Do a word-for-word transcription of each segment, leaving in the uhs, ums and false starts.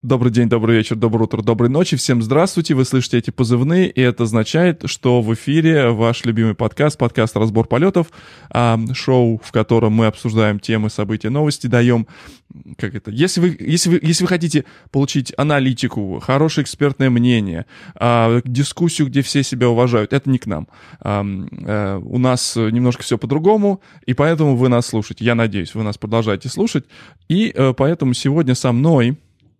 Добрый день, добрый вечер, доброе утро, доброй ночи. Всем здравствуйте. Вы слышите эти позывные, и это означает, что в эфире ваш любимый подкаст, подкаст «Разбор полетов», шоу, в котором мы обсуждаем темы, события, новости, даем, как это, если вы, если вы, если вы хотите получить аналитику, хорошее экспертное мнение, дискуссию, где все себя уважают, это не к нам. У нас немножко все по-другому, и поэтому вы нас слушаете. Я надеюсь, вы нас продолжаете слушать. И поэтому сегодня со мной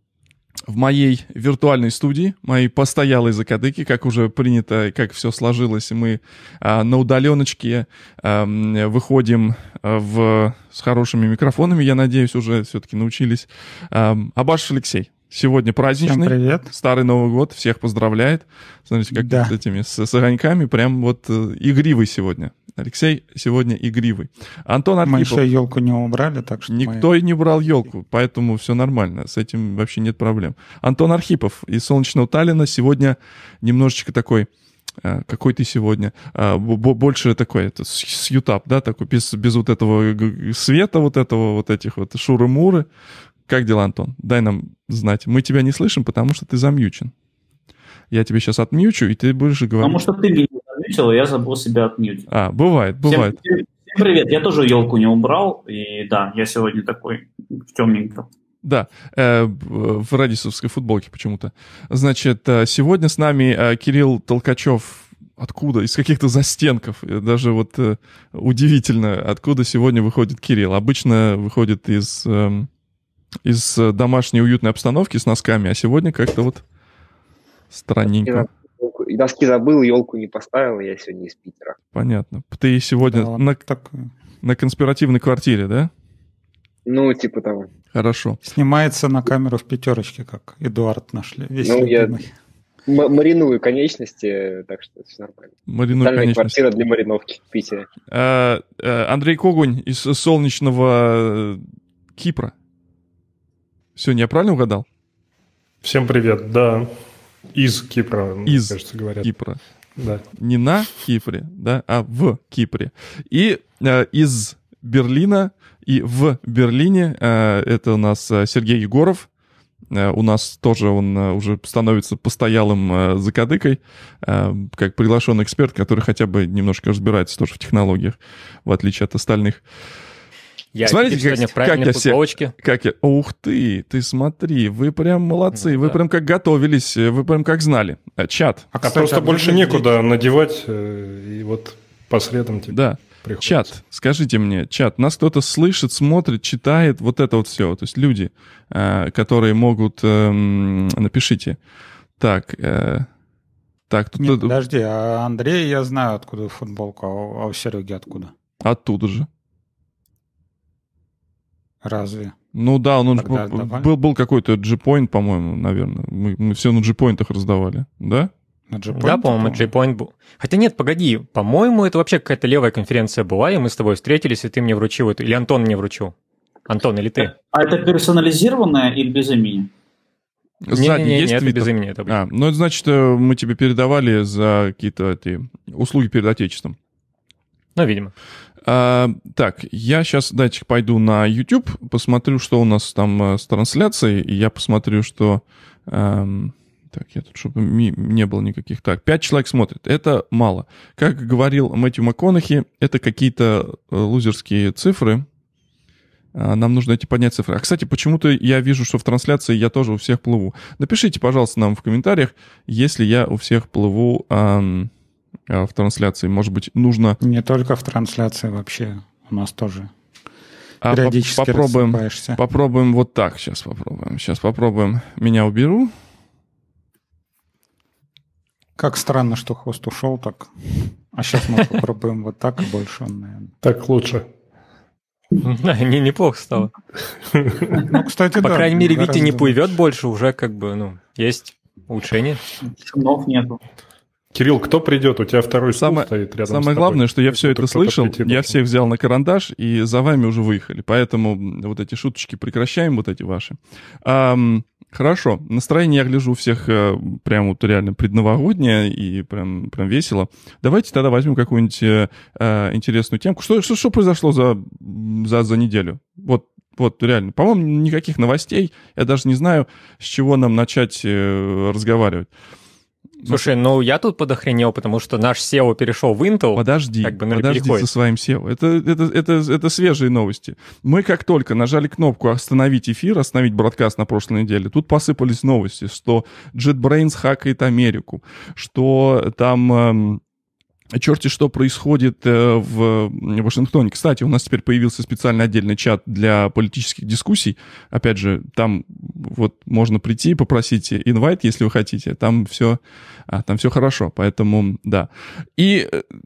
в моей виртуальной студии, моей постоялой закадыки, как уже принято, как все сложилось, мы а, на удаленочке а, выходим в, с хорошими микрофонами, я надеюсь, уже все-таки научились. А, Абаш Алексей, сегодня праздничный. Всем привет. Старый Новый год, всех поздравляет. Смотрите, как да. с этими, с, с огоньками, прям вот игривый сегодня. Алексей сегодня игривый. Антон Архипов. Мы еще елку не убрали, так что... Никто мы... и не брал елку, поэтому все нормально. С этим вообще нет проблем. Антон Архипов из солнечного Таллина сегодня немножечко такой... Какой ты сегодня? Больше такой, это сьютап, да, такой, без, без вот этого света, вот этого, вот этих вот шуры-муры. Как дела, Антон? Дай нам знать. Мы тебя не слышим, потому что ты замьючен. Я тебе сейчас отмьючу, и ты будешь говорить. Потому что ты меня замьючил, и я забыл себя отмьютить. А, бывает, бывает. Всем, всем привет, я тоже елку не убрал, и да, я сегодня такой в темненьком. Да, э, в радисовской футболке почему-то. Значит, сегодня с нами э, Кирилл Толкачев. Откуда? Из каких-то застенков. Даже вот э, удивительно, откуда сегодня выходит Кирилл. Обычно выходит из, э, из домашней уютной обстановки с носками, а сегодня как-то вот странненько. И носки забыл, елку не поставил, я сегодня из Питера. Понятно. Ты сегодня да, на, так... на конспиративной квартире, да? Ну, типа того. Хорошо. Снимается на камеру в пятерочке, как Эдуард нашли. Весь ну, я м- мариную конечности, так что все нормально. Мариную конечности. Квартира для мариновки в Питере. А, а, Андрей Когунь из солнечного Кипра. Сегодня я правильно угадал? Всем привет, да. Из Кипра, из кажется, говорят. Кипра. Да. Не на Кипре, да, а в Кипре. И э, из Берлина и в Берлине э, это у нас Сергей Егоров. Э, у нас тоже он э, уже становится постоялым э, закадыкой, э, как приглашенный эксперт, который хотя бы немножко разбирается тоже в технологиях, в отличие от остальных. Я Смотрите, как, сегодня в правильной как футболочке. Я, как я, ух ты, ты смотри, вы прям молодцы, ну, вы да. прям как готовились, вы прям как знали. Чат. А, кстати, а просто больше некуда здесь... надевать, и вот по средам тебе да. приходится. Чат, скажите мне, чат, нас кто-то слышит, смотрит, читает, вот это вот все. То есть люди, которые могут... Напишите. Так, так тут... Нет, подожди, а Андрей, я знаю, откуда футболка, а у Сереги откуда? Оттуда же. Разве? Ну да, он, он был, был какой-то G-Point, по-моему, наверное. Мы, мы все на G-Point'ах раздавали, да? На G-Point, да, по-моему, G-Point был. Хотя нет, погоди, по-моему, это вообще какая-то левая конференция была, и мы с тобой встретились, и ты мне вручил эту, или Антон мне вручил. Антон, или ты? А это персонализированное или без имени? Сзади не, не, есть не, это без имени. Это а, ну, это значит, мы тебе передавали за какие-то эти услуги перед Отечеством. Ну, видимо. А, так, я сейчас, дайте пойду на YouTube, посмотрю, что у нас там а, с трансляцией, и я посмотрю, что... А, так, я тут, чтобы ми, не было никаких... Так, пять человек смотрят, это мало. Как говорил Мэтью МакКонахи, это какие-то лузерские цифры. А, нам нужно эти поднять цифры. А, кстати, почему-то я вижу, что в трансляции я тоже у всех плыву. Напишите, пожалуйста, нам в комментариях, если я у всех плыву... А, в трансляции, может быть, нужно... Не только в трансляции вообще, у нас тоже а периодически попробуем, рассыпаешься. Попробуем вот так, сейчас попробуем. Сейчас попробуем. Меня уберу. Как странно, что хвост ушел так. А сейчас мы попробуем вот так, и больше он, наверное. Так лучше. Да, не, неплохо стало. Ну, кстати, да. По крайней мере, Витя не плывет больше, уже как бы, ну, есть улучшение. Шумов нету. Кирилл, кто придет? У тебя второй стул самое, стоит рядом самое с тобой. главное, что я все это слышал, прийти, я всех взял на карандаш, и за вами уже выехали. Поэтому вот эти шуточки прекращаем, вот эти ваши. А, хорошо, настроение, я гляжу, у всех прям вот реально предновогоднее и прям, прям весело. Давайте тогда возьмем какую-нибудь а, интересную темку. Что, что, что произошло за, за, за неделю? Вот, вот реально. По-моему, никаких новостей. Я даже не знаю, с чего нам начать э, разговаривать. Слушай, ну я тут подохренел, потому что наш сео перешел в Intel. Подожди, как бы, подожди переходит. со своим сео. Это, это, это, это свежие новости. Мы как только нажали кнопку «Остановить эфир», «Остановить бродкаст» на прошлой неделе, тут посыпались новости, что JetBrains хакает Америку, что там... Эм, черти что происходит э, в Вашингтоне. Кстати, у нас теперь появился специальный отдельный чат для политических дискуссий. Опять же, там вот можно прийти, попросить инвайт, если вы хотите. Там все, а, там все хорошо, поэтому да. И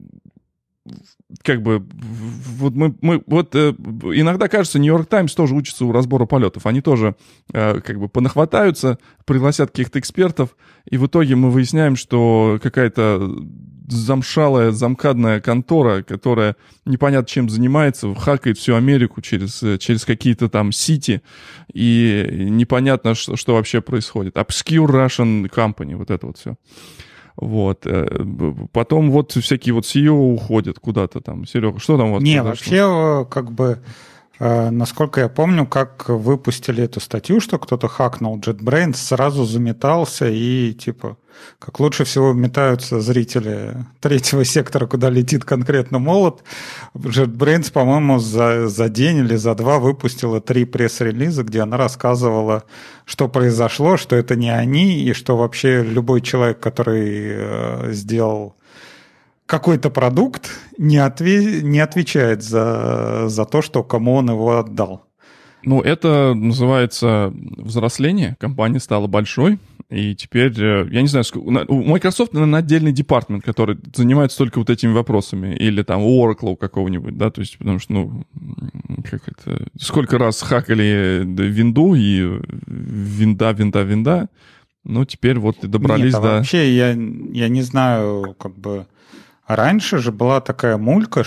как бы вот мы, мы вот э, иногда кажется, Нью-Йорк Таймс тоже учится у разбора полетов. Они тоже э, как бы понахватаются, пригласят каких-то экспертов, и в итоге мы выясняем, что какая-то замшалая, замкадная контора, которая непонятно чем занимается, хакает всю Америку через, через какие-то там сити, и непонятно, что, что вообще происходит. Obscure Russian Company, вот это вот все. Вот. Потом вот всякие вот си и о уходят куда-то там. Серега, что там у вас Не, произошло? вообще, как бы, э, насколько я помню, как выпустили эту статью, что кто-то хакнул JetBrains, сразу заметался и, типа, как лучше всего метаются зрители третьего сектора, куда летит конкретно молот. JetBrains, по-моему, за, за день или за два выпустила три пресс-релиза, где она рассказывала, что произошло, что это не они, и что вообще любой человек, который э, сделал какой-то продукт, не, отве- не отвечает за, за то, что кому он его отдал. Ну, это называется взросление. Компания стала большой, и теперь, я не знаю, у Microsoft, наверное, отдельный департамент, который занимается только вот этими вопросами, или там у Oracle у какого-нибудь, да, то есть, потому что, ну, как это, сколько раз хакали винду, и винда, винда, винда, ну, теперь вот и добрались Нет, а до... вообще, я, я не знаю, как бы... Раньше же была такая мулька,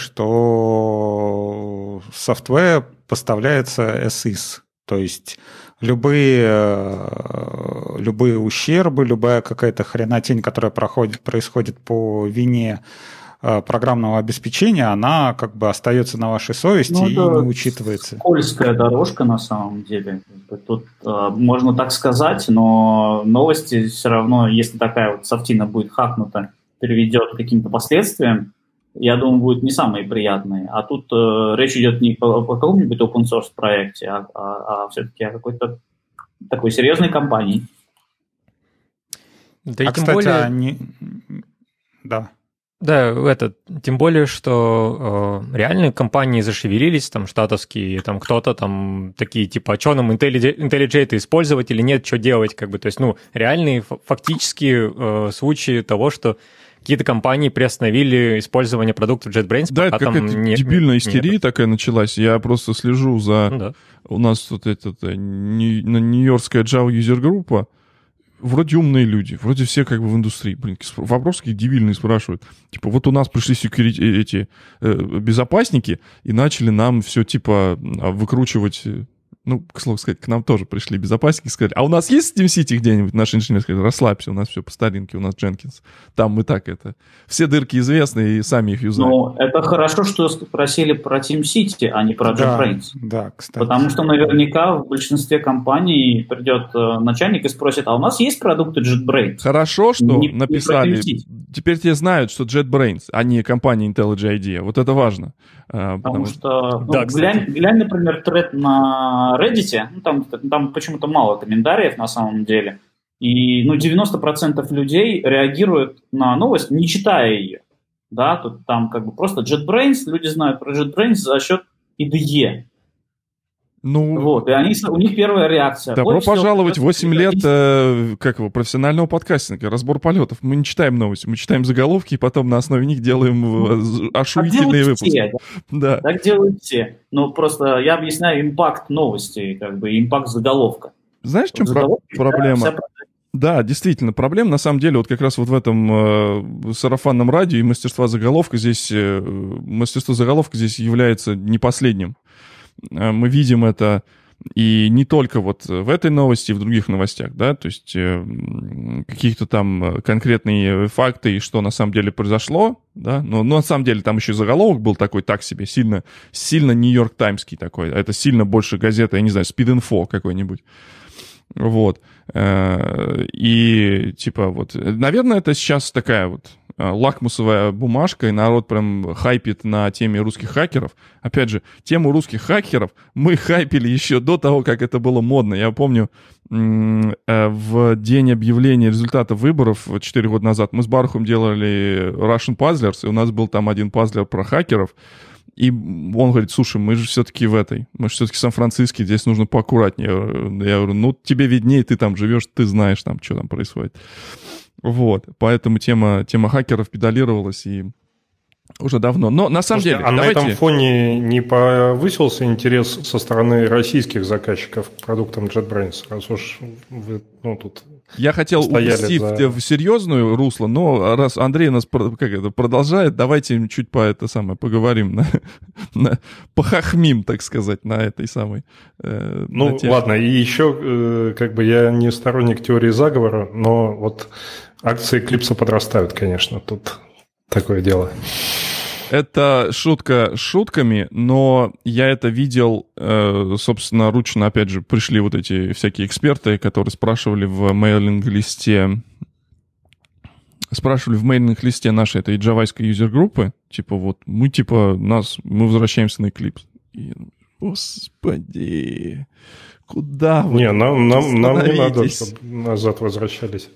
что софтвер поставляется as is, то есть любые, любые ущербы, любая какая-то хренотень, которая проходит, происходит по вине программного обеспечения, она как бы остается на вашей совести ну, и не учитывается. Скользкая дорожка на самом деле. Тут э, можно так сказать, но новости все равно, если такая вот софтина будет хакнута, приведет к каким-то последствиям, я думаю, будут не самые приятные. А тут э, речь идет не по, по какому-нибудь open source проекте, а, а, а все-таки о какой-то такой серьезной компании. Да, а, и тем кстати, более... они... Да. Да, это, тем более, что э, реальные компании зашевелились, там, штатовские, там, кто-то там такие, типа, а что нам IntelliJ использовать или нет, что делать, как бы, то есть, ну, реальные фактические э, случаи того, что какие-то компании приостановили использование продуктов JetBrains. Да, это какая-то не, дебильная истерия нет. такая началась, я просто слежу за... Ну, да. У нас тут этот, нью-йоркская Java юзер-группа, вроде умные люди, вроде все как бы в индустрии. Блин, вопросы какие дебильные спрашивают. Типа, вот у нас пришли security, эти э, безопасники и начали нам все, типа, выкручивать... Ну, к слову сказать, к нам тоже пришли безопасники и сказали, а у нас есть SteamCity где-нибудь? Наш инженер сказал, расслабься, у нас все по старинке, у нас Jenkins. Там мы так это... Все дырки известны и сами их юзаем. Ну, это хорошо, что спросили про TeamCity, а не про JetBrains. Да, да, кстати. Потому что наверняка в большинстве компаний придет начальник и спросит, а у нас есть продукты JetBrains? Хорошо, что не, написали. Не Теперь те знают, что JetBrains, а не компания IntelliJ IDEA. Вот это важно. Потому, потому что, ну, да, глянь, глянь, например, тред на Reddit, ну, там, там почему-то мало комментариев на самом деле, и ну, девяносто процентов людей реагируют на новость, не читая ее. Да, тут там как бы просто JetBrains, люди знают про JetBrains за счет ай ди и. Ну, вот, и они, у них первая реакция. Добро пожаловать, восемь лет э, как его, профессионального подкастинга, разбор полетов. Мы не читаем новости, мы читаем заголовки, и потом на основе них делаем ошуительные выпуски. Все, да. Да. Так делают все. Ну, просто я объясняю импакт новости, как бы импакт заголовка. Знаешь, в чем про- проблема? Вся... Да, действительно, проблема на самом деле вот как раз вот в этом э, сарафанном радио и мастерство заголовка здесь, э, мастерство заголовка здесь является не последним. Мы видим это И не только вот в этой новости, и в других новостях, да, то есть э, каких-то там конкретные факты, и что на самом деле произошло, да, но, но на самом деле там еще заголовок был такой так себе, сильно, сильно Нью-Йорк Таймский такой, это сильно больше газета, я не знаю, Speed-Info какой-нибудь. Вот. И типа вот, наверное, это сейчас такая вот лакмусовая бумажка, и народ прям хайпит на теме русских хакеров. Опять же, тему русских хакеров мы хайпили еще до того, как это было модно. Я помню, в день объявления результата выборов четыре года назад мы с Барухом делали Russian Puzzlers, и у нас был там один пазлер про хакеров. И он говорит, слушай, мы же все-таки в этой, мы же все-таки Сан-Франциско, здесь нужно поаккуратнее. Я говорю, ну, тебе виднее, ты там живешь, ты знаешь там, что там происходит. Вот, поэтому тема, тема хакеров педалировалась и уже давно. Но на самом Слушайте, деле, а давайте... на этом фоне не повысился интерес со стороны российских заказчиков к продуктам JetBrains, раз уж вы, ну, тут... Я хотел увести за... в серьезную русло, но раз Андрей нас как это, продолжает, давайте чуть по это самое поговорим, на, на, похахмим, так сказать, на этой самой... Э, ну, ладно, и еще, э, как бы я не сторонник теории заговора, но вот акции Eclipse подрастают, конечно, тут такое дело. Это шутка шутками, но я это видел, э, собственно, ручно, опять же, пришли вот эти всякие эксперты, которые спрашивали в мейлинг-листе, спрашивали в мейлинг-листе нашей этой джавайской юзер-группы, типа вот, мы типа, нас, мы возвращаемся на Eclipse. И, господи, куда вы? Не, нам, нам, нам не надо, чтобы назад возвращались.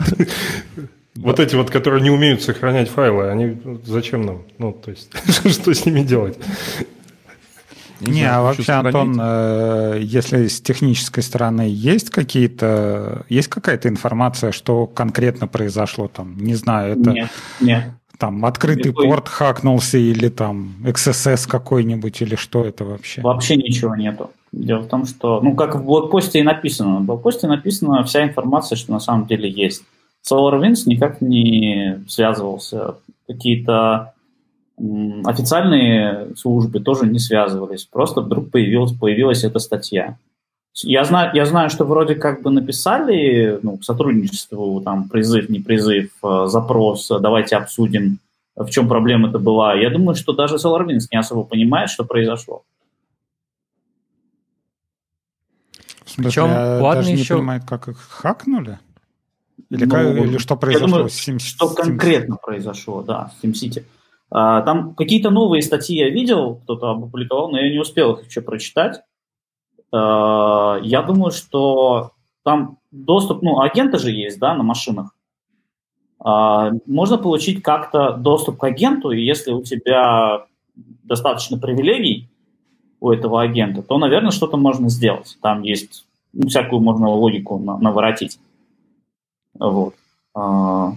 Вот эти вот, которые не умеют сохранять файлы, они зачем нам? Ну, то есть, что с ними делать? Не, а вообще, Антон, если с технической стороны есть какие-то, есть какая-то информация, что конкретно произошло там? Не знаю, это... Нет, нет. Там открытый Никакой... порт хакнулся или там икс эс эс какой-нибудь, или что это вообще? Вообще ничего нету. Дело в том, что, ну, как в блокпосте и написано. В блокпосте написана вся информация, что на самом деле есть. SolarWinds никак не связывался. Какие-то м, официальные службы тоже не связывались. Просто вдруг появилась, появилась эта статья. Я знаю, я знаю, что вроде как бы написали, ну, к сотрудничеству, там, призыв, не призыв, запрос, давайте обсудим, в чем проблема это была. Я думаю, что даже SolarWinds не особо понимает, что произошло. Причем даже не еще... понимает, как их хакнули? Или, ну, как, или что произошло думаю, с Steam, что конкретно Steam. произошло, да, в SteamCity. А, там какие-то новые статьи я видел, кто-то опубликовал, но я не успел их еще прочитать. А, я думаю, что там доступ, ну, агенты же есть, да, на машинах. А, можно получить как-то доступ к агенту, и если у тебя достаточно привилегий у этого агента, то, наверное, что-то можно сделать. Там есть, ну, всякую можно логику на, наворотить. Вот. А,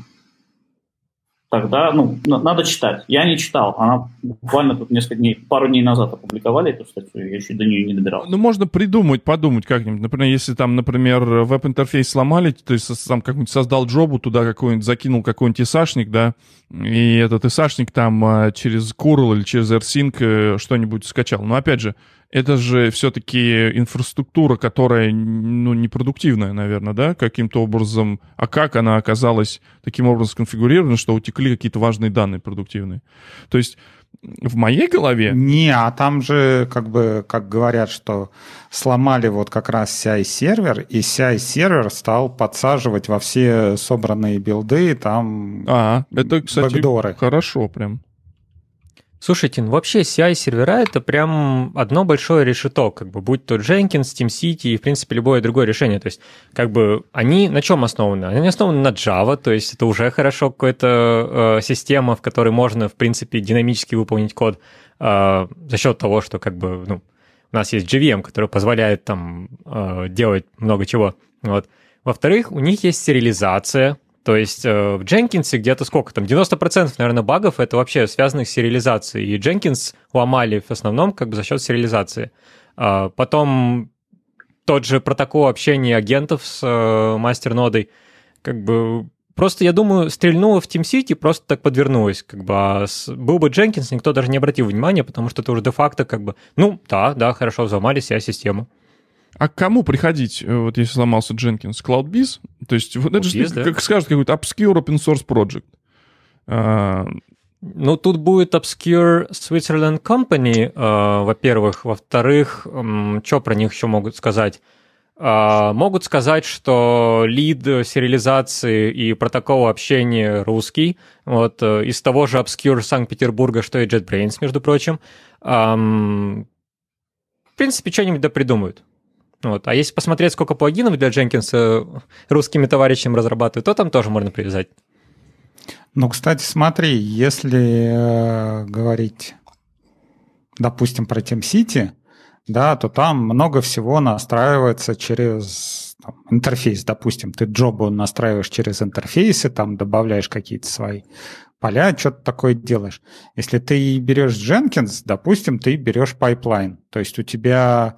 тогда, ну, надо читать. Я не читал. Она буквально тут несколько дней, пару дней назад опубликовали эту статью, я еще до нее не добирался. Ну, можно придумать, подумать как-нибудь. Например, если там, например, веб-интерфейс сломали, то есть сам как-нибудь создал джобу, туда какой-нибудь закинул какой-нибудь ИСАшник, да, и этот ИСАшник там через курл или через AirSync что-нибудь скачал. Но, опять же, это же все-таки инфраструктура, которая, ну, непродуктивная, наверное, да, каким-то образом. А как она оказалась таким образом сконфигурирована, что утекли какие-то важные данные продуктивные? То есть в моей голове... Не, а там же, как бы, как говорят, что сломали вот как раз си ай-сервер, и си ай-сервер стал подсаживать во все собранные билды там а, это, кстати, бэкдоры. Хорошо прям. Слушайте, ну вообще си ай-сервера — это прям одно большое решето, как бы, будь то Jenkins, SteamCity и, в принципе, любое другое решение. То есть, как бы, они на чем основаны? Они основаны на Java, то есть это уже хорошо какая-то э, система, в которой можно, в принципе, динамически выполнить код э, за счет того, что, как бы, ну, у нас есть джей ви эм, который позволяет там э, делать много чего. Вот. Во-вторых, у них есть сериализация. То есть э, в Jenkins где-то сколько там, девяносто процентов, наверное, багов это вообще связано с сериализацией. И Jenkins ломали в основном как бы за счет сериализации. А потом тот же протокол общения агентов с э, мастернодой, как бы просто, я думаю, стрельнуло в TeamCity, просто так подвернулось. Как бы, а с, был бы Jenkins, никто даже не обратил внимания, потому что это уже де-факто как бы, ну, да, да, хорошо, взломали си ай-систему. А к кому приходить, вот если сломался Jenkins? CloudBees? То есть вот это же, да? Как скажут, какой-то obscure open source project. А... Ну, тут будет Obscure Switzerland Company, э, во-первых. Во-вторых, э, что про них еще могут сказать? Э, могут сказать, что лид сериализации и протокола общения русский, вот, э, из того же Obscure Санкт-Петербурга, что и JetBrains, между прочим. Э, в принципе, что-нибудь да придумают. Вот. А если посмотреть, сколько плагинов для Jenkins русскими товарищами разрабатывают, то там тоже можно привязать. Ну, кстати, смотри, если э, говорить, допустим, про TeamCity, да, то там много всего настраивается через там, интерфейс. Допустим, ты джобу настраиваешь через интерфейсы, там добавляешь какие-то свои поля, что-то такое делаешь. Если ты берешь Jenkins, допустим, ты берешь пайплайн. То есть у тебя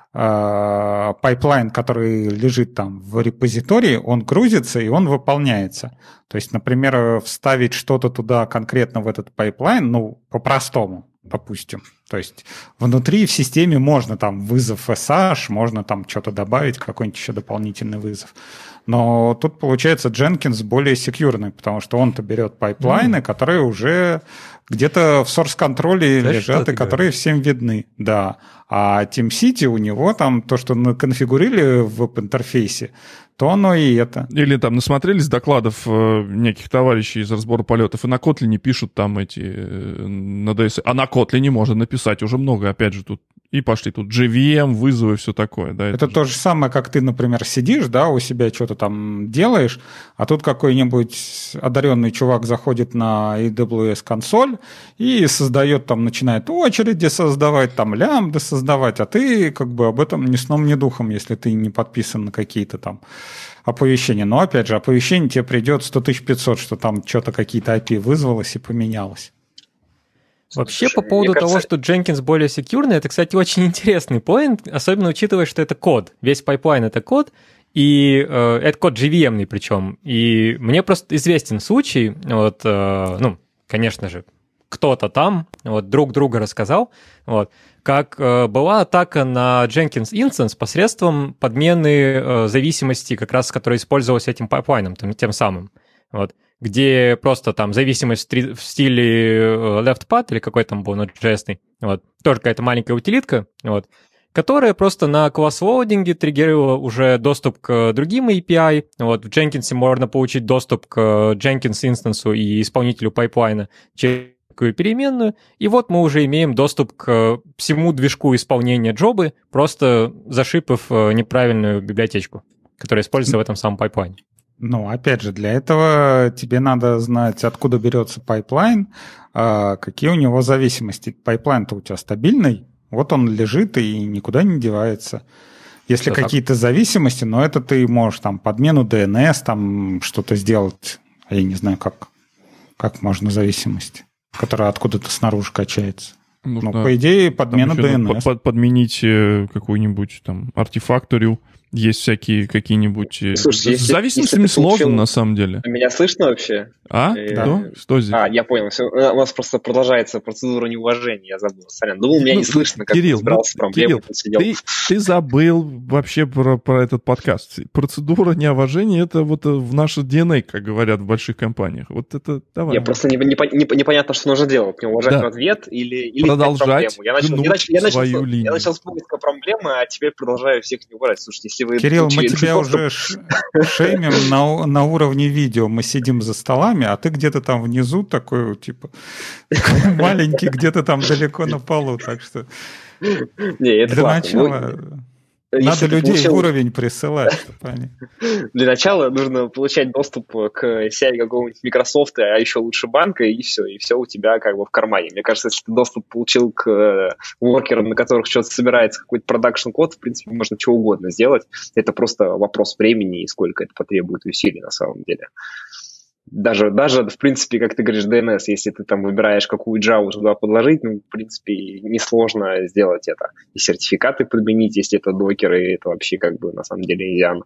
пайплайн, который лежит там в репозитории, он грузится и он выполняется. То есть, например, вставить что-то туда конкретно в этот пайплайн, ну, по-простому, допустим. То есть внутри в системе можно там вызов эс эйч, можно там что-то добавить, какой-нибудь еще дополнительный вызов. Но тут, получается, Jenkins более секьюрный, потому что он-то берет пайплайны, mm. которые уже где-то в source-контроле да лежат и которые говоришь? Всем видны. Да. А TeamCity у него там то, что конфигурили в веб-интерфейсе, то оно и это. Или там насмотрелись докладов э, неких товарищей из разбора полетов, и на Kotlin пишут там эти э, на ди эс. А на Kotlin можно написать уже много, опять же, тут и пошли тут джей ви эм, вызовы, все такое. Да, это это то же самое, как ты, например, сидишь, да, у себя что-то там делаешь, а тут какой-нибудь одаренный чувак заходит на эй дабл ю эс-консоль и создает там, начинает очереди создавать, там лямбды создавать, а ты как бы об этом ни сном, ни духом, если ты не подписан на какие-то там оповещения. Но, опять же, оповещение тебе придет сто тысяч пятьсот, что там что-то какие-то эй пи ай вызвалось и поменялось. Вообще, Слушай, по поводу кажется... того, что Jenkins более секьюрный, это, кстати, очень интересный поинт, особенно учитывая, что это код. Весь пайплайн — это код, и э, это код джей ви эм-ный причем. И мне просто известен случай, вот, э, ну, конечно же, кто-то там вот, друг друга рассказал, вот, как э, была атака на Jenkins Instance посредством подмены э, зависимости, как раз, которая использовалась этим пайплайном, тем, тем самым. Вот. Где просто там зависимость в стиле LeftPad или какой там был Node.js, вот, тоже какая-то маленькая утилитка, вот, которая просто на класс-лоудинге триггерила уже доступ к другим эй пи ай. Вот, в Jenkins можно получить доступ к Jenkins инстансу и исполнителю пайплайна через такую переменную, и вот мы уже имеем доступ к всему движку исполнения джобы, просто зашипав неправильную библиотечку, которая используется в этом самом пайплайне. Ну, опять же, для этого тебе надо знать, откуда берется пайплайн, какие у него зависимости. Пайплайн-то у тебя стабильный, вот он лежит и никуда не девается. Если Все какие-то так. зависимости, но это ты можешь там подмену ди эн эс, там что-то сделать, я не знаю, как, как можно зависимость, которая откуда-то снаружи качается. Нужно, ну, по идее, подмена ди эн эс. Под, подменить какую-нибудь там артефакторию. Есть всякие какие-нибудь... Слушай, с зависимостями если сложно, получил... на самом деле. Меня слышно вообще? А? И... Да? Что здесь? А, я понял. Все. У нас просто продолжается процедура неуважения, я забыл. Сорян, думал, меня ну, не слышно, как Кирилл, ты разбирался с проблемой. Кирилл, ты, ты забыл вообще про, про этот подкаст. Процедура неуважения — это вот в наше ди эн эй, как говорят в больших компаниях. Вот это давай. Я просто не, не, не, непонятно, что нужно делать. Не уважать да. в ответ или, или продолжать я начал, я начал, я начал, свою я линию. Я начал с поиска проблемы, а теперь продолжаю всех не уважать. Слушайте, если вы... Кирилл, мы тебя уже шеймим на, на уровне видео. Мы сидим за столами, а ты где-то там внизу такой, типа, маленький, где-то там далеко на полу. Так что Не, это для начала надо людей в уровень присылать, чтобы они... Для начала нужно получать доступ к си ай какого-нибудь Microsoft, а еще лучше банка, и все, и все у тебя как бы в кармане. Мне кажется, если ты доступ получил к воркерам, на которых что-то собирается, какой-то продакшн-код, в принципе, можно что угодно сделать. Это просто вопрос времени и сколько это потребует усилий на самом деле. Даже, даже, в принципе, как ты говоришь, ди эн эс, если ты там выбираешь, какую Java туда подложить, ну, в принципе, несложно сделать это. И сертификаты подменить, если это докеры, это вообще как бы на самом деле изян.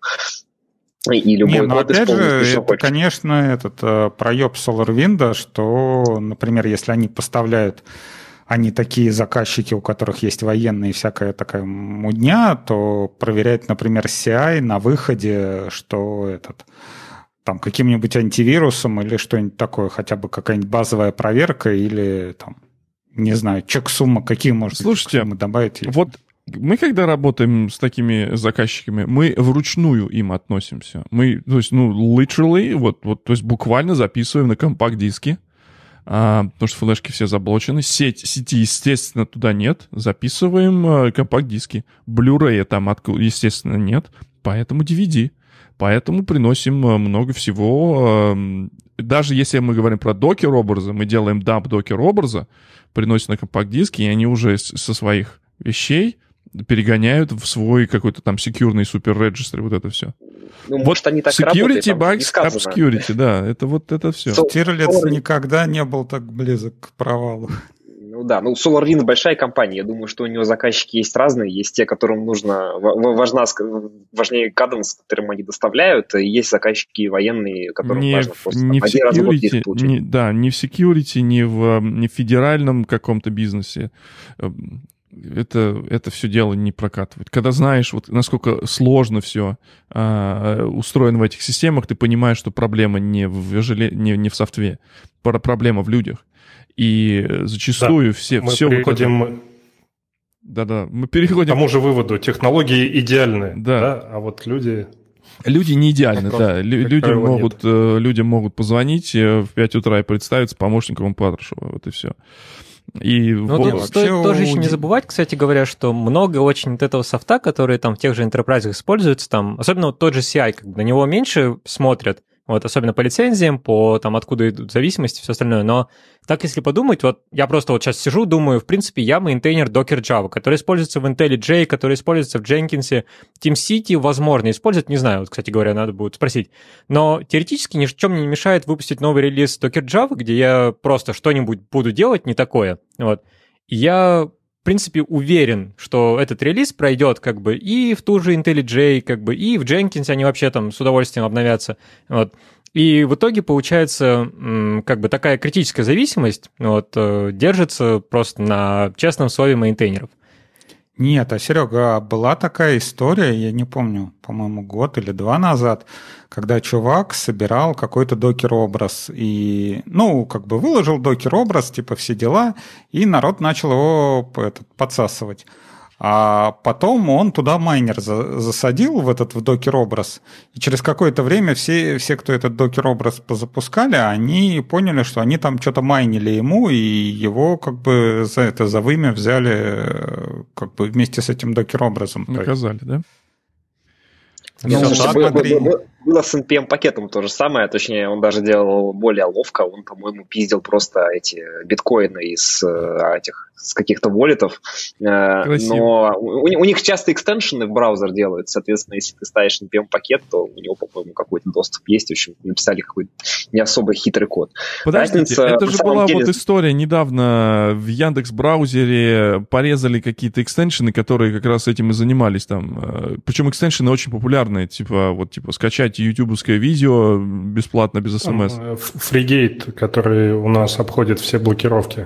И любой Не, но опять же, это, хочешь. конечно, этот проеб SolarWinds, что, например, если они поставляют а не такие заказчики, у которых есть военные и всякая такая мудня, то проверять, например, си ай на выходе, что этот, там, каким-нибудь антивирусом или что-нибудь такое, хотя бы какая-нибудь базовая проверка или, там, не знаю, чек-сумма, какие можно Слушайте, добавить. Вот мы когда работаем с такими заказчиками, мы вручную им относимся. Мы, то есть, ну, literally, вот, вот, то есть буквально записываем на компакт-диске, а, потому что флешки все заблочены. Сеть, сети, естественно, туда нет. Записываем а, компакт-диски. Blu-ray там, естественно, нет. Поэтому ди ви ди. Поэтому приносим а, много всего. А, даже если мы говорим про докер-образы, мы делаем дамп докер-образа, приносят на компакт-диски, и они уже со своих вещей перегоняют в свой какой-то там security супер-регистр, вот это все. Ну, вот может, они так security работают, bugs, obscurity, да, это вот это все. Штирлиц никогда не был так близок к провалу. Ну да, ну SolarWinds большая компания, я думаю, что у него заказчики есть разные, есть те, которым нужно, важна, важнее каденс, которым они доставляют, и есть заказчики военные, которым не важно в, просто не там, один раз в год диск получить. Не, да, не в security, не в, не в федеральном каком-то бизнесе. Это, это все дело не прокатывает. Когда знаешь, вот насколько сложно все а, устроено в этих системах, ты понимаешь, что проблема не в, желе, не, не в софтве, проблема в людях. И зачастую да, все... Мы все переходим... выходит... Да-да, мы переходим... К тому же выводу. Технологии идеальны, да. Да, а вот люди... Люди не идеальны, Просто, да. Лю- люди могут, людям могут позвонить в пять утра и представиться помощником Патрушева. Вот и все. И ну, вот... тут стоит у... тоже еще не забывать, кстати говоря, что много очень вот этого софта, который там в тех же enterprise используется, там, особенно вот тот же си ай, как бы на него меньше смотрят, вот, особенно по лицензиям, по там, откуда идут зависимости и все остальное, но так, если подумать, вот я просто вот сейчас сижу, думаю, в принципе, я мейнтейнер Docker Java, который используется в IntelliJ, который используется в Jenkins, TeamCity, возможно, использовать, не знаю, вот, кстати говоря, надо будет спросить, но теоретически ни в чем мне не мешает выпустить новый релиз Docker Java, где я просто что-нибудь буду делать не такое, вот, и я... в принципе, уверен, что этот релиз пройдет как бы и в ту же IntelliJ, как бы и в Jenkins они вообще там с удовольствием обновятся. Вот. И в итоге получается как бы такая критическая зависимость вот, держится просто на честном слове мейнтейнеров. Нет, а, Серега, была такая история, я не помню, по-моему, год или два назад, когда чувак собирал какой-то докер-образ и, ну, как бы выложил докер-образ, типа все дела, и народ начал его этот, подсасывать. А потом он туда майнер за, засадил в этот в докер-образ, и через какое-то время все, все, кто этот докер-образ позапускали, они поняли, что они там что-то майнили ему, и его как бы за это, за вымя взяли как бы вместе с этим докер-образом. Наказали, да? Ну, слушайте, было, было, было с эн пи эм-пакетом то же самое, точнее, он даже делал более ловко, он, по-моему, пиздил просто эти биткоины из этих, с каких-то воллетов, Красиво. Но у, у них часто экстеншены в браузер делают, соответственно, если ты ставишь эн пи эм-пакет, то у него, по-моему, какой-то доступ есть, в общем, написали какой-то не особо хитрый код. Подождите, Разница, это же была деле... вот история, недавно в Яндекс.Браузере порезали какие-то экстеншены, которые как раз этим и занимались там, причем экстеншены очень популярные, типа, вот, типа, скачать ютубовское видео бесплатно, без смс. Фригейт, который у нас обходит все блокировки.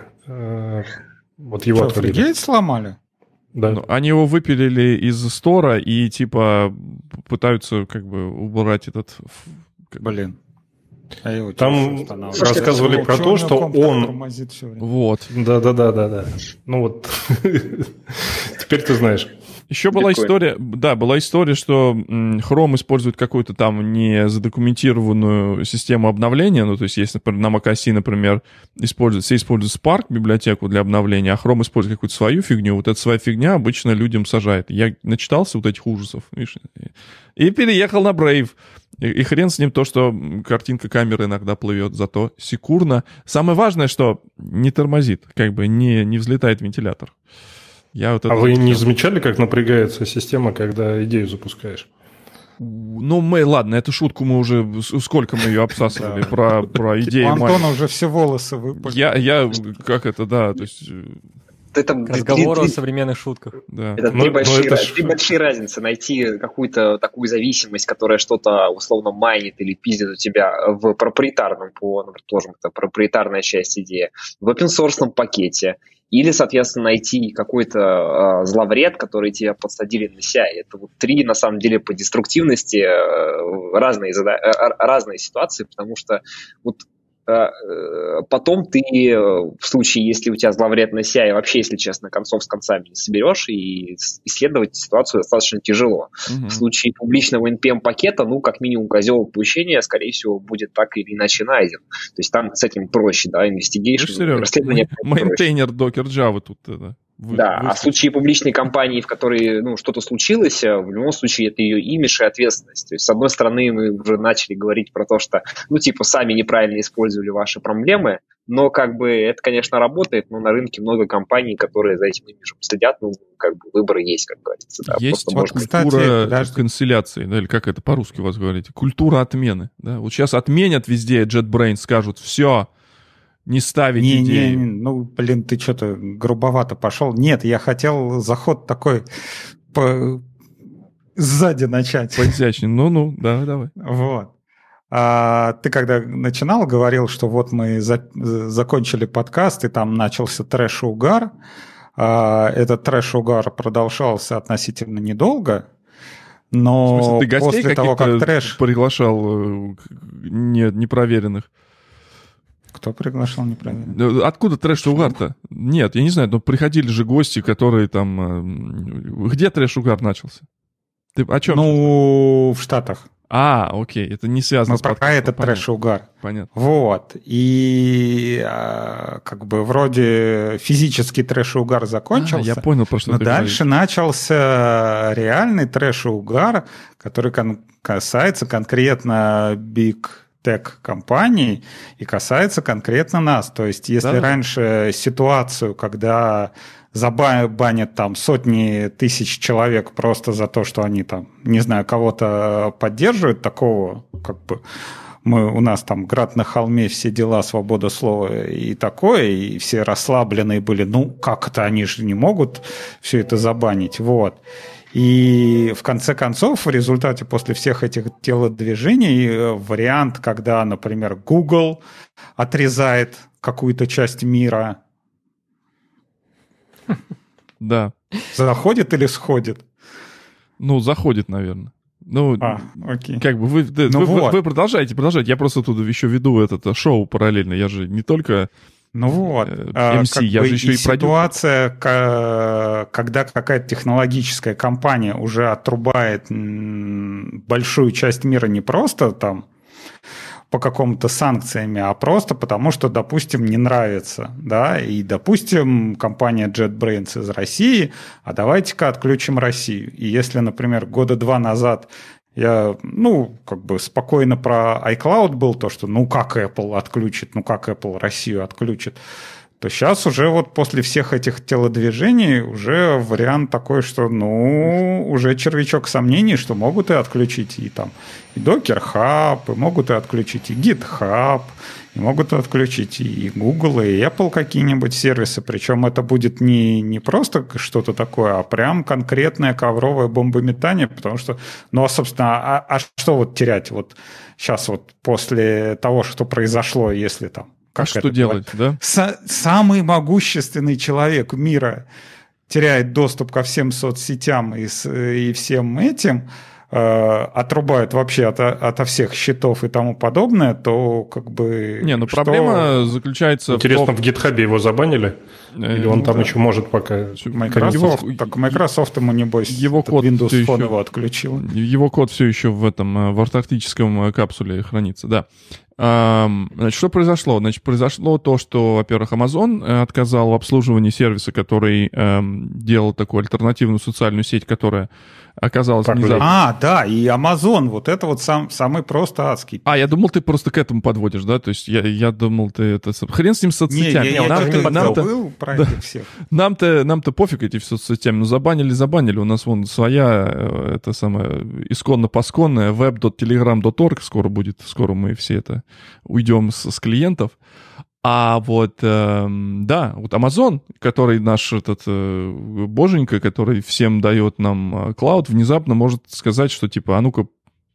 Вот его Что, Фригейт сломали? Да. Ну, они его выпилили из стора и, типа, пытаются, как бы, убрать этот... Блин. А там рассказывали про то, что он... Вот. Да-да-да-да-да. Ну вот, теперь ты знаешь. Еще была Биткоин. история, да, была история, что Chrome использует какую-то там не задокументированную систему обновления, ну, то есть, если, например, на macOS, например, используют, все используют Spark библиотеку для обновления, а Chrome использует какую-то свою фигню, вот эта своя фигня обычно людям сажает. Я начитался вот этих ужасов, видишь, и переехал на Brave. И, и хрен с ним то, что картинка камеры иногда плывет, зато секурно. Самое важное, что не тормозит, как бы не, не взлетает вентилятор. Я вот а вы не замечали, как напрягается система, когда идею запускаешь? Ну, мы, ладно, эту шутку мы уже... Сколько мы ее обсасывали про, про идею. У Антона уже все волосы выпали. Я, я, как это, да, то есть... это к разговору три, о современных шутках. Да. Это, но, три, большие, это три большие разницы. Найти какую-то такую зависимость, которая что-то условно майнит или пиздит у тебя в проприетарном, по, например, тоже это проприетарная часть идеи, в open-source пакете. Или, соответственно, найти какой-то э, зловред, который тебя подсадили на си ай. Это вот три, на самом деле, по деструктивности э, разные, зада- э, разные ситуации, потому что вот потом ты, в случае, если у тебя зловред на си ай, вообще, если честно, концов с концами не соберешь, и исследовать ситуацию достаточно тяжело. Uh-huh. В случае публичного эн пи эм-пакета, ну, как минимум, козел отпущения, скорее всего, будет так или иначе найден. То есть там с этим проще, да, investigation, ну, расследование. Мейнтейнер Docker Java тут это. Вы, да, вы... а в случае публичной компании, в которой ну, что-то случилось, в любом случае это ее имидж и ответственность. То есть, с одной стороны, мы уже начали говорить про то, что, ну, типа, сами неправильно использовали ваши проблемы, но, как бы, это, конечно, работает, но на рынке много компаний, которые за этим имиджем следят, ну, как бы, выборы есть, как говорится. Да. Есть вот, можно... культура даже... канцеляции, да, или как это по-русски у вас говорите? Культура отмены, да. Вот сейчас отменят везде JetBrains, скажут, все, не ставить не, идеи. Не, не, ну, блин, ты что-то грубовато пошел. Нет, я хотел заход такой по... сзади начать. Поизящнее. Ну-ну, да, давай. Вот. А ты когда начинал, говорил, что вот мы за... закончили подкаст, и там начался трэш-угар. А этот трэш-угар продолжался относительно недолго. Но в смысле, ты гостей после того, как трэш... приглашал не, непроверенных? Кто приглашал неправильно? Откуда трэш-угар-то? Нет, я не знаю, но приходили же гости, которые там... Где трэш-угар начался? Ты о чем? Ну, в Штатах. А, окей, это не связано Мы с подкастом. Про этот трэш-угар. Понятно. Вот. И как бы вроде физический трэш-угар закончился. А, я понял, про что но ты дальше говоришь. Начался реальный трэш-угар, который кон- касается конкретно Big тех-компаний и касается конкретно нас. То есть, если да, раньше ситуацию, когда забанят там сотни тысяч человек просто за то, что они там, не знаю, кого-то поддерживают, такого, как бы, мы, у нас там град на холме, все дела, свобода слова и такое, и все расслабленные были, ну, как это, они же не могут все это забанить, вот. И в конце концов, в результате после всех этих телодвижений, вариант, когда, например, Google отрезает какую-то часть мира, да. Заходит или сходит? Ну, заходит, наверное. Ну, а, окей. Как бы вы, да, ну вы, вот. вы продолжаете, продолжайте. Я просто тут еще веду это шоу параллельно. Я же не только... Ну вот, эм си, я же еще и ситуация, когда какая-то технологическая компания уже отрубает большую часть мира не просто там по какому-то санкциями, а просто потому, что, допустим, не нравится, да, и, допустим, компания JetBrains из России, а давайте-ка отключим Россию. И если, например, года два назад я, ну, как бы спокойно про iCloud был, то, что ну как Apple отключит, ну как Apple Россию отключит, то сейчас уже вот после всех этих телодвижений уже вариант такой, что ну уже червячок сомнений, что могут и отключить и там и Docker Hub, и могут и отключить и GitHub, и могут отключить и Google, и Apple какие-нибудь сервисы. Причем это будет не, не просто что-то такое, а прям конкретное ковровое бомбометание, потому что, ну, а, собственно, а, а что вот терять вот сейчас вот после того, что произошло, если там... Как а что делать, да? С- самый могущественный человек мира теряет доступ ко всем соцсетям и, с, и всем этим, отрубают вообще от, ото всех счетов и тому подобное, то как бы... Не, ну что... проблема заключается... Интересно, в, в GitHub его забанили? Или он ну, там да. еще может пока... Microsoft, его, так Microsoft ему, небось, его код Windows Phone еще, его отключил. Его код все еще в этом, в артактическом капсуле хранится, да. Значит, что произошло? Значит, произошло то, что, во-первых, Amazon отказал в обслуживании сервиса, который эм, делал такую альтернативную социальную сеть, которая оказалась внезапно. А, да, и Amazon, вот это вот сам, самый просто адский. А, я думал, ты просто к этому подводишь, да? То есть я, я думал, ты это... Хрен с ним с соцсетями. Не, я, нам, я ты, нам забыл про да, этих всех. Нам-то, нам-то пофиг эти соцсетями, но забанили, забанили. У нас вон своя, это самая, исконно-посконная, web точка telegram точка org скоро будет, скоро мы все это уйдем с, с клиентов. А вот, э, да, вот Amazon, который наш этот э, боженька, который всем дает нам клауд, внезапно может сказать, что типа, а ну-ка,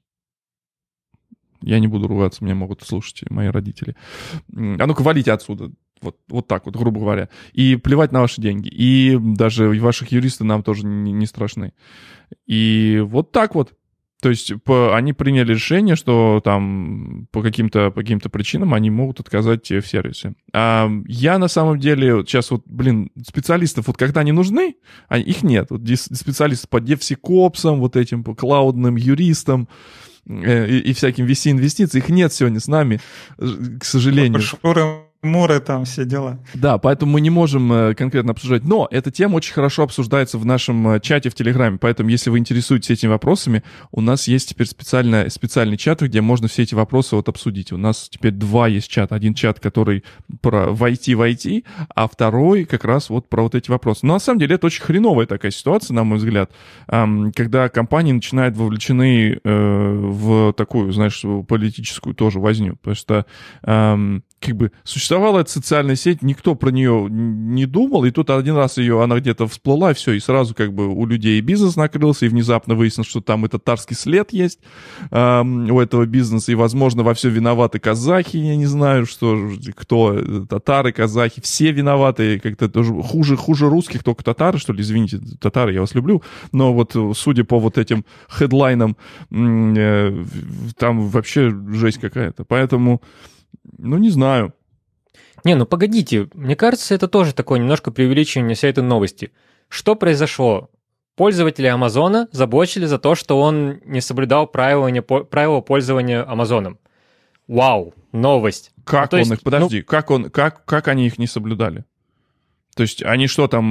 я не буду ругаться, меня могут слушать мои родители, а ну-ка, валите отсюда. Вот, вот так вот, грубо говоря. И плевать на ваши деньги. И даже ваших юристы нам тоже не, не страшны. И вот так вот. То есть по, они приняли решение, что там по каким-то, по каким-то причинам они могут отказать в сервисе. А я на самом деле сейчас вот, блин, специалистов, вот когда они нужны, а их нет. Вот специалистов по DevSecOps, вот этим по клаудным юристам э, и, и всяким ви си-инвестициям, их нет сегодня с нами, к сожалению. Муры там, все дела. Да, поэтому мы не можем э, конкретно обсуждать. Но эта тема очень хорошо обсуждается в нашем э, чате в Телеграме. Поэтому, если вы интересуетесь этими вопросами, у нас есть теперь специальный, специальный чат, где можно все эти вопросы вот обсудить. У нас теперь два есть чата. Один чат, который про войти в ай ти, а второй как раз вот про вот эти вопросы. Но на самом деле это очень хреновая такая ситуация, на мой взгляд, эм, когда компании начинают вовлечены э, в такую, знаешь, политическую тоже возню. Потому что эм, как бы существовала эта социальная сеть, никто про нее не думал, и тут один раз ее, она где-то всплыла, и все, и сразу как бы у людей бизнес накрылся, и внезапно выяснилось, что там и татарский след есть э, у этого бизнеса, и, возможно, во все виноваты казахи, я не знаю, что, кто, татары, казахи, все виноваты, как-то тоже хуже, хуже русских, только татары, что ли, извините, татары, я вас люблю, но вот судя по вот этим хедлайнам, э, там вообще жесть какая-то, поэтому... Ну, не знаю. Не, ну погодите, мне кажется, это тоже такое немножко преувеличивание всей этой новости. Что произошло? Пользователи Амазона заблочили за то, что он не соблюдал правила, не, правила пользования Амазоном. Вау, новость. Как ну, он есть, их, подожди, ну... как, он, как, как они их не соблюдали? То есть они что там,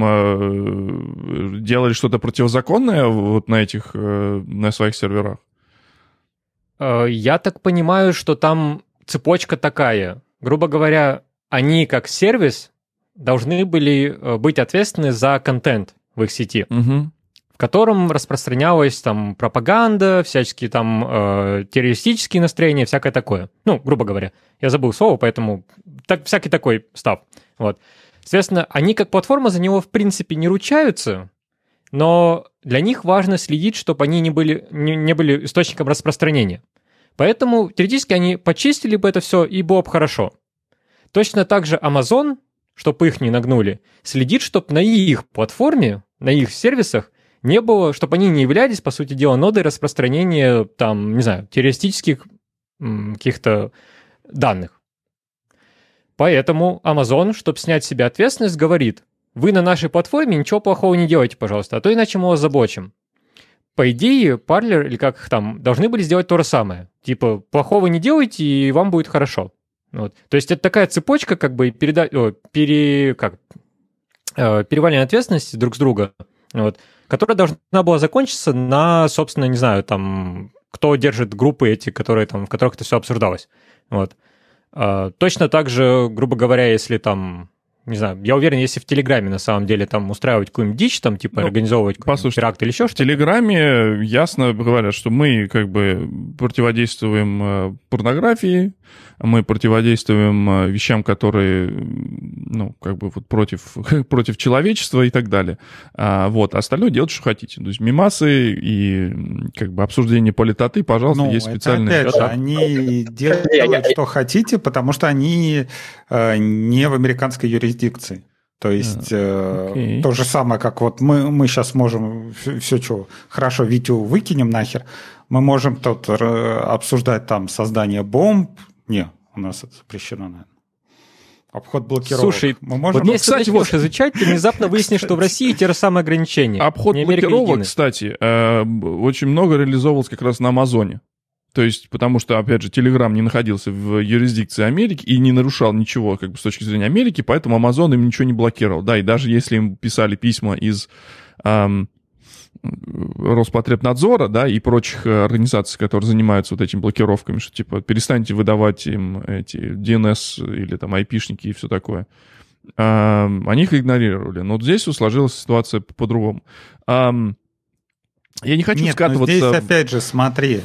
э, делали что-то противозаконное вот на этих, э, на своих серверах? Э, я так понимаю, что там... Цепочка такая. Грубо говоря, они как сервис должны были быть ответственны за контент в их сети, угу. в котором распространялась там пропаганда, всяческие там э, террористические настроения, всякое такое. Ну, грубо говоря. Я забыл слово, поэтому так, всякий такой став. Вот. Соответственно, они как платформа за него в принципе не ручаются, но для них важно следить, чтобы они не были, не, не были источником распространения. Поэтому теоретически они почистили бы это все, и было бы хорошо. Точно так же Amazon, чтобы их не нагнули, следит, чтобы на их платформе, на их сервисах не было, чтобы они не являлись, по сути дела, нодой распространения, там, не знаю, террористических м, каких-то данных. Поэтому Amazon, чтобы снять с себя ответственность, говорит, вы на нашей платформе ничего плохого не делайте, пожалуйста, а то иначе мы вас заблочим. По идее, Parler, или как их там, должны были сделать то же самое. Типа, плохого не делайте, и вам будет хорошо. Вот. То есть это такая цепочка, как бы, переда... О, пере... как? Э, переваливания ответственности друг с друга, вот, которая должна была закончиться на, собственно, не знаю, там, кто держит группы эти, которые, там, в которых это все обсуждалось. Вот. Э, точно так же, грубо говоря, если там... Не знаю, я уверен, если в Телеграме на самом деле там устраивать какую-нибудь дичь, там типа ну, организовывать какой-нибудь теракт или еще что-то. В Телеграме ясно говорят, что мы как бы противодействуем порнографии, мы противодействуем вещам, которые, ну, как бы вот против, против человечества и так далее. А, вот, остальное делать, что хотите. То есть мемасы и как бы обсуждение политоты, пожалуйста, ну, есть специальные... Опять же, они делают, что хотите, потому что они э, не в американской юрисдикции. То есть uh, okay. э, то же самое, как вот мы, мы сейчас можем все, все что, хорошо, Витю выкинем нахер, мы можем тут обсуждать там создание бомб. Не, у нас это запрещено, наверное. Обход блокировок. Слушай, мы можем... вот если ты начнешь изучать, ты внезапно выяснишь, что в России те же самые ограничения. Обход блокировок, кстати, очень много реализовывалось как раз на Амазоне. То есть, потому что, опять же, Telegram не находился в юрисдикции Америки и не нарушал ничего, как бы, с точки зрения Америки, поэтому Amazon им ничего не блокировал. Да, и даже если им писали письма из эм, Роспотребнадзора, да, и прочих организаций, которые занимаются вот этими блокировками, что, типа, перестаньте выдавать им эти ди эн эс или там айпишники и все такое, эм, они их игнорировали. Но вот здесь сложилась ситуация по-другому. Эм, я не хочу Нет, скатываться... Нет, здесь, опять же, смотри...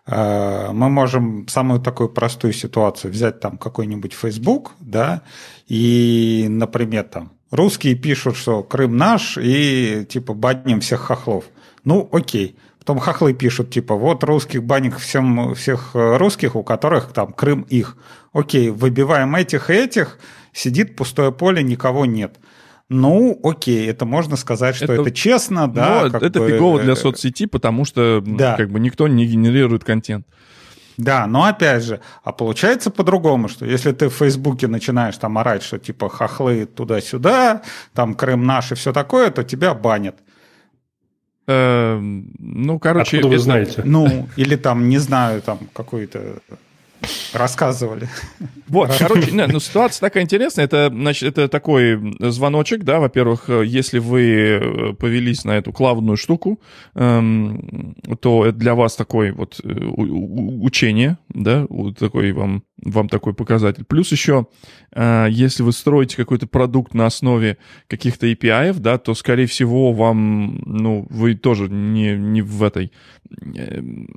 Мы можем самую такую простую ситуацию взять там какой-нибудь Facebook, да, и, например, там русские пишут, что Крым наш, и типа баним всех хохлов. Ну, окей. Потом хохлы пишут, типа, вот русских баним всем, всех русских, у которых там Крым их. Окей, выбиваем этих и этих, сидит пустое поле, никого нет. Ну, окей, это можно сказать, что это, это честно, да. Но это бы... фигово для соцсети, потому что да. как бы никто не генерирует контент. Да, но опять же, а получается по-другому, что если ты в Фейсбуке начинаешь там орать, что типа хохлы туда-сюда, там Крым наш и все такое, то тебя банят. Э, ну, короче... Откуда вы знаете? Ну, или там, не знаю, там какой-то... Рассказывали. Вот, короче, не, ну, ситуация такая интересная. Это, значит, это такой звоночек, да, во-первых, если вы повелись на эту клаудную штуку, эм, то это для вас такое вот учение, да, вот такой вам, вам такой показатель. Плюс еще, э, если вы строите какой-то продукт на основе каких-то эй пи ай, да, то, скорее всего, вам, ну, вы тоже не, не в этой, э,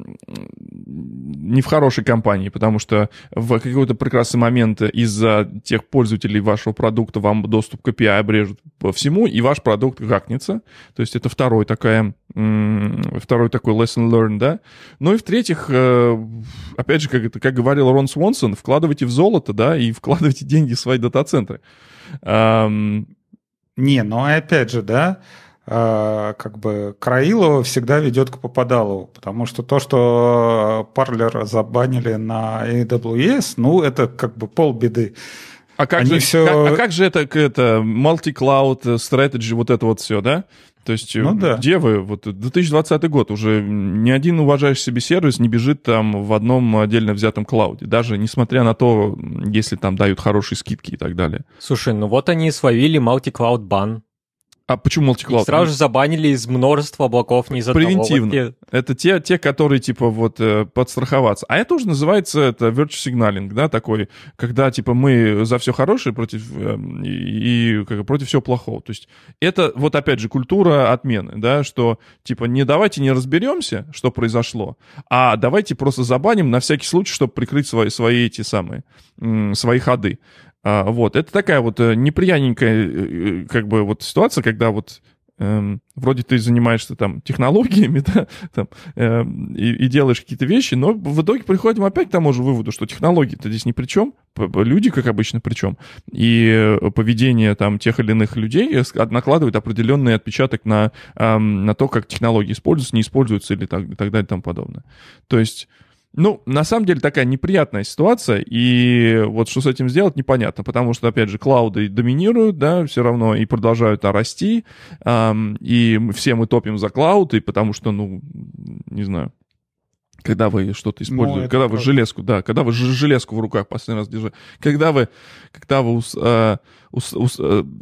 не в хорошей компании, потому что в какой-то прекрасный момент из-за тех пользователей вашего продукта вам доступ к эй пи ай обрежут по всему, и ваш продукт гакнется. То есть это второй, такая, второй такой lesson learned, да. Ну и в-третьих, опять же, как, это, как говорил Рон Свонсон, вкладывайте в золото, да, и вкладывайте деньги в свои дата-центры. Не, ну опять же, да, как бы Краилова всегда ведет к Попадалову, потому что то, что Parler забанили на эй дабл ю эс, ну, это как бы полбеды. А как, же, все... как, а как же это, это multi-cloud strategy, вот это вот все, да? То есть ну, да. где вы? Вот две тысячи двадцатый год, уже ни один уважающий себе сервис не бежит там в одном отдельно взятом клауде, даже несмотря на то, если там дают хорошие скидки и так далее. Слушай, ну вот они словили multi-cloud бан. А почему multi-cloud? Их сразу же забанили из множества облаков, не из одного. Превентивно. Вот это те, те, которые, типа, вот, подстраховаться. А это уже называется, это virtue signaling, да, такой, когда, типа, мы за все хорошее против, и, и как, против всего плохого. То есть это, вот, опять же, культура отмены, да, что, типа, не давайте не разберемся, что произошло, а давайте просто забаним на всякий случай, чтобы прикрыть свои, свои эти самые, свои ходы. А, вот, это такая вот неприятненькая, как бы, вот ситуация, когда вот эм, вроде ты занимаешься там технологиями, да, там, эм, и, и делаешь какие-то вещи, но в итоге приходим опять к тому же выводу, что технологии-то здесь ни при чем, люди, как обычно, при чем, и поведение там тех или иных людей накладывает определенный отпечаток на, эм, на то, как технологии используются, не используются и так, и так далее и тому подобное. То есть... Ну, на самом деле такая неприятная ситуация, и вот что с этим сделать, непонятно, потому что, опять же, клауды доминируют, да, все равно и продолжают а, расти, эм, и все мы топим за клауды, потому что, ну, не знаю, когда вы что-то используете, ну, когда вы правда. железку, да, когда вы железку в руках последний раз держали, когда вы, когда вы э, ус, ус,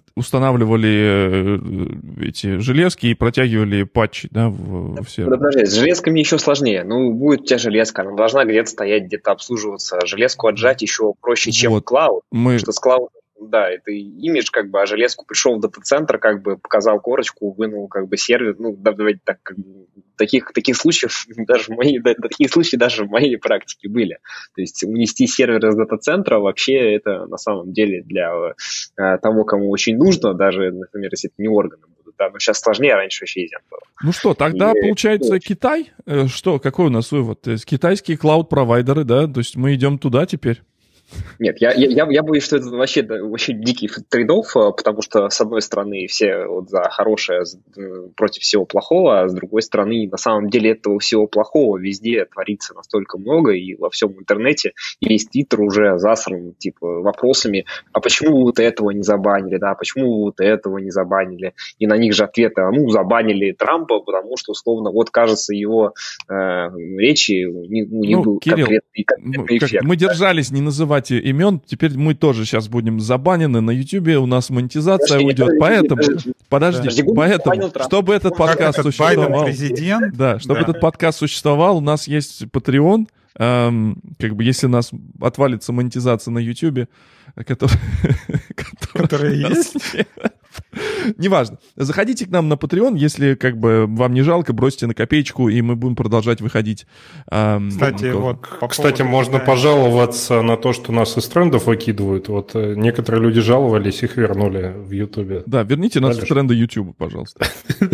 устанавливали эти железки и протягивали патчи, да, в, в сервер. Подожди, с железками еще сложнее. Ну, будет у тебя железка, она должна где-то стоять, где-то обслуживаться. Железку отжать еще проще, чем вот. клауд, Мы... потому что с клаудом, да, это имидж, как бы, а железку пришел в дата-центр, как бы, показал корочку, вынул, как бы, сервер, ну, давайте так, как бы, таких, таких случаев даже в моей, да, такие случаи даже в моей практике были. То есть унести сервер из дата-центра вообще это на самом деле для э, того, кому очень нужно, даже, например, если это не органы будут, да, но сейчас сложнее, раньше вообще easy было. Ну что, тогда и, получается ну, Китай? Что, какой у нас вывод? То есть китайские клауд-провайдеры, да, то есть мы идем туда теперь? Нет, я, я, я боюсь, что это вообще, вообще дикий трейд-офф, потому что, с одной стороны, все вот за хорошее против всего плохого, а с другой стороны, на самом деле этого всего плохого везде творится настолько много, и во всем интернете, и весь Твиттер уже засран, типа, вопросами, а почему вы вот этого не забанили, да, почему вы вот этого не забанили, и на них же ответы, а ну, забанили Трампа, потому что, условно, вот, кажется, его э, речи не, не ну, был Кирилл, конкретный, конкретный как, эффект. Мы держались не называть имен, теперь мы тоже сейчас будем забанены на Ютубе, у нас монетизация подожди, уйдет, подожди, поэтому, подожди, подожди, подожди поэтому, чтобы этот подкаст этот существовал, президент, да, чтобы да. этот подкаст существовал, у нас есть Patreon, эм, как бы если у нас отвалится монетизация на Ютубе, который, которая есть, Неважно. Заходите к нам на Patreon, если как бы вам не жалко, бросьте на копеечку, и мы будем продолжать выходить. Кстати, вот, Кстати можно Китая. пожаловаться на то, что нас из трендов выкидывают. Вот некоторые люди жаловались, их вернули в Ютубе. Да, верните нас в тренды Ютуба, пожалуйста.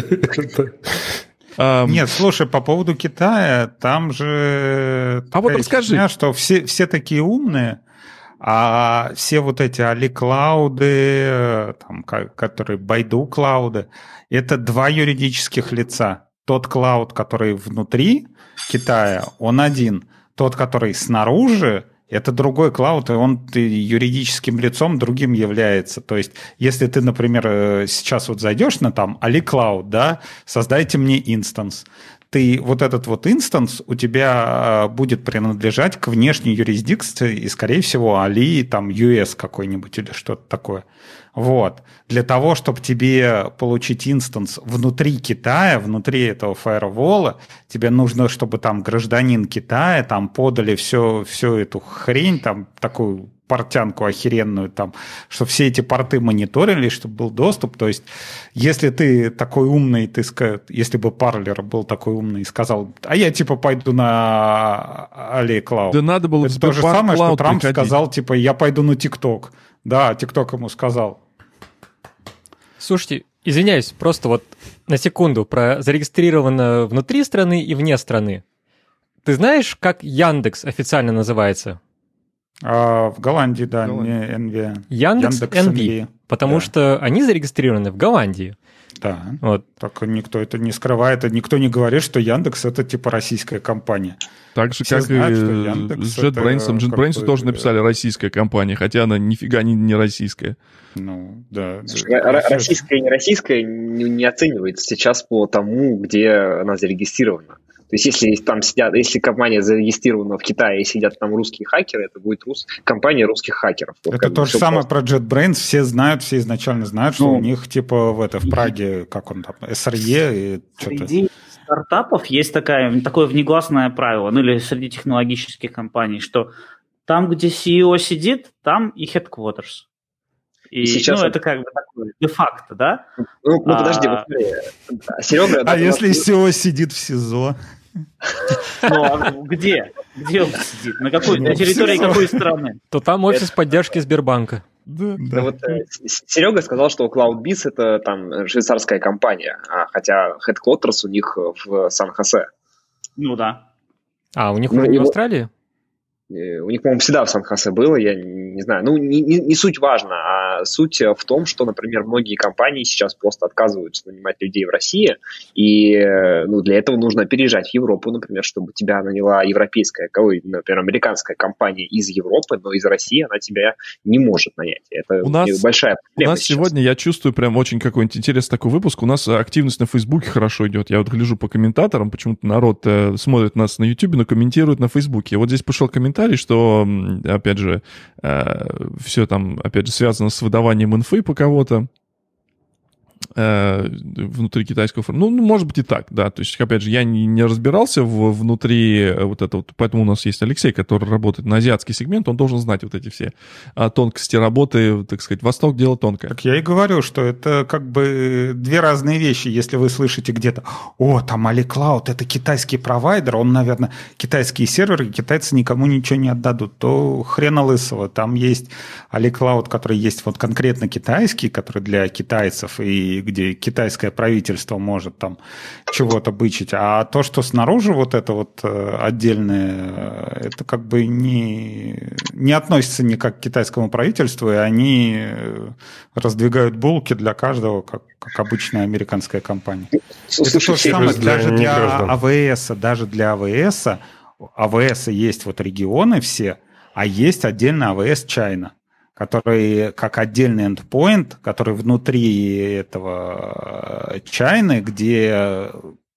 Нет, слушай, по поводу Китая, там же... А вот расскажи. Что все, все такие умные, а все вот эти Али-клауды, там, которые Байду-клауды, это два юридических лица. Тот клауд, который внутри Китая, он один. Тот, который снаружи, это другой клауд, и он юридическим лицом другим является. То есть, если ты, например, сейчас вот зайдешь на там AliCloud, да, создайте мне инстанс. Ты вот этот вот инстанс у тебя будет принадлежать к внешней юрисдикции, и, скорее всего, Ali, там, ю эс какой-нибудь или что-то такое. Вот. Для того, чтобы тебе получить инстанс внутри Китая, внутри этого фаервола, тебе нужно, чтобы там гражданин Китая там подали все, всю эту хрень, там такую портянку охеренную, там, что все эти порты мониторили, чтобы был доступ. То есть, если ты такой умный, ты скажешь, если бы Парлер был такой умный и сказал, а я типа пойду на AliCloud. Да надо было это то же самое, что Трамп приходить. сказал, типа, я пойду на TikTok. Да, TikTok ему сказал. Слушайте, извиняюсь, просто вот на секунду про зарегистрировано внутри страны и вне страны. Ты знаешь, как Яндекс официально называется? А, в Голландии, да, Голландия. не эн ви. Яндекс, Яндекс эн ви, потому да. что они зарегистрированы в Голландии. Да, вот. Так никто это не скрывает, и никто не говорит, что Яндекс это типа российская компания. Так же, Все как знают, и с JetBrains. JetBrains тоже написали российская компания, хотя она нифига не, не российская. Ну, да. Слушай, да российская и не российская не, не оценивается сейчас по тому, где она зарегистрирована. То есть, если там сидят, если компания зарегистрирована в Китае и сидят там русские хакеры, это будет рус... компания русских хакеров. Вот это то же самое просто. Про JetBrains. Все знают, все изначально знают, что ну, у них типа в, это, в Праге, как он там, эс эр и что-то. Среди стартапов есть такая, такое внегласное правило, ну или среди технологических компаний, что там, где си и о сидит, там и headquarters. И, Сейчас ну, это как бы такое де-факто, да? Ну, ну подожди, а... Серега... А если си и о сидит в СИЗО? Ну, а где? Где он сидит? На какой? На территории какой страны? То там офис поддержки Сбербанка. Да, да. Вот, Серега сказал, что CloudBees это там швейцарская компания, хотя headquarters у них в Сан-Хосе. Ну да. А, у них уже ну, не в Австралии? У них, по-моему, всегда в Сан-Хосе было, я не знаю. Ну, не, не, не суть важна, а суть в том, что, например, многие компании сейчас просто отказываются нанимать людей в России, и ну, для этого нужно переезжать в Европу, например, чтобы тебя наняла европейская, например, американская компания из Европы, но из России она тебя не может нанять. Это у нас, большая проблема. У нас сейчас. Сегодня, я чувствую, прям очень какой-нибудь интересный такой выпуск. У нас активность на Фейсбуке хорошо идет. Я вот гляжу по комментаторам, почему-то народ э, смотрит нас на Ютубе, но комментирует на Фейсбуке. Вот здесь пришел комментарий, что, опять же, э, все там, опять же, связано с выдаванием инфы по кого-то э, внутри китайского форума. Ну, может быть и так, да. То есть, опять же, я не, не разбирался в, внутри вот этого, поэтому у нас есть Алексей, который работает на азиатский сегмент, он должен знать вот эти все а, тонкости работы, так сказать, Восток дело тонкое. Так я и говорю, что это как бы две разные вещи. Если вы слышите где-то, о, там AliCloud, это китайский провайдер, он, наверное, китайские серверы, китайцы никому ничего не отдадут, то хрена лысого. Там есть AliCloud, который есть вот конкретно китайский, который для китайцев, и где китайское правительство может там чего-то бычить. А то, что снаружи вот это вот отдельное, это как бы не, не относится никак к китайскому правительству, и они раздвигают булки для каждого, как, как обычная американская компания. Это то же самое даже для АВС, даже для АВС. АВС есть вот регионы все, а есть отдельно АВС China, который как отдельный endpoint, который внутри этого China, где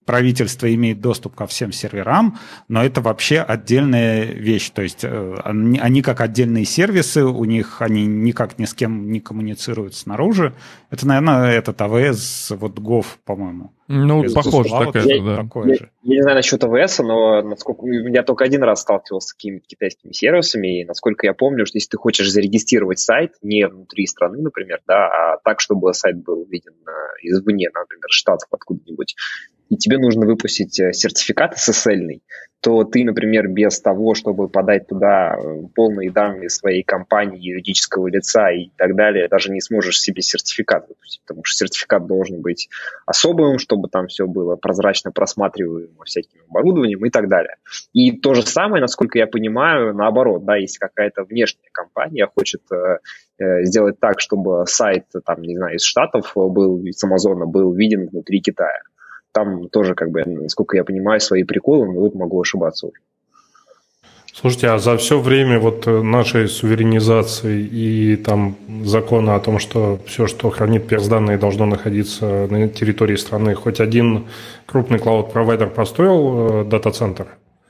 правительство имеет доступ ко всем серверам, но это вообще отдельная вещь. То есть они, они как отдельные сервисы, у них они никак ни с кем не коммуницируют снаружи. Это, наверное, этот эй ви эс, вот Gov, по-моему. Ну, похоже, такая я, да. Такое я, же. я не знаю насчет эй ви эс, но насколько я только один раз сталкивался с какими-то китайскими сервисами, и насколько я помню, что если ты хочешь зарегистрировать сайт не внутри страны, например, да, а так, чтобы сайт был виден извне, например, Штатов откуда-нибудь, и тебе нужно выпустить сертификат эс эс эль-ный, то ты, например, без того, чтобы подать туда полные данные своей компании, юридического лица и так далее, даже не сможешь себе сертификат выпустить, потому что сертификат должен быть особым, чтобы там все было прозрачно просматриваемо всяким оборудованием и так далее. И то же самое, насколько я понимаю, наоборот, да, если какая-то внешняя компания хочет э, сделать так, чтобы сайт, там, не знаю, из Штатов был, с Амазона был виден внутри Китая. Там тоже, как бы, насколько я понимаю, свои приколы, но тут могу ошибаться уже. Слушайте, а за все время вот нашей суверенизации и там закона о том, что все, что хранит перс-данные, должно находиться на территории страны, хоть один крупный клауд-провайдер построил дата-центр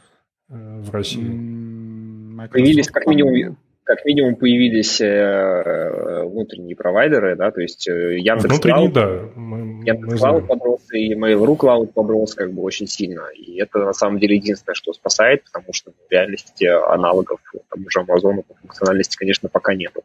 в России? Появились как минимум... Как минимум появились э, внутренние провайдеры, да, то есть э, Яндекс.Клауд, да. Яндекс.Клауд подрос, и Mail.ru Cloud подрос как бы очень сильно. И это на самом деле единственное, что спасает, потому что в реальности аналогов тому же Амазона по функциональности, конечно, пока нету.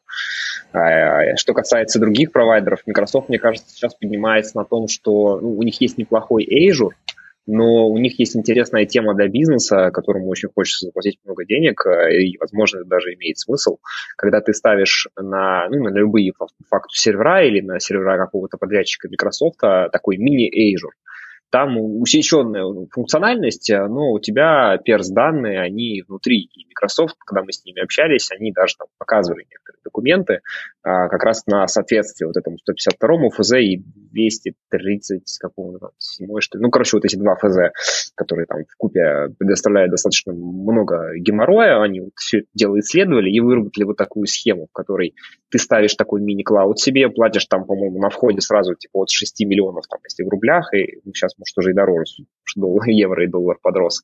А, что касается других провайдеров, Microsoft, мне кажется, сейчас поднимается на том, что ну, у них есть неплохой Azure, но у них есть интересная тема для бизнеса, которому очень хочется заплатить много денег, и, возможно, это даже имеет смысл, когда ты ставишь на, ну, на любые по факту сервера или на сервера какого-то подрядчика Microsoft такой мини-Azure. Там усеченная функциональность, но у тебя перс-данные, они внутри. И Microsoft, когда мы с ними общались, они даже там показывали некоторые документы как раз на соответствие вот этому сто пятьдесят второму эф зэ и двести тридцать какого-то седьмой, что ли. Ну, короче, вот эти два эф зэ, которые там вкупе предоставляют достаточно много геморроя, они вот все это дело исследовали и выработали вот такую схему, в которой ты ставишь такой мини-клауд себе, платишь там, по-моему, на входе сразу типа от шести миллионов, там, если в рублях, и ну, сейчас, может, уже и дороже, что доллар, евро и доллар подрос.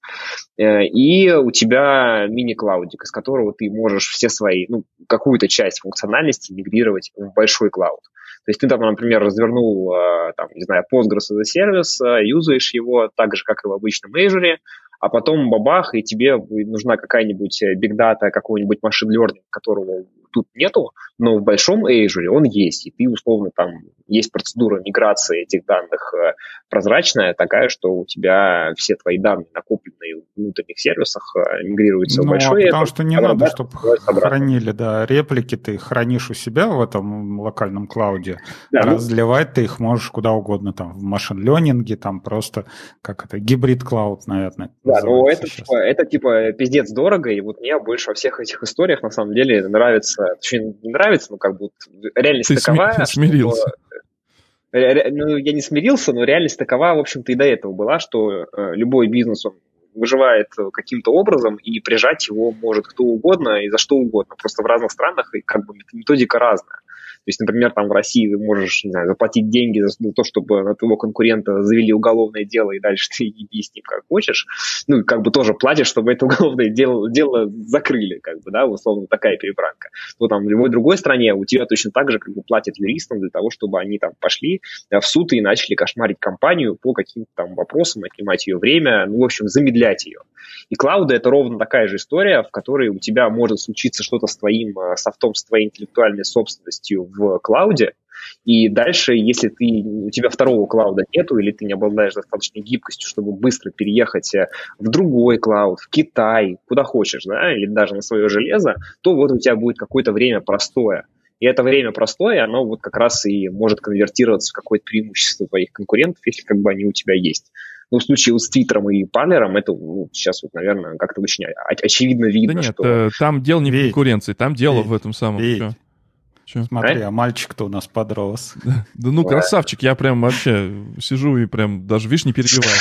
И у тебя мини-клаудик, из которого ты можешь все свои, ну, какую-то часть функциональности мигрировать в большой клауд. То есть ты там, например, развернул, там, не знаю, Postgres as a сервис, юзаешь его так же, как и в обычном Azure, а потом бабах, и тебе нужна какая-нибудь big data, какой-нибудь machine learning, которого тут нету, но в большом Azure он есть, и ты, условно, там есть процедура миграции этих данных прозрачная, такая, что у тебя все твои данные, накопленные в внутренних сервисах, мигрируются ну, в большой. А потому что не надо, чтобы хранили, да, реплики ты хранишь у себя в этом локальном клауде, да, разливать ну... ты их можешь куда угодно, там, в машин-ленинге, там просто, как это, гибрид-клауд, наверное. Да, ну это типа, это типа пиздец дорого, и вот мне больше во всех этих историях на самом деле нравится, точнее не нравится, но как бы реальность ты такова. Ты смирился. Что, ну, я не смирился, но реальность такова, в общем-то, и до этого была, что э, любой бизнес, он выживает каким-то образом, и прижать его может кто угодно и за что угодно. Просто в разных странах и как бы методика разная. То есть, например, там в России ты можешь, не знаю, заплатить деньги за то, чтобы на твоего конкурента завели уголовное дело, и дальше ты иди с ним как хочешь. Ну, и как бы тоже платишь, чтобы это уголовное дело, дело закрыли, как бы, да, условно, такая перебранка. То там в любой другой стране у тебя точно так же как бы платят юристам для того, чтобы они там пошли в суд и начали кошмарить компанию по каким-то там вопросам, отнимать ее время, ну, в общем, замедлять ее. И клауды — это ровно такая же история, в которой у тебя может случиться что-то с твоим софтом, с твоей интеллектуальной собственностью в клауде, и дальше, если ты, у тебя второго клауда нету, или ты не обладаешь достаточной гибкостью, чтобы быстро переехать в другой клауд, в Китай, куда хочешь, да, или даже на свое железо, то вот у тебя будет какое-то время простое. И это время простое, оно вот как раз и может конвертироваться в какое-то преимущество твоих конкурентов, если как бы они у тебя есть. Ну, в случае вот с Твиттером и Палером, это ну, сейчас вот, наверное, как-то очень очевидно видно, да нет, что... там дело не в конкуренции, там дело Ведь. в этом самом... Ведь. Че? Смотри, а, а мальчик-то у нас подрос. Да, да ну, красавчик, я прям вообще сижу и прям даже, видишь, не перебиваю.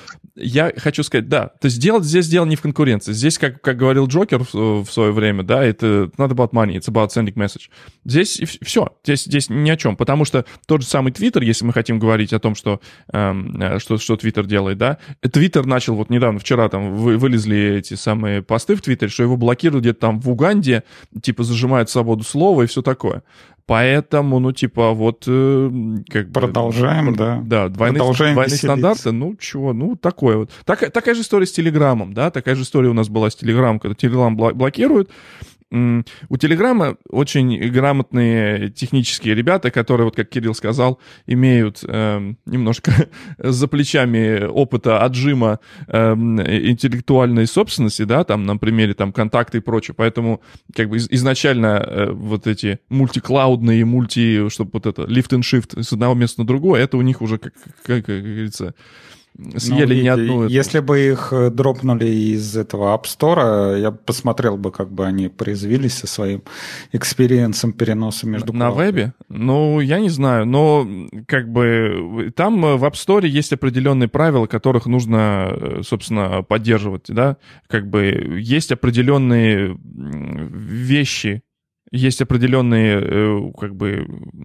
Я хочу сказать, да, то есть дело здесь дело не в конкуренции. Здесь, как, как говорил Джокер в, в свое время, да, это not about money, it's about sending message. Здесь все, здесь, здесь ни о чем, потому что тот же самый Twitter, если мы хотим говорить о том, что, эм, что, что Twitter делает, да, Twitter начал вот недавно, вчера там вы, вылезли эти самые посты в Твиттере, что его блокируют где-то там в Уганде, типа зажимают свободу слова и все такое. Поэтому, ну, типа, вот... Э, как Продолжаем, бы, да. Да, двойные, Продолжаем двойные веселиться. стандарты, ну, чего, ну, такое вот. Так, такая же история с Телеграмом, да, такая же история у нас была с Телеграмом, когда Телеграм блокируют. У Телеграма очень грамотные технические ребята, которые, вот как Кирилл сказал, имеют э, немножко за плечами опыта отжима э, интеллектуальной собственности, да, там на примере там контакты и прочее. Поэтому как бы из, изначально э, вот эти мультиклаудные, мульти, чтобы вот это lift and shift с одного места на другое, это у них уже, как, как, как говорится, съели ну, не одну... Если бы их дропнули из этого App Store, я посмотрел бы, как бы они порезвились со своим экспириенсом переноса между На клаудами. вебе? Ну, я не знаю, но как бы там в App Store есть определенные правила, которых нужно, собственно, поддерживать, да? Как бы есть определенные вещи, есть определенные, как бы,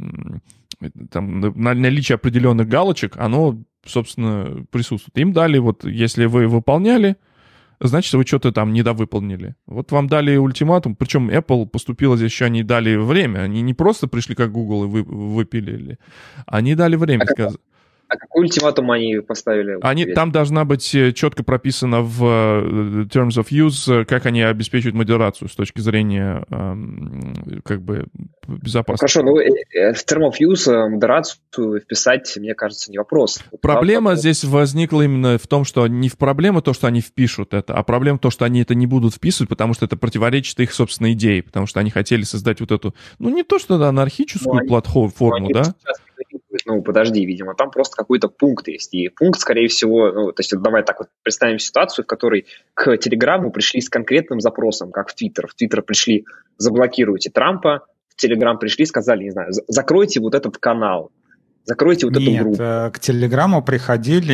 там, наличие определенных галочек, оно, собственно, присутствует. Им дали, вот, если вы выполняли, значит, вы что-то там недовыполнили. Вот вам дали ультиматум, причем Apple поступила здесь еще, они дали время, они не просто пришли как Google и вы, выпилили, они дали время. А, как, а какой ультиматум они поставили? Они, там должна быть четко прописано в Terms of Use, как они обеспечивают модерацию с точки зрения как бы безопасности. Ну, хорошо, ну в Terms of Use модерацию вписать, мне кажется, не вопрос. Проблема вопрос. здесь возникла именно в том, что не в проблема то, что они впишут это, а проблема то, что они это не будут вписывать, потому что это противоречит их собственной идее, потому что они хотели создать вот эту, ну не то, что да, анархическую ну, платформу, они, да? Ну, подожди, видимо, там просто какой-то пункт есть. И пункт, скорее всего, ну, то есть вот давай так вот представим ситуацию, в которой к Телеграму пришли с конкретным запросом, как в Твиттер. В Твиттер пришли, заблокируйте Трампа, в Телеграм пришли, сказали, не знаю, закройте вот этот канал, закройте вот Нет, эту группу. Нет, к Телеграму приходили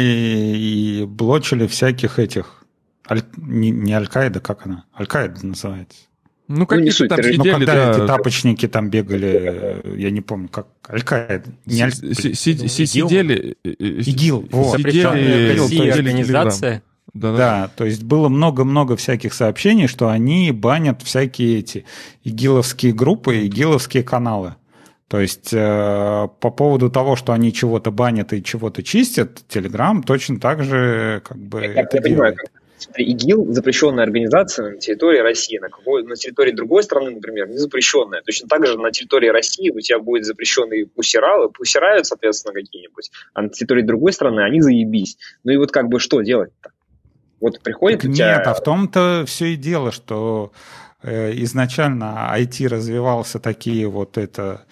и блочили всяких этих... Аль... Не, не Аль-Каида, как она? Аль-Каида называется. Ну, какие-то ну, там сидели, ну, когда да. эти тапочники там бегали, я не помню, как Аль-Каида. Не Аль... Сидели... ИГИЛ. Вот. Сидели организация. Да, да. да, то есть было много-много всяких сообщений, что они банят всякие эти игиловские группы, игиловские каналы. То есть э, по поводу того, что они чего-то банят и чего-то чистят, Telegram точно так же как бы я, это я делает. Понимаю, смотри, ИГИЛ – запрещенная организация на территории России, на, какой, на территории другой страны, например, не запрещенная. Точно так же на территории России у тебя будет запрещенные пусиралы, пусирают, соответственно, какие-нибудь, а на территории другой страны они заебись. Ну и вот как бы что делать-то? Вот приходит так у тебя... Нет, а в том-то все и дело, что э, изначально ай ти развивался такие вот это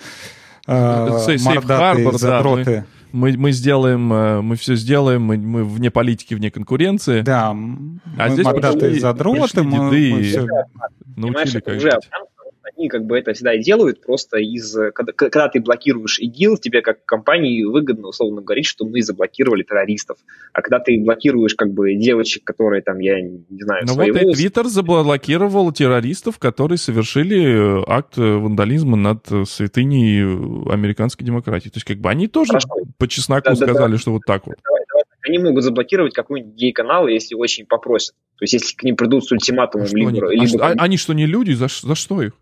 э, мордатые задроты. Да, мы, мы сделаем, мы все сделаем, мы, мы вне политики, вне конкуренции. Да, а мы здесь мордатые задроты, мы, мы все научили, как уже они как бы это всегда и делают, просто из... Когда, когда ты блокируешь ИГИЛ, тебе как компании выгодно, условно говорить, что мы заблокировали террористов. А когда ты блокируешь как бы девочек, которые там, я не знаю, Ну своего... вот и Твиттер заблокировал террористов, которые совершили акт вандализма над святыней американской демократии. То есть как бы они тоже Хорошо. по чесноку да, сказали, да, что да. вот так вот. Давай, давай. Они могут заблокировать какой-нибудь гей-канал, если очень попросят. То есть если к ним придут с ультиматумом. А либо, они? либо... А, они что, не люди? За, за что их?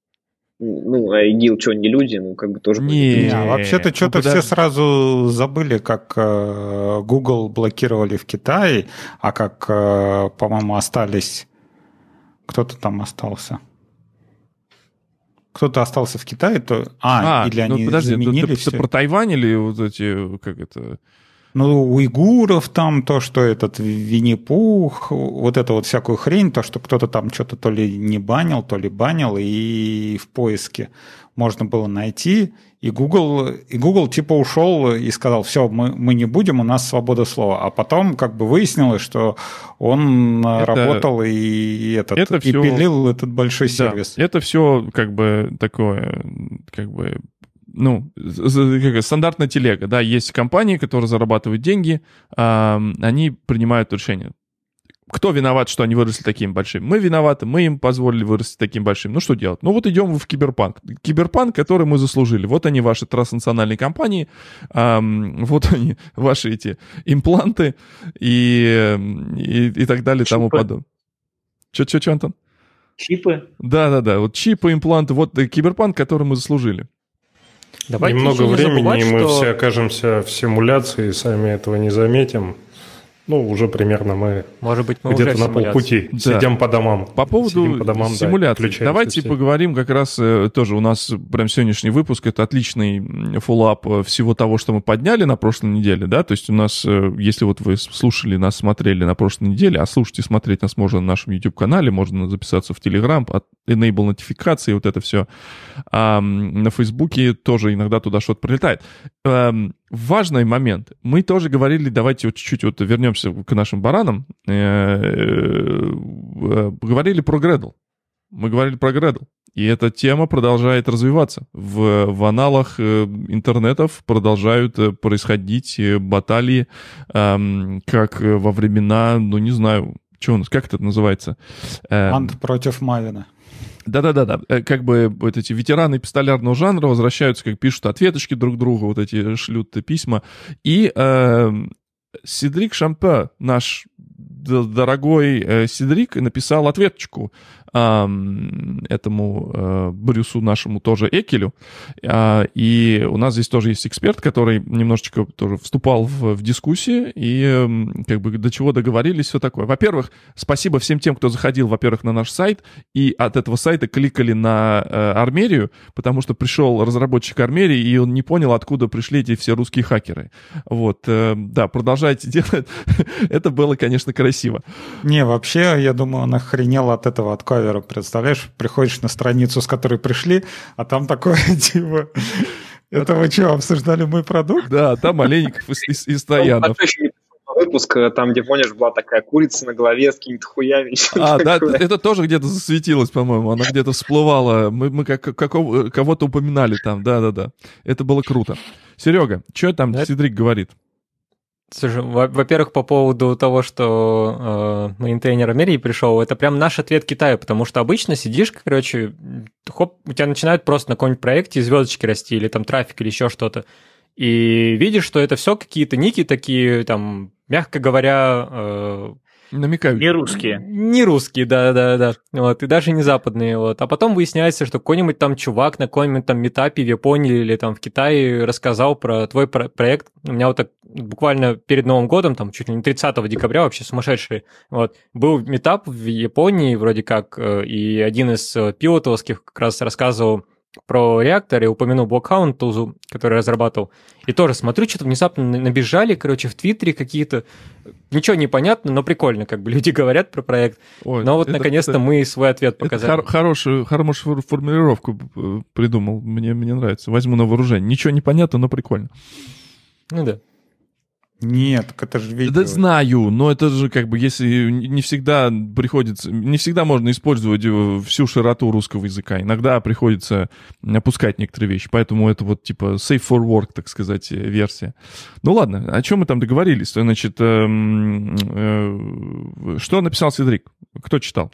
Ну, а ИГИЛ что, не люди? Ну, как бы тоже... Не, не а вообще-то что-то ну, все сразу забыли, как э, Google блокировали в Китае, а как, э, по-моему, остались... Кто-то там остался. Кто-то остался в Китае, то... А, а или ну, они подожди, заменили ты, все. Ты про Тайвань или вот эти, как это... Ну, уйгуров там, то, что этот Винни-Пух, вот эту вот всякую хрень, то, что кто-то там что-то то ли не банил, то ли банил, и в поиске можно было найти, и Google, и Google типа ушел и сказал, все, мы, мы не будем, у нас свобода слова. А потом как бы выяснилось, что он это, работал и, и, этот, это и все, пилил этот большой сервис. Да, это все как бы такое, как бы... ну, как, стандартная телега, да, есть компании, которые зарабатывают деньги, а, они принимают решение. Кто виноват, что они выросли такими большими? Мы виноваты, мы им позволили вырасти таким большим. Ну, что делать? Ну, вот идем в Киберпанк. Киберпанк, который мы заслужили. Вот они, ваши транснациональные компании, эм, вот они, ваши эти импланты и, и, и так далее, и тому подобное. Че-че-че, Антон? Чипы? Да-да-да, вот чипы, импланты, вот Киберпанк, который мы заслужили. Давайте немного времени, забывать, и мы что... все окажемся в симуляции, сами этого не заметим. Ну, уже примерно мы, Может быть, мы где-то уже на полпути, да. Сидим по домам. По поводу по домам, симуляции, да, давайте все. Поговорим как раз, тоже у нас прям сегодняшний выпуск, это отличный фоллоуап всего того, что мы подняли на прошлой неделе, да, то есть у нас, если вот вы слушали нас, смотрели на прошлой неделе, а слушать и смотреть нас можно на нашем YouTube-канале, можно записаться в Telegram, enable нотификации, вот это все, а на Фейсбуке тоже иногда туда что-то прилетает. Важный момент. Мы тоже говорили, давайте вот чуть-чуть вот вернемся к нашим баранам. Говорили про Gradle. Мы говорили про Gradle. И эта тема продолжает развиваться. В, в аналах интернетов продолжают происходить баталии, как во времена, ну не знаю, что у нас, как это называется? Ант против Мавина. Да-да-да, как бы вот эти ветераны пистолярного жанра возвращаются, как пишут ответочки друг другу, вот эти шлют письма. И э, Седрик Шампе, наш дорогой э, Седрик, написал ответочку э, этому э, Брюсу нашему тоже Экелю. Э, и у нас здесь тоже есть эксперт, который немножечко тоже вступал в, в дискуссии и э, как бы до чего договорились, все такое. Во-первых, спасибо всем тем, кто заходил, во-первых, на наш сайт и от этого сайта кликали на э, Армерию, потому что пришел разработчик Армерии, и он не понял, откуда пришли эти все русские хакеры. Вот, э, да, продолжайте делать. Это было, конечно, красиво. Не, вообще, я думаю, он охренел от этого, от кавера. Представляешь, приходишь на страницу, с которой пришли, а там такое, типа... Это вы что, обсуждали мой продукт? Да, там Олейников из, из Стоянов. Выпуск, там, где, помнишь, была такая курица на голове с какими-то хуями. А, да, это тоже где-то засветилось, по-моему, она где-то всплывала. Мы, мы как, какого, кого-то упоминали там, да-да-да. Это было круто. Серега, что там да? Седрик говорит? Слушай, во-первых, по поводу того, что э, мейнтейнер Америки пришел, это прям наш ответ Китаю, потому что обычно сидишь, короче, хоп, у тебя начинают просто на каком-нибудь проекте звездочки расти, или там трафик, или еще что-то, и видишь, что это все какие-то ники такие, там, мягко говоря... Э, намекают. Не русские. Не русские, да-да-да. Вот, и даже не западные. Вот. А потом выясняется, что какой-нибудь там чувак на каком-нибудь там митапе в Японии или там в Китае рассказал про твой про- проект. У меня вот так буквально перед Новым годом, там чуть ли не тридцатого декабря, вообще сумасшедший, вот, был митап в Японии вроде как, и один из пилотовских как раз рассказывал про реактор и упомянул Blockhound тузу, который разрабатывал. И тоже смотрю, что-то внезапно набежали, короче, в Твиттере какие-то... Ничего не понятно, но прикольно, как бы люди говорят про проект. Ой, но вот, это, наконец-то, это, мы свой ответ показали. Хор- хорошую, хорошую формулировку придумал. Мне, мне нравится. Возьму на вооружение. Ничего не понятно, но прикольно. Ну да. Нет, это же видео. Да знаю, но это же как бы, если не всегда приходится, не всегда можно использовать всю широту русского языка. Иногда приходится опускать некоторые вещи, поэтому это вот типа safe for work, так сказать, версия. Ну ладно, о чем мы там договорились? Значит, э, э, что написал Седрик? Кто читал?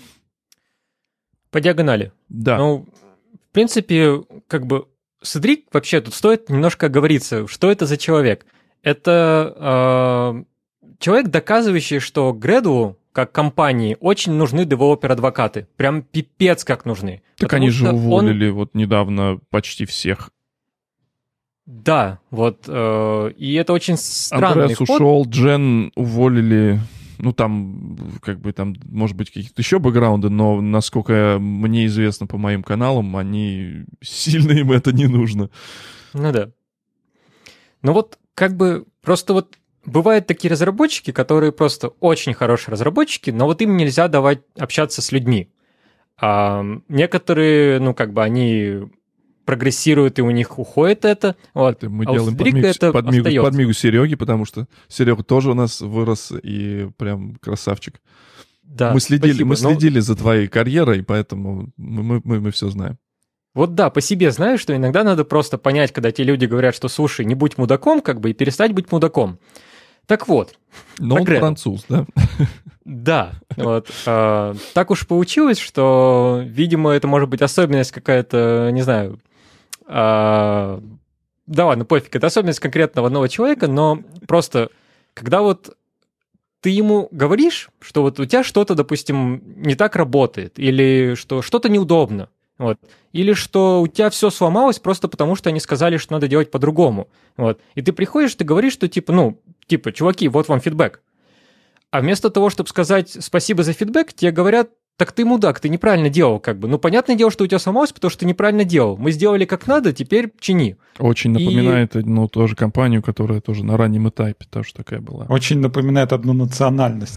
По диагонали. Да. Ну, в принципе, как бы Седрик вообще тут стоит немножко оговориться, что это за человек. Это э, человек, доказывающий, что Gradle, как компании, очень нужны девелопер-адвокаты. Прям пипец как нужны. Так они же уволили он... вот недавно почти всех. Да, вот. Э, и это очень странный Андреас ход. ушел, Джен уволили. Ну, там, как бы, там, может быть, какие-то еще бэкграунды, но, насколько мне известно по моим каналам, они сильно им это не нужно. Ну да. Ну вот, как бы, просто вот бывают такие разработчики, которые просто очень хорошие разработчики, но вот им нельзя давать общаться с людьми. А некоторые, ну, как бы, они прогрессируют, и у них уходит это. Вот. Мы а делаем подмигу, это подмигу, подмигу Сереге, потому что Серега тоже у нас вырос и прям красавчик. Да, мы следили, спасибо, мы но... следили за твоей карьерой, поэтому мы, мы, мы все знаем. Вот да, по себе знаю, что иногда надо просто понять, когда те люди говорят, что слушай, не будь мудаком, как бы, и перестать быть мудаком. Так вот. Но он француз, да? Да. Вот. А, так уж получилось, что, видимо, это может быть особенность какая-то, не знаю... А, да ладно, пофиг, это особенность конкретного одного человека, но просто, когда вот ты ему говоришь, что вот у тебя что-то, допустим, не так работает, или что что-то неудобно, вот, или что у тебя все сломалось просто потому, что они сказали, что надо делать по-другому, вот, и ты приходишь, ты говоришь, что типа, ну, типа, чуваки, вот вам фидбэк, а вместо того, чтобы сказать спасибо за фидбэк, тебе говорят, так ты мудак, ты неправильно делал, как бы. Ну, понятное дело, что у тебя сломалось, потому что ты неправильно делал. Мы сделали как надо, теперь чини. Очень напоминает, и... ну, тоже компанию, которая тоже на раннем этапе тоже такая была. Очень напоминает одну национальность.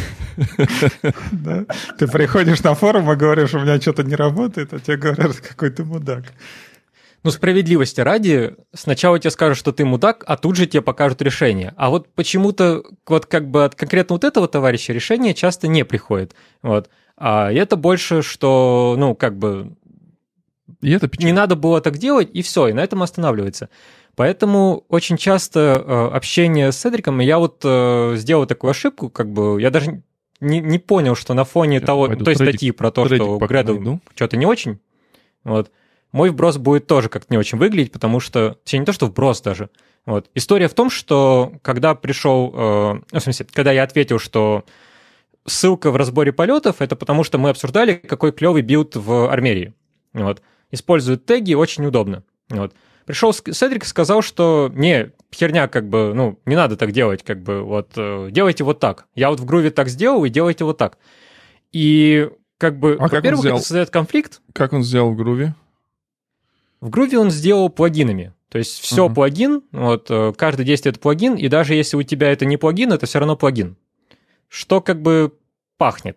Ты приходишь на форум и говоришь, у меня что-то не работает, а тебе говорят, какой ты мудак. Ну, справедливости ради, сначала тебе скажут, что ты мудак, а тут же тебе покажут решение. А вот почему-то вот как бы от конкретно вот этого товарища решение часто не приходит. Вот. А это больше, что, ну, как бы, и это не надо было так делать, и все, и на этом останавливается. Поэтому очень часто э, общение с Седриком, я вот э, сделал такую ошибку, как бы, я даже не, не понял, что на фоне я того, той трейдик, статьи про то, что Гредл что-то не очень, вот, мой вброс будет тоже как-то не очень выглядеть, потому что, точнее, не то, что вброс даже. Вот. История в том, что когда пришел, э, в смысле, когда я ответил, что ссылка в разборе полетов, это потому что мы обсуждали, какой клевый билд в Армерии. Вот. Используют теги, очень удобно. Вот. Пришел Седрик и сказал, что не, херня, как бы, ну, не надо так делать, как бы, вот, делайте вот так. Я вот в груве так сделал, и делайте вот так. И, как бы, а во-первых, это создает конфликт. Как он сделал в груве? В груве он сделал плагинами. То есть все uh-huh. плагин, вот, каждое действие — это плагин, и даже если у тебя это не плагин, это все равно плагин. Что как бы пахнет.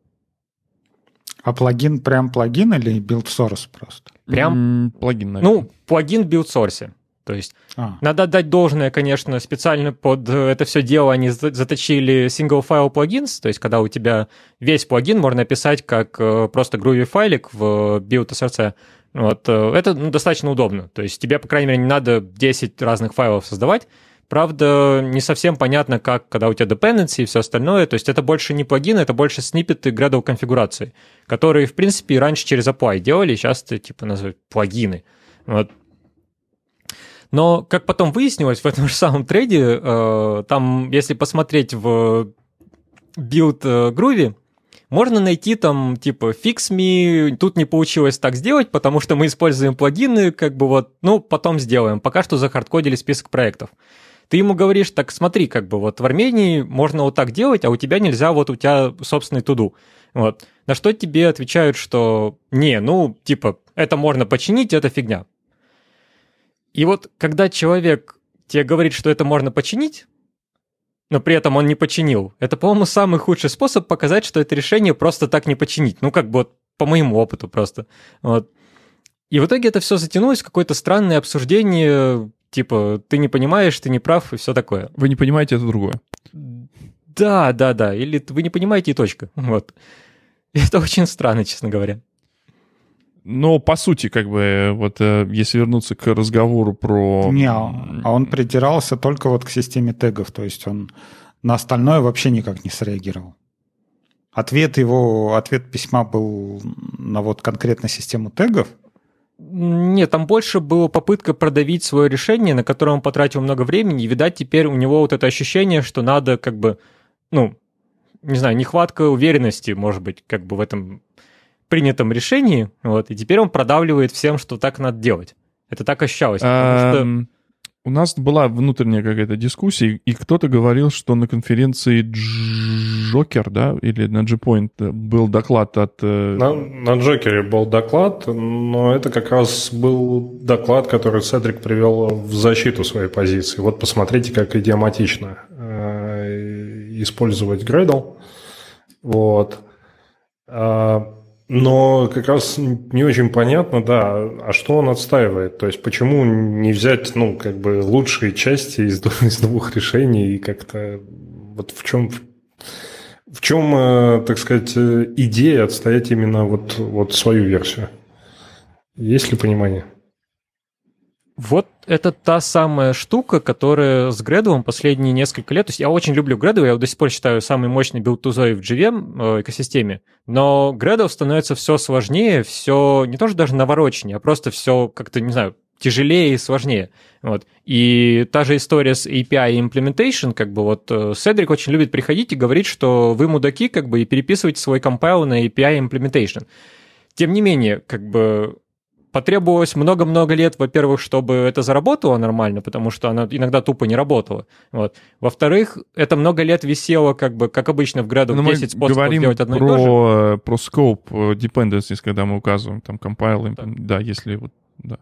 А плагин прям плагин или build source просто? Прям mm, плагин, наверное. Ну, плагин в build source. То есть а. надо отдать должное, конечно, специально под это все дело они заточили single file plugins, то есть когда у тебя весь плагин можно описать как просто Groovy файлик в build.src. Вот, это ну, достаточно удобно. То есть тебе, по крайней мере, не надо десять разных файлов создавать. Правда, не совсем понятно, как, когда у тебя dependency и все остальное. То есть это больше не плагины, это больше сниппеты Gradle конфигурации, которые, в принципе, раньше через apply делали, сейчас это типа называют плагины. Вот. Но, как потом выяснилось, в этом же самом трейде, э, там, если посмотреть в билд Groovy, можно найти там, типа, fix me, тут не получилось так сделать, потому что мы используем плагины, как бы вот, ну, потом сделаем. Пока что захардкодили список проектов. Ты ему говоришь, так смотри, как бы вот в Армении можно вот так делать, а у тебя нельзя, вот у тебя собственный туду. Вот. На что тебе отвечают, что не, ну, типа, это можно починить, это фигня. И вот когда человек тебе говорит, что это можно починить, но при этом он не починил, это, по-моему, самый худший способ показать, что это решение просто так не починить. Ну, как бы вот по моему опыту просто. Вот. И в итоге это все затянулось в какое-то странное обсуждение, типа, ты не понимаешь, ты не прав и все такое. Вы не понимаете, это другое. Да, да, да. Или вы не понимаете, и точка. Вот. И это очень странно, честно говоря. Но, по сути, как бы, вот если вернуться к разговору про... Не, а он придирался только вот к системе тегов, то есть он на остальное вообще никак не среагировал. Ответ его, ответ письма был на вот конкретно систему тегов? Нет, там больше была попытка продавить свое решение, на которое он потратил много времени, и, видать, теперь у него вот это ощущение, что надо как бы, ну, не знаю, нехватка уверенности, может быть, как бы в этом принятом решении, вот, и теперь он продавливает всем, что так надо делать. Это так ощущалось, потому что... У нас была внутренняя какая-то дискуссия, и кто-то говорил, что на конференции Джокер, да, или на G-Point был доклад от... На, на Джокере был доклад, но это как раз был доклад, который Седрик привел в защиту своей позиции. Вот посмотрите, как идиоматично э, использовать Gradle. Вот. А, но как раз не очень понятно, да, а что он отстаивает? То есть почему не взять, ну, как бы лучшие части из, из двух решений и как-то вот в чем, в чем, так сказать, идея отстоять именно вот, вот свою версию? Есть ли понимание? Вот это та самая штука, которая с Gradle последние несколько лет... То есть я очень люблю Gradle, я его до сих пор считаю самый мощный билд-тузой в джей ви эм э, экосистеме, но Gradle становится все сложнее, все не то, что даже навороченнее, а просто все как-то, не знаю, тяжелее и сложнее. Вот. И та же история с эй пи ай и implementation, как бы вот Седрик очень любит приходить и говорить, что вы мудаки, как бы, и переписываете свой компайл на эй пи ай и implementation. Тем не менее, как бы... Потребовалось много-много лет, во-первых, чтобы это заработало нормально, потому что она иногда тупо не работала. Вот. Во-вторых, это много лет висело, как бы, как обычно в Gradle, десять способов делать одно про, и то же. Про scope dependencies, когда мы указываем там compile, да, да если вот, да.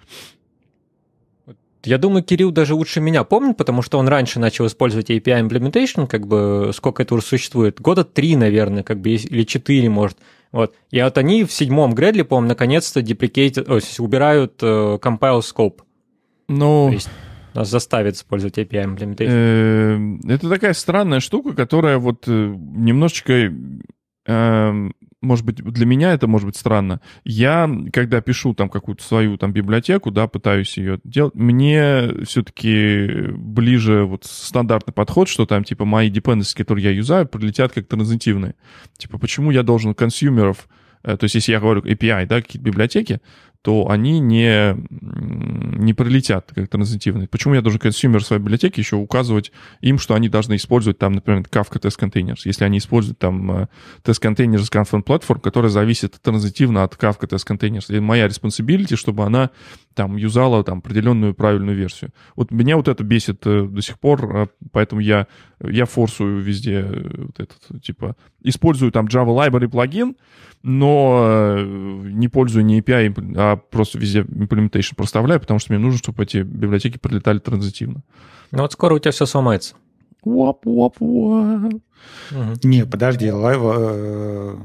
Я думаю, Кирилл даже лучше меня помнит, потому что он раньше начал использовать эй пи ай implementation, как бы, сколько это уже существует, года три, наверное, как бы, или четыре, может. Вот. И вот они в седьмом Gradle, по-моему, наконец-то деприкейтят, о, убирают uh, compile scope. Ну... То есть нас заставит использовать эй пи ай implementation. Это такая странная штука, которая вот немножечко... Может быть, для меня это может быть странно. Я, когда пишу там какую-то свою там библиотеку, да, пытаюсь ее делать, мне все-таки ближе вот стандартный подход, что там типа мои dependencies, которые я юзаю, прилетят как транзитивные. Типа, почему я должен консюмеров, то есть если я говорю эй пи ай, да, какие-то библиотеки, то они не, не прилетят как транзитивные. Почему я должен консюмер своей библиотеки еще указывать им, что они должны использовать там, например, Kafka Test Containers, если они используют там Test Containers Confluent Platform, которая зависит транзитивно от Kafka Test Containers. И моя responsibility, чтобы она там юзала там определенную правильную версию. Вот меня вот это бесит до сих пор, поэтому я, я форсую везде вот этот, типа, использую там Java Library плагин, но не пользую не эй пи ай, а просто везде implementation проставляю, потому что мне нужно, чтобы эти библиотеки прилетали транзитивно. Ну вот скоро у тебя все сломается. Уап-уап-уап. Угу. Не, подожди, Java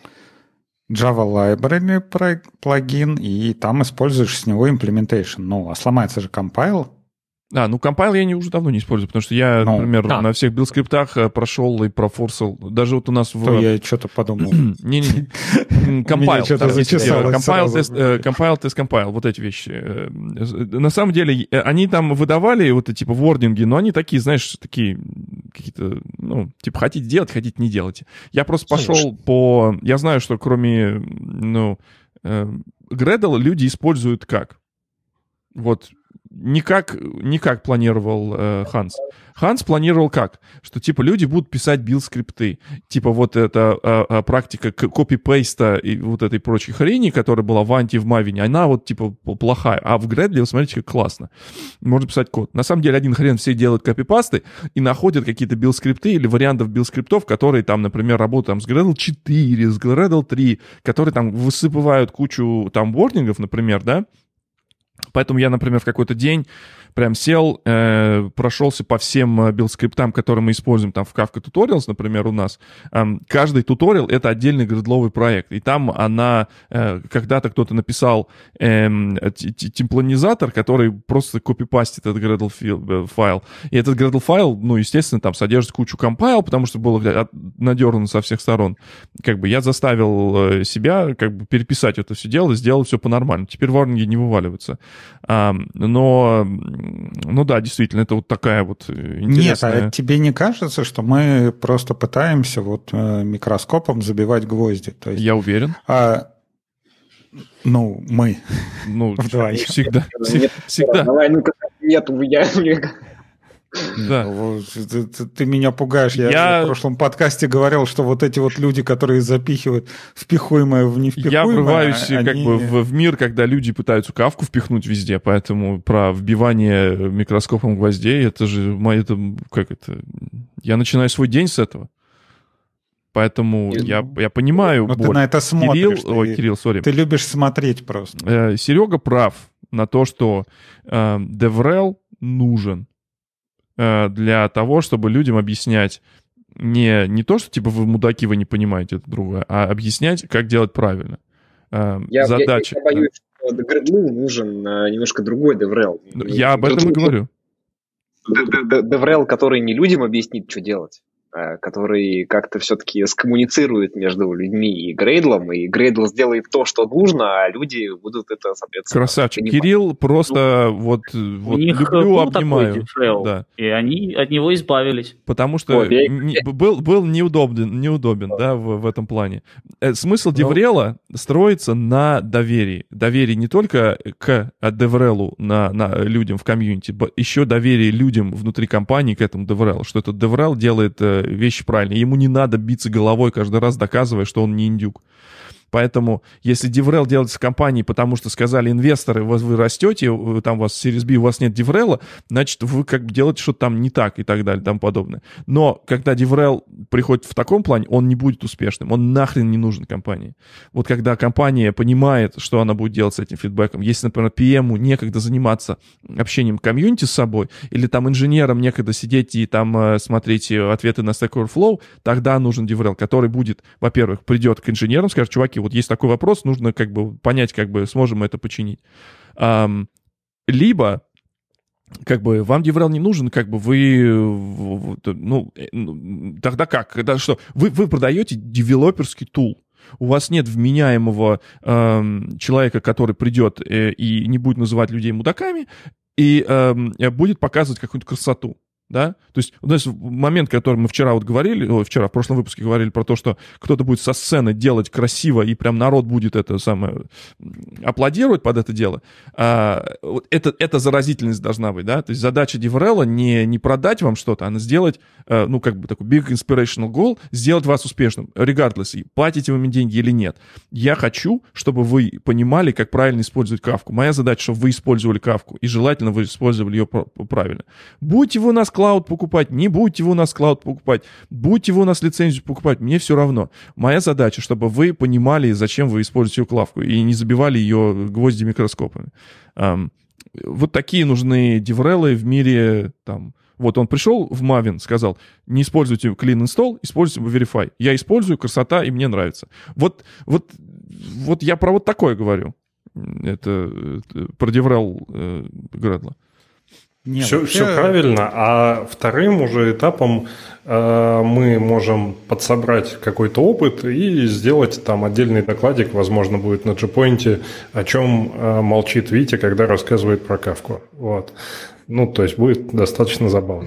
Library плагин, и там используешь с него implementation. Ну, а сломается же compile. А, ну компайл я не, уже давно не использую, потому что я, ну, например, а. на всех билд-скриптах прошел и профорсил. Даже вот у нас в... То я что-то подумал. Не-не-не. Компайл. Компайл, тест, компайл. Вот эти вещи. На самом деле, они там выдавали вот эти, типа, вординги, но они такие, знаешь, такие какие-то, ну, типа, хотите делать, хотите не делать. Я просто пошел по... Я знаю, что кроме, ну, Gradle люди используют как? Вот... Не как, не как планировал э, Ханс. Ханс планировал как? Что, типа, люди будут писать билд-скрипты. Типа, вот эта э, э, практика копи-пейста и вот этой прочей хрени, которая была в Анти и в Мавине, она вот, типа, плохая. А в Gradle, вы смотрите, как классно. Можно писать код. На самом деле, один хрен все делают копипасты и находят какие-то билд-скрипты или вариантов билд-скриптов, которые там, например, работают там, с Gradle четыре, с Gradle три, которые там высыпывают кучу там вордингов, например, да. Поэтому я, например, в какой-то день прям сел, э, прошелся по всем билд-скриптам, которые мы используем там в Kafka Tutorials, например, у нас. Э, каждый туториал — это отдельный градловый проект. И там она, э, когда-то кто-то написал э, темплонизатор, который просто копипастит этот Gradle файл. И этот Gradle файл, ну, естественно, там содержит кучу компайл, потому что было надернано со всех сторон. Как бы я заставил себя как бы переписать это все дело, сделал все по-нормальному. Теперь ворнинги не вываливаются. А, но... Ну да, действительно, это вот такая вот интересная... Нет, а тебе не кажется, что мы просто пытаемся вот э, микроскопом забивать гвозди? То есть, я уверен. А, ну, мы. Ну, вдвоем. Всегда. Всегда. Давай, ну-ка, нет, я... Да. Ты, ты, ты меня пугаешь. Я, я в прошлом подкасте говорил, что вот эти вот люди, которые запихивают впихуемое в невпихуемое... Я врываюсь они... как бы в, в мир, когда люди пытаются Кафку впихнуть везде, поэтому про вбивание микроскопом гвоздей, это же... Это, как это... Я начинаю свой день с этого. Поэтому и, я, я понимаю... Но боль. Ты на это смотришь. Кирилл, ой, Кирилл, сори. Ты любишь смотреть просто. Э, Серега прав на то, что э, DevRel нужен для того, чтобы людям объяснять не, не то, что типа вы мудаки, вы не понимаете это другое, а объяснять, как делать правильно. Я, Задача. Я, я боюсь, что Gradle нужен немножко другой DevRel. Я об этом и говорю. DevRel, который не людям объяснит, что делать, который как-то все-таки скоммуницирует между людьми и Gradle, и Gradle сделает то, что нужно, а люди будут это, соответственно, Красавчик. понимать. Кирилл просто ну, вот, вот люблю, обнимаю. Да. И они от него избавились. Потому что О, не, был, был неудобен, неудобен да, в, в этом плане. Смысл ну. DevRel строится на доверии. Доверие не только к DevRel на, на людям в комьюнити, еще доверие людям внутри компании к этому DevRel, что этот DevRel делает вещи правильно. Ему не надо биться головой каждый раз, доказывая, что он не индюк. Поэтому, если DevRel делается в компании, потому что сказали инвесторы, вы, вы растете, там у вас Series B, у вас нет DevRel, значит, вы как бы делаете что-то там не так и так далее, и тому подобное. Но когда DevRel приходит в таком плане, он не будет успешным, он нахрен не нужен компании. Вот когда компания понимает, что она будет делать с этим фидбэком, если, например, пи эм некогда заниматься общением комьюнити с собой, или там инженерам некогда сидеть и там смотреть ответы на Stack Overflow, тогда нужен DevRel, который будет, во-первых, придет к инженерам, скажет: чуваки, вот есть такой вопрос, нужно как бы понять, как бы сможем мы это починить. Um, либо как бы вам DevRel не нужен, как бы вы, ну, тогда как? Тогда что? Вы, вы продаете девелоперский тул. У вас нет вменяемого эм, человека, который придет э, и не будет называть людей мудаками, и эм, будет показывать какую-то красоту. Да? То есть у нас момент, который мы вчера вот говорили, о, вчера в прошлом выпуске говорили про то, что кто-то будет со сцены делать красиво, и прям народ будет это самое аплодировать под это дело. А, вот это, это заразительность должна быть, да? То есть задача DevRel не, не продать вам что-то, а сделать, ну, как бы такой big inspirational goal, сделать вас успешным, regardless, платите вы мне деньги или нет. Я хочу, чтобы вы понимали, как правильно использовать Kafka. Моя задача, чтобы вы использовали Kafka, и желательно вы использовали ее правильно. Будете вы у нас клауд покупать, не будете вы у нас клауд покупать, будете вы у нас лицензию покупать, мне все равно. Моя задача, чтобы вы понимали, зачем вы используете клавку, и не забивали ее гвозди микроскопами. Um, вот такие нужны DevRel в мире. Там. Вот он пришел в Maven, сказал: не используйте clean install, используйте Verify. Я использую, красота, и мне нравится. Вот, вот, вот я про вот такое говорю. Это, это про DevRel э, Gradle. Нет, все, вообще... все правильно, а вторым уже этапом э, мы можем подсобрать какой-то опыт и сделать там отдельный докладик, возможно, будет на JPoint, о чем э, молчит Витя, когда рассказывает про Kafka. Вот. Ну, то есть будет достаточно забавно.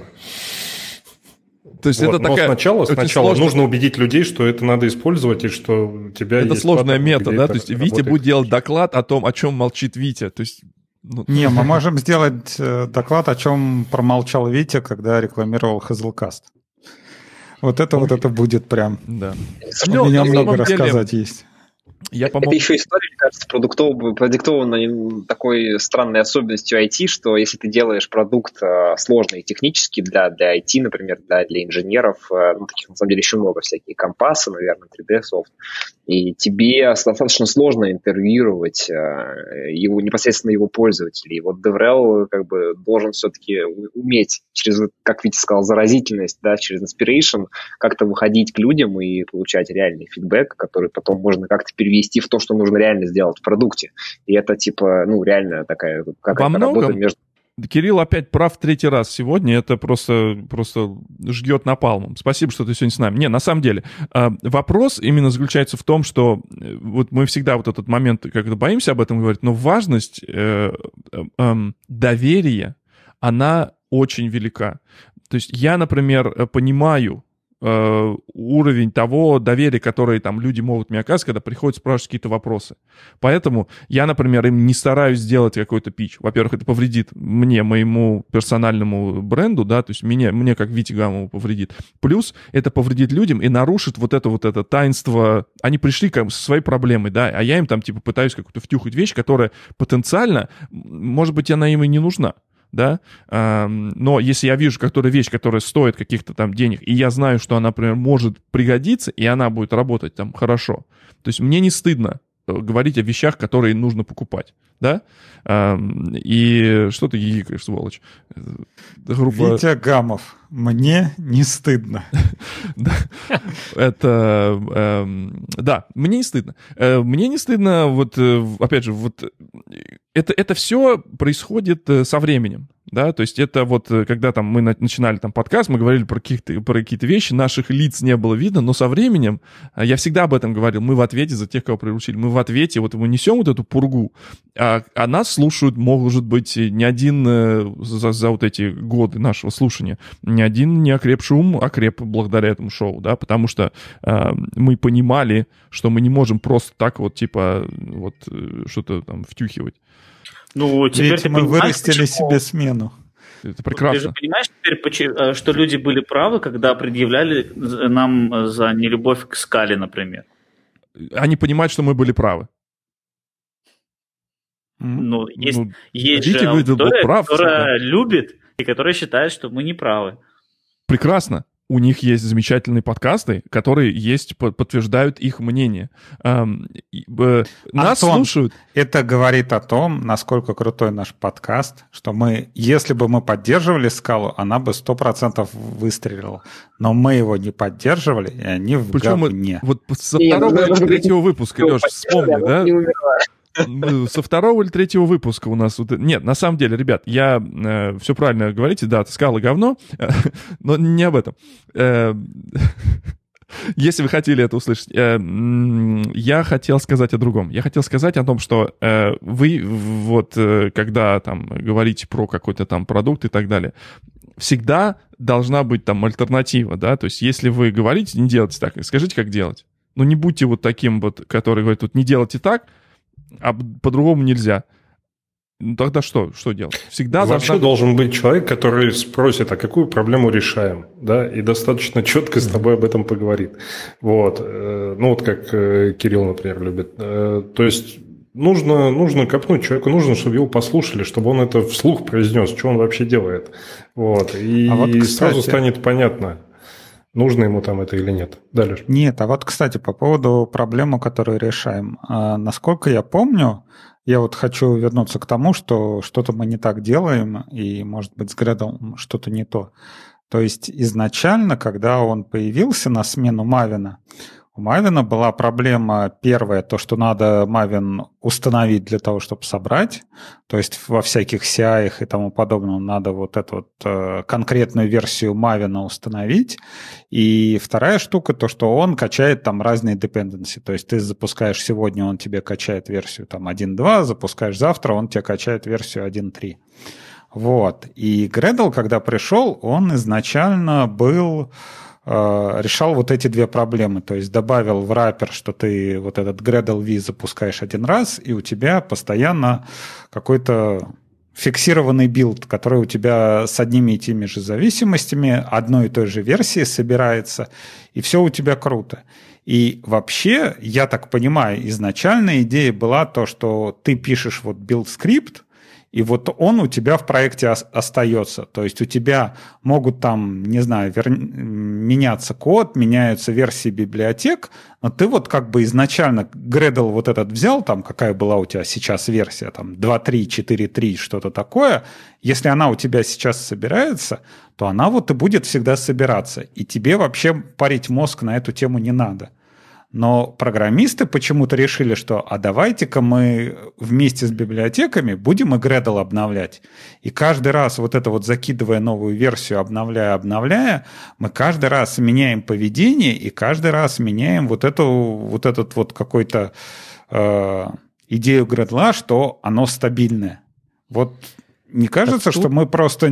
То есть вот. это Но такая... сначала, сначала сложно... нужно убедить людей, что это надо использовать, и что у тебя это есть... Это сложная мета, да? Это то есть Витя будет делать доклад о том, о чем молчит Витя. То есть... Ну, не, мы можем сделать доклад, о чем промолчал Витя, когда рекламировал Hazelcast. Вот это вот это будет прям. Да. У меня много рассказать есть. Я, это еще история, мне кажется, продиктована такой странной особенностью ай ти, что если ты делаешь продукт сложный технически для, для ай ти, например, для, для инженеров, ну, таких на самом деле еще много, всякие компасы, наверное, три дэ софт, и тебе достаточно сложно интервьюировать его, непосредственно его пользователей. Вот DevRel как бы должен все-таки уметь через, как Витя сказал, заразительность, да, через inspiration как-то выходить к людям и получать реальный фидбэк, который потом можно как-то перевести в то, что нужно реально сделать в продукте. И это типа, ну, реально такая какая-то работа между... Кирилл опять прав в третий раз сегодня. Это просто, просто жгет напалмом. Спасибо, что ты сегодня с нами. Не, на самом деле, вопрос именно заключается в том, что вот мы всегда вот этот момент как-то боимся об этом говорить, но важность э, э, э, доверия, она очень велика. То есть я, например, понимаю э, уровень того доверия, которое там люди могут мне оказывать, когда приходят спрашивать какие-то вопросы. Поэтому я, например, им не стараюсь сделать какой-то пич. Во-первых, это повредит мне, моему персональному бренду, да, то есть мне, мне как Вите Гамову повредит. Плюс это повредит людям и нарушит вот это вот это таинство. Они пришли как бы со своей проблемой, да, а я им там типа пытаюсь какую-то втюхать вещь, которая потенциально, может быть, она им и не нужна. Да, но если я вижу какую-то вещь, которая стоит каких-то там денег, и я знаю, что она, например, может пригодиться, и она будет работать там хорошо, то есть мне не стыдно говорить о вещах, которые нужно покупать, да, и что ты гикаешь, сволочь? Грубо... Витя Гамов, мне не стыдно. Это, да, мне не стыдно. Мне не стыдно, вот, опять же, вот, это, это все происходит со временем. да, то есть это вот, когда там мы начинали там подкаст, мы говорили про какие-то, про какие-то вещи, наших лиц не было видно, но со временем, я всегда об этом говорил, мы в ответе за тех, кого приручили, мы в ответе, вот мы несем вот эту пургу, а, а нас слушают, может быть, не один за, за вот эти годы нашего слушания, ни один не окрепший ум окреп благодаря этому шоу, да, потому что а, мы понимали, что мы не можем просто так вот, типа, вот что-то там втюхивать. Ну, теперь Ведь ты мы понимаешь, вырастили почему... себе смену. Это прекрасно. Ты же понимаешь теперь, что люди были правы, когда предъявляли нам за нелюбовь к Скале, например? Они понимают, что мы были правы. Ну, есть, ну, есть видите, же аудитория, прав, которая любит и которая считает, что мы не правы. Прекрасно. У них есть замечательные подкасты, которые есть, подтверждают их мнение. Эм, э, нас Антон, слушают. Это говорит о том, насколько крутой наш подкаст, что мы, если бы мы поддерживали Скалу, она бы сто процентов выстрелила. Но мы его не поддерживали, и они в Причем говне. Вот со второго или третьего выпуска, Леш, вспомни, да? Со второго или третьего выпуска у нас... Нет, на самом деле, ребят, я... Э, все правильно говорите, да, Скала говно, но не об этом. Э, если вы хотели это услышать. Э, я хотел сказать о другом. Я хотел сказать о том, что э, вы вот, э, когда там говорите про какой-то там продукт и так далее, всегда должна быть там альтернатива, да, то есть если вы говорите, не делайте так, скажите, как делать. Но не будьте вот таким вот, который говорит, тут не делайте так, а по-другому нельзя. Ну, тогда что? Что делать? Всегда Вообще должна... должен быть человек, который спросит, а какую проблему решаем, да, и достаточно четко с тобой об этом поговорит. Вот. Ну, вот как Кирилл, например, любит. То есть нужно, нужно копнуть человеку, нужно, чтобы его послушали, чтобы он это вслух произнес, что он вообще делает. Вот. И, а вот, кстати... сразу станет понятно, нужно ему там это или нет. Дальше. Нет, а вот, кстати, по поводу проблемы, которую решаем. А, насколько я помню, я вот хочу вернуться к тому, что что-то мы не так делаем, и, может быть, с Gradle что-то не то. То есть изначально, когда он появился на смену Maven, у Maven была проблема первая, то, что надо Maven установить для того, чтобы собрать. То есть во всяких си ай и тому подобное надо вот эту вот э, конкретную версию Maven установить. И вторая штука, то, что он качает там разные dependency. То есть ты запускаешь сегодня, он тебе качает версию там один точка два, запускаешь завтра, он тебе качает версию один точка три. Вот. И Gradle, когда пришел, он изначально был... решал вот эти две проблемы. То есть добавил в wrapper, что ты вот этот Gradle V запускаешь один раз, и у тебя постоянно какой-то фиксированный билд, который у тебя с одними и теми же зависимостями одной и той же версии собирается, и все у тебя круто. И вообще, я так понимаю, изначальная идея была то, что ты пишешь вот билд-скрипт, и вот он у тебя в проекте остается. То есть у тебя могут там, не знаю, вер... меняться код, меняются версии библиотек, но ты вот как бы изначально Gradle вот этот взял, там какая была у тебя сейчас версия, там два точка три, четыре точка три, что-то такое. Если она у тебя сейчас собирается, то она вот и будет всегда собираться. И тебе вообще парить мозг на эту тему не надо. Но программисты почему-то решили, что а давайте-ка мы вместе с библиотеками будем и Gradle обновлять. И каждый раз вот это вот закидывая новую версию, обновляя, обновляя, мы каждый раз меняем поведение и каждый раз меняем вот эту вот этот вот какой-то э, идею Gradle, что оно стабильное. Вот не кажется, что мы просто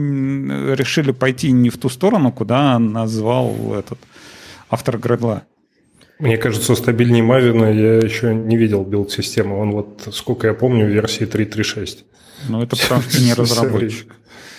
решили пойти не в ту сторону, куда назвал этот автор Gradle? Мне кажется, стабильнее Maven я еще не видел билд-системы. Он вот, сколько я помню, в версии три точка три точка шесть. Ну, это потому что не разработчик.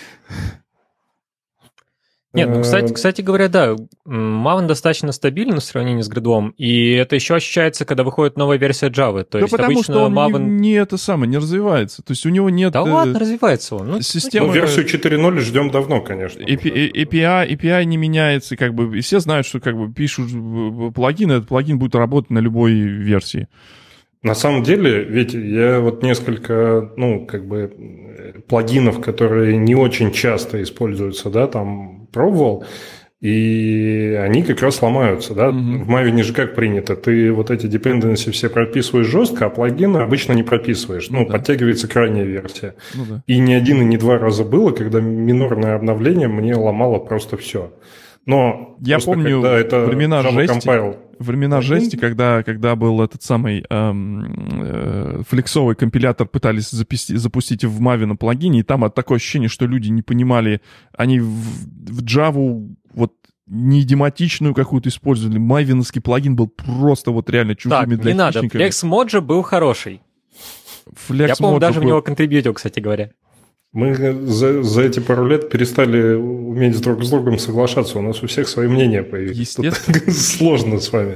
Нет, ну, кстати, кстати говоря, да, Maven достаточно стабильный в сравнении с Gradle, и это еще ощущается, когда выходит новая версия Java. То да есть потому обычно что он Maven... не, не это самое, не развивается. То есть у него нет... Да ладно, развивается он. Ну, система... ну, версию четыре ноль ждем давно, конечно. эй пи ай, эй пи ай, эй пи ай не меняется, как бы, и все знают, что как бы пишут плагин, этот плагин будет работать на любой версии. На самом деле, ведь я вот несколько, ну, как бы, плагинов, которые не очень часто используются, да, там, пробовал, И они как раз ломаются, да? Mm-hmm. В Maven же как принято? Ты вот эти dependency все прописываешь жестко, а плагины обычно не прописываешь. Ну, ну да. Подтягивается крайняя версия. Ну, да. И ни один и ни два раза было, когда минорное обновление мне ломало просто все. Но я помню это времена жести, времена жести, когда, когда был этот самый эм, э, флексовый компилятор, пытались записти, запустить в Maven плагине, и там такое ощущение, что люди не понимали, они в, в Java вот не идиоматичную какую-то использовали. Мавиновский плагин был просто вот реально чужими так, для не надо. FlexMojo был хороший. Flex Я, по-моему, даже был... в него контрибьютил, кстати говоря. Мы за, за эти пару лет перестали уметь друг с другом соглашаться. У нас у всех свои мнения появились. Естественно. Сложно с вами.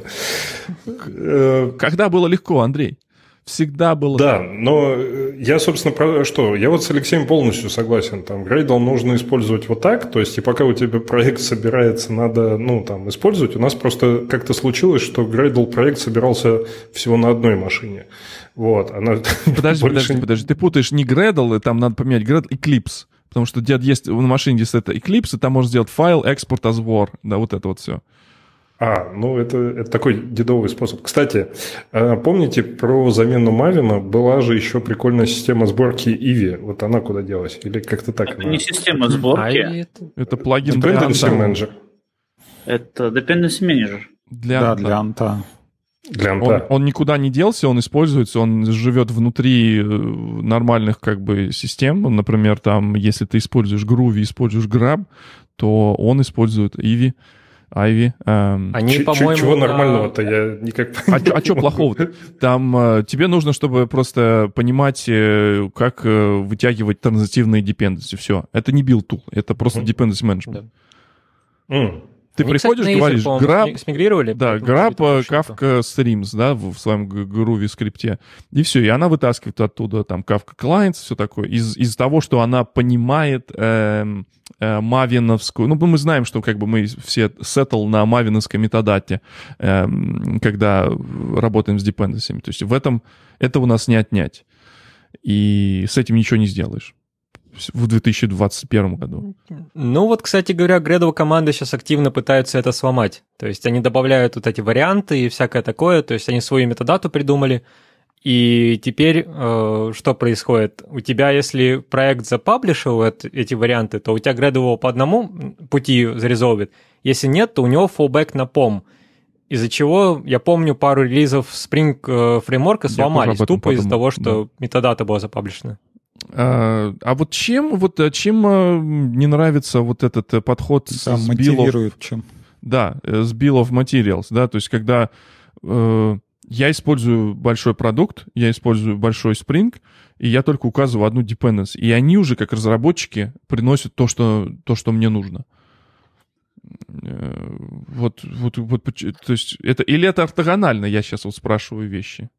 Когда было легко, Андрей? Всегда было. Да, но я, собственно, про что? Я вот с Алексеем полностью согласен. Там Gradle нужно использовать вот так. То есть, и пока у тебя проект собирается, надо, ну, там, использовать. У нас просто как-то случилось, что Gradle проект собирался всего на одной машине. Вот, она подожди, больше... подожди, подожди, ты путаешь не Gradle, там надо поменять Gradle, Eclipse, потому что где есть на машине, если это Eclipse, и там можно сделать файл, экспорт as war, да, вот это вот все. А, ну это, это такой дедовый способ. Кстати, помните про замену Maven была же еще прикольная система сборки Ivy, вот она куда делась? Или как-то так? Это она... не система сборки. А это... это плагин Dependency Manager. Это Dependency Manager. Для да, для Анта. Для он, он никуда не делся, он используется, он живет внутри нормальных как бы систем. Например, там, если ты используешь Groovy, используешь Grab, то он использует Ivy, Ivy. Эм... Они, по-моему, чего да... нормального-то я никак А, а что плохого-то? Там э, тебе нужно, чтобы просто понимать, э, как э, вытягивать транзитивные dependency. Все. Это не build tool, это просто mm-hmm. dependency management. Да. Mm. Ты Они, приходишь, кстати, говоришь, grab, смигрировали, да, grab Kafka Streams, да, в своем Groovy скрипте, и все, и она вытаскивает оттуда там Kafka Clients, все такое, из, из того, что она понимает э, э, мавиновскую, ну, мы знаем, что как бы мы все settle на мавиновской метадате, э, когда работаем с dependency, то есть в этом, это у нас не отнять, и с этим ничего не сделаешь в две тысячи двадцать первом году. Ну вот, кстати говоря, Gradle команды сейчас активно пытаются это сломать. То есть они добавляют вот эти варианты и всякое такое, то есть они свою метадату придумали, и теперь э, что происходит? У тебя, если проект запаблишил эти варианты, то у тебя Gradle его по одному пути зарезолвит, если нет, то у него fallback на пом. Из-за чего, я помню, пару релизов Spring фреймворка сломались, тупо из-за того, что да. метадата была запаблишена. А, а вот чем, вот чем не нравится вот этот подход да, с мотивирует of, чем? Да, с Bill of Materials, да, то есть когда э, я использую большой продукт, я использую большой Spring, и я только указываю одну dependency, и они уже, как разработчики, приносят то, что, то, что мне нужно. Вот, вот, вот, то есть это, или это ортогонально, я сейчас вот спрашиваю вещи.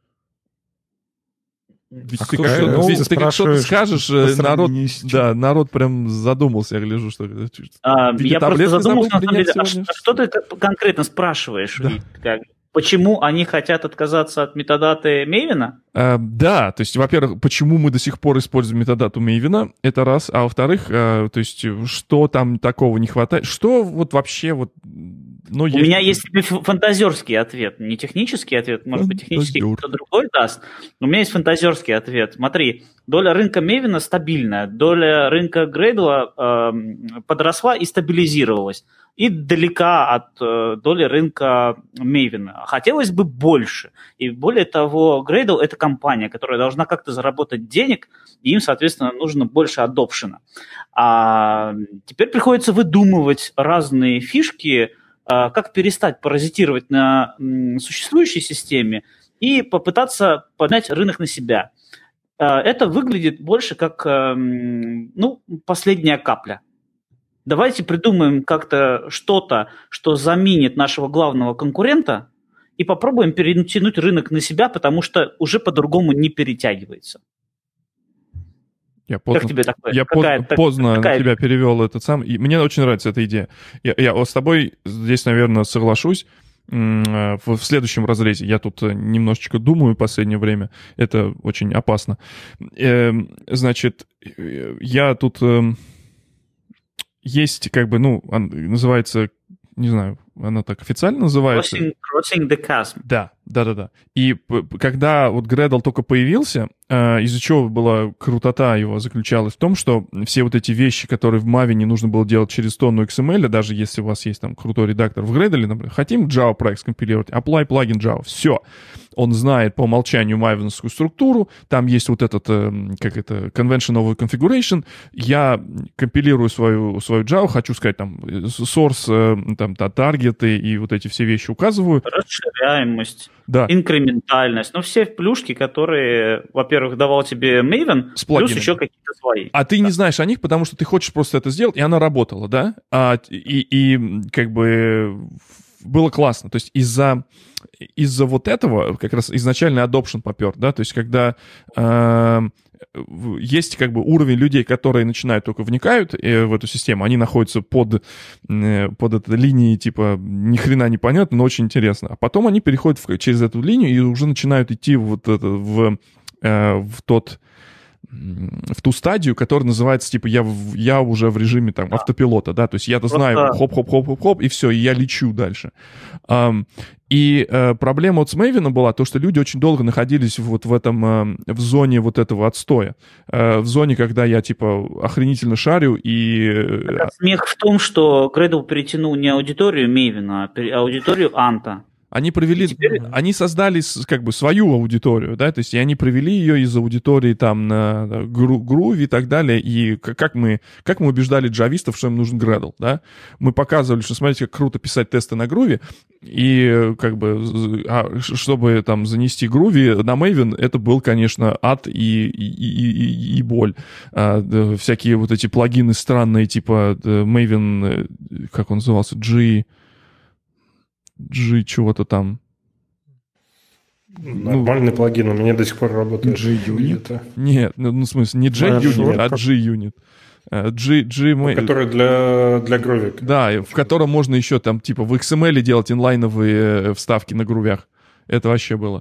Ведь а ты, как, ну, ты, ты как что-то скажешь, народ, да, народ прям задумался, я гляжу, что... А, я просто задумался, на самом деле, а что, что ты конкретно спрашиваешь? Да. Как, почему они хотят отказаться от метадаты Мейвина? А, да, то есть, во-первых, почему мы до сих пор используем метадату Мейвина, это раз, а во-вторых, а, то есть, что там такого не хватает, что вот вообще вот... Ну, У есть... меня есть фантазерский ответ, не технический ответ, может быть, технический кто-то другой даст. Но у меня есть фантазерский ответ. Смотри, доля рынка Мейвина стабильная, доля рынка Gradle э, подросла и стабилизировалась. И далека от э, доли рынка Мейвина. Хотелось бы больше. И более того, Gradle – это компания, которая должна как-то заработать денег, и им, соответственно, нужно больше адопшена. А теперь приходится выдумывать разные фишки, как перестать паразитировать на существующей системе и попытаться поднять рынок на себя. Это выглядит больше как, ну, последняя капля. Давайте придумаем как-то что-то, что заменит нашего главного конкурента, и попробуем перетянуть рынок на себя, потому что уже по-другому не перетягивается. Я поздно, как тебе такое? Я какая, поздно, так, поздно какая... на тебя перевел этот сам. И мне очень нравится эта идея. Я, я с тобой здесь, наверное, соглашусь. В, в следующем разрезе. Я тут немножечко думаю в последнее время. Это очень опасно. Значит, я тут... есть как бы, ну, он, называется, не знаю, она так официально называется. Crossing, crossing the chasm. Да, да, да, да. И п- когда вот Gradle только появился, э, из-за чего была крутота его заключалась в том, что все вот эти вещи, которые в Maven нужно было делать через тонну икс эм эль, даже если у вас есть там крутой редактор в Gradle, например, хотим Java проект скомпилировать, apply плагин Java, все. Он знает по умолчанию мавеновскую структуру, там есть вот этот, э, как это, conventional configuration, я компилирую свою, свою Java, хочу сказать, там, source, э, там, таргеты и вот эти все вещи указываю. Расширяемость, да. инкрементальность, ну, все плюшки, которые, во-первых, давал тебе Maven, плюс еще какие-то свои. А ты да. не знаешь о них, потому что ты хочешь просто это сделать, и она работала, да? А, и, и как бы было классно. То есть из-за из-за вот этого как раз изначально adoption попер, да, то есть когда э, есть как бы уровень людей, которые начинают только вникают э, в эту систему, они находятся под, э, под этой линией, типа, ни хрена не понятно, но очень интересно. А потом они переходят в, через эту линию и уже начинают идти вот это, в, э, в тот... в ту стадию, которая называется, типа, я, я уже в режиме там автопилота, да, то есть я-то Просто... знаю, хоп-хоп-хоп-хоп-хоп, и все, и я лечу дальше. Um, и uh, проблема вот с Maven была то, что люди очень долго находились вот в этом, uh, в зоне вот этого отстоя, uh, в зоне, когда я, типа, охренительно шарю и... Так, смех в том, что Gradle перетянул не аудиторию Maven, а аудиторию Анта. Они провели, теперь... они создали как бы свою аудиторию, да, то есть и они провели ее из аудитории там на Groovy и так далее, и как мы, как мы убеждали джавистов, что им нужен Gradle, да, мы показывали, что смотрите, как круто писать тесты на Groovy, и как бы, а, чтобы там занести Groovy на Maven, это был, конечно, ад и, и, и, и боль. А, да, всякие вот эти плагины странные, типа Maven, как он назывался, G... G чего-то там. Нормальный ну, плагин, у меня до сих пор работает. G-Unit? Нет, ну, в смысле, не G-Unit, а G-Unit. G, G, ну, который для, для грувик. Да, в котором можно еще там, типа, в икс эм эль делать инлайновые вставки на грувях. Это вообще было.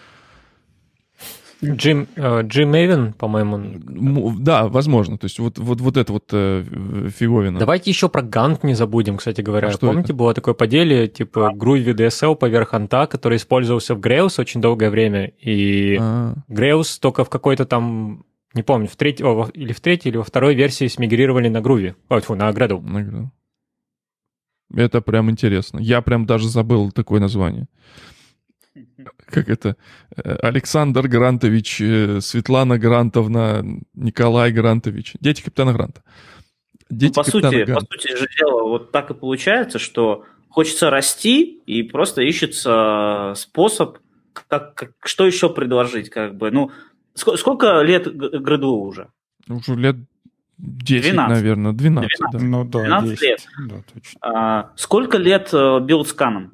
G, uh, G-Maven, по-моему. Да, возможно. То есть вот, вот, вот это вот э, фиговина. Давайте еще про Gantt не забудем, кстати говоря. А Помните, это? было такое поделие, типа Groovy ди эс эл поверх Anta, который использовался в Grails очень долгое время. И А-а-а. Grails только в какой-то там, не помню, в третьей, о, или в третьей, или во второй версии смигрировали на Groovy. Ой, фу, на Gradle. На Gradle. Это прям интересно. Я прям даже забыл такое название. Как это? Александр Грантович, Светлана Грантовна, Николай Грантович. Дети капитана Гранта. Дети ну, по, сути, Гранта. По сути же дела, вот так и получается, что хочется расти, и просто ищется способ, как, как, что еще предложить. Как бы. Ну, сколько, сколько лет Граду уже? Уже лет десять, двенадцать. Наверное. двенадцать, двенадцать. Да. Ну, да, двенадцать лет. Да, точно. А, сколько лет билдсканам?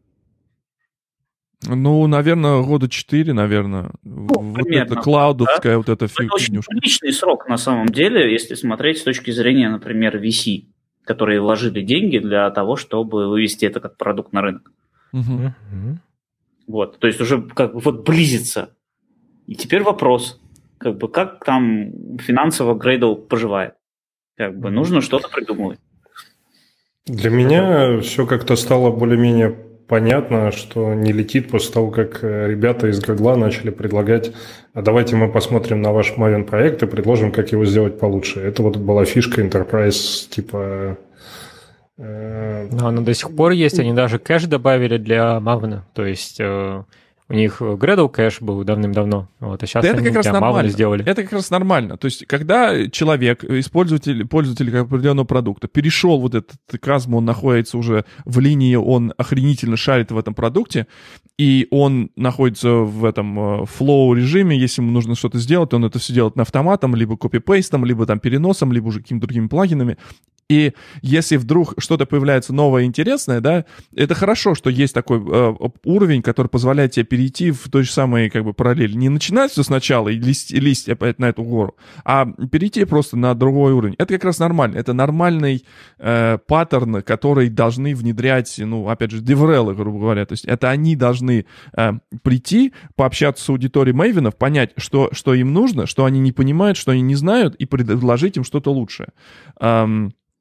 Ну, наверное, года четыре, наверное. Ну, вот примерно, это клаудовская, да? Вот эта фигня. Это очень приличный срок, на самом деле, если смотреть с точки зрения, например, ви си, которые вложили деньги для того, чтобы вывести это как продукт на рынок. Угу. Вот, то есть уже как бы вот близится. И теперь вопрос, как бы как там финансово Gradle поживает? Как бы нужно что-то придумывать. Для меня все как-то стало более-менее понятно, что не летит после того, как ребята из Gradle начали предлагать, а давайте мы посмотрим на ваш Maven проект и предложим, как его сделать получше. Это вот была фишка Enterprise, типа... Э... Но она до сих пор есть, они даже кэш добавили для Maven, то есть... Э... У них Gradle кэш был давным-давно, вот, а сейчас да они это как раз нормально. Сделали. Это как раз нормально. То есть, когда человек, пользователь, пользователь определенного продукта, перешел вот этот казм, он находится уже в линии, он охренительно шарит в этом продукте, и он находится в этом флоу-режиме, если ему нужно что-то сделать, он это все делает на автоматом, либо копипейстом, либо там переносом, либо уже какими-то другими плагинами. И если вдруг что-то появляется новое, интересное, да, это хорошо, что есть такой э, уровень, который позволяет тебе перейти в той же самой как бы параллель. Не начинать все сначала и лезть, лезть опять на эту гору, а перейти просто на другой уровень. Это как раз нормально. Это нормальный э, паттерн, который должны внедрять, ну, опять же, деврелы, грубо говоря. То есть это они должны э, прийти, пообщаться с аудиторией Мейвенов, понять, что, что им нужно, что они не понимают, что они не знают, и предложить им что-то лучшее. Эм,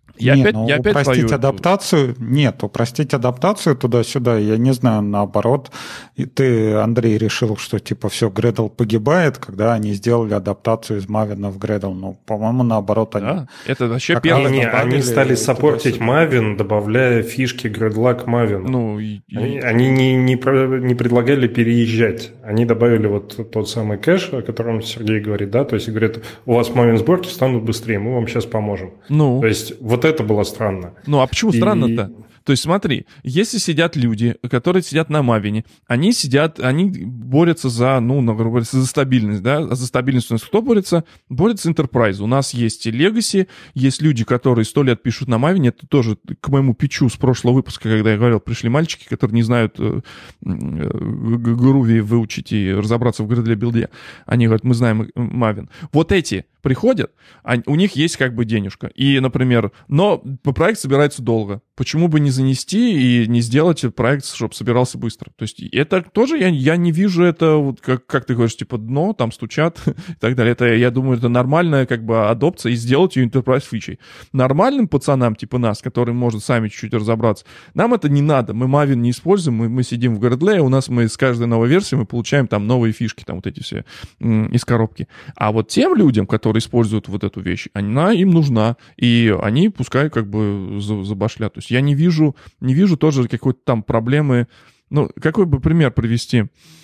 Я не, опять, ну, я опять упростить свою... адаптацию, нет, упростить адаптацию туда-сюда, я не знаю, наоборот. И ты, Андрей, решил, что типа все, Gradle погибает, когда они сделали адаптацию из Maven в Gradle. Ну, по-моему, наоборот, они... Да, это вообще первое. Не, не, они стали саппортить Maven, добавляя фишки Gradle к Maven. Ну, и... Они, они не, не, не предлагали переезжать. Они добавили вот тот самый кэш, о котором Сергей говорит, да, то есть говорят, у вас Maven сборки станут быстрее, мы вам сейчас поможем. Ну. То есть вот это было странно. Ну, а почему И... странно-то? То есть смотри, если сидят люди, которые сидят на Мавине, они сидят, они борются за, ну, грубо говоря, за стабильность, да, за стабильность у нас кто борется? Борется Enterprise. У нас есть Legacy, есть люди, которые сто лет пишут на Мавине, это тоже к моему питчу с прошлого выпуска, когда я говорил, пришли мальчики, которые не знают э, груви выучить и разобраться в Gradle билде. Они говорят, мы знаем Мавин. Вот эти приходят, они, у них есть как бы денежка. И, например, но проект собирается долго. Почему бы не занести и не сделать проект, чтобы собирался быстро? То есть это тоже, я, я не вижу это, вот как, как ты говоришь, типа дно, там стучат и так далее. Это, я думаю, это нормальная как бы адопция и сделать ее enterprise фичей. Нормальным пацанам, типа нас, которые может сами чуть-чуть разобраться, нам это не надо. Мы Maven не используем, мы, мы сидим в Gradle, у нас мы с каждой новой версии мы получаем там новые фишки, там вот эти все м- из коробки. А вот тем людям, которые используют вот эту вещь, она им нужна, и они пускай как бы забашлят. То есть я не вижу, не вижу тоже какой-то там проблемы. Ну, какой бы пример привести?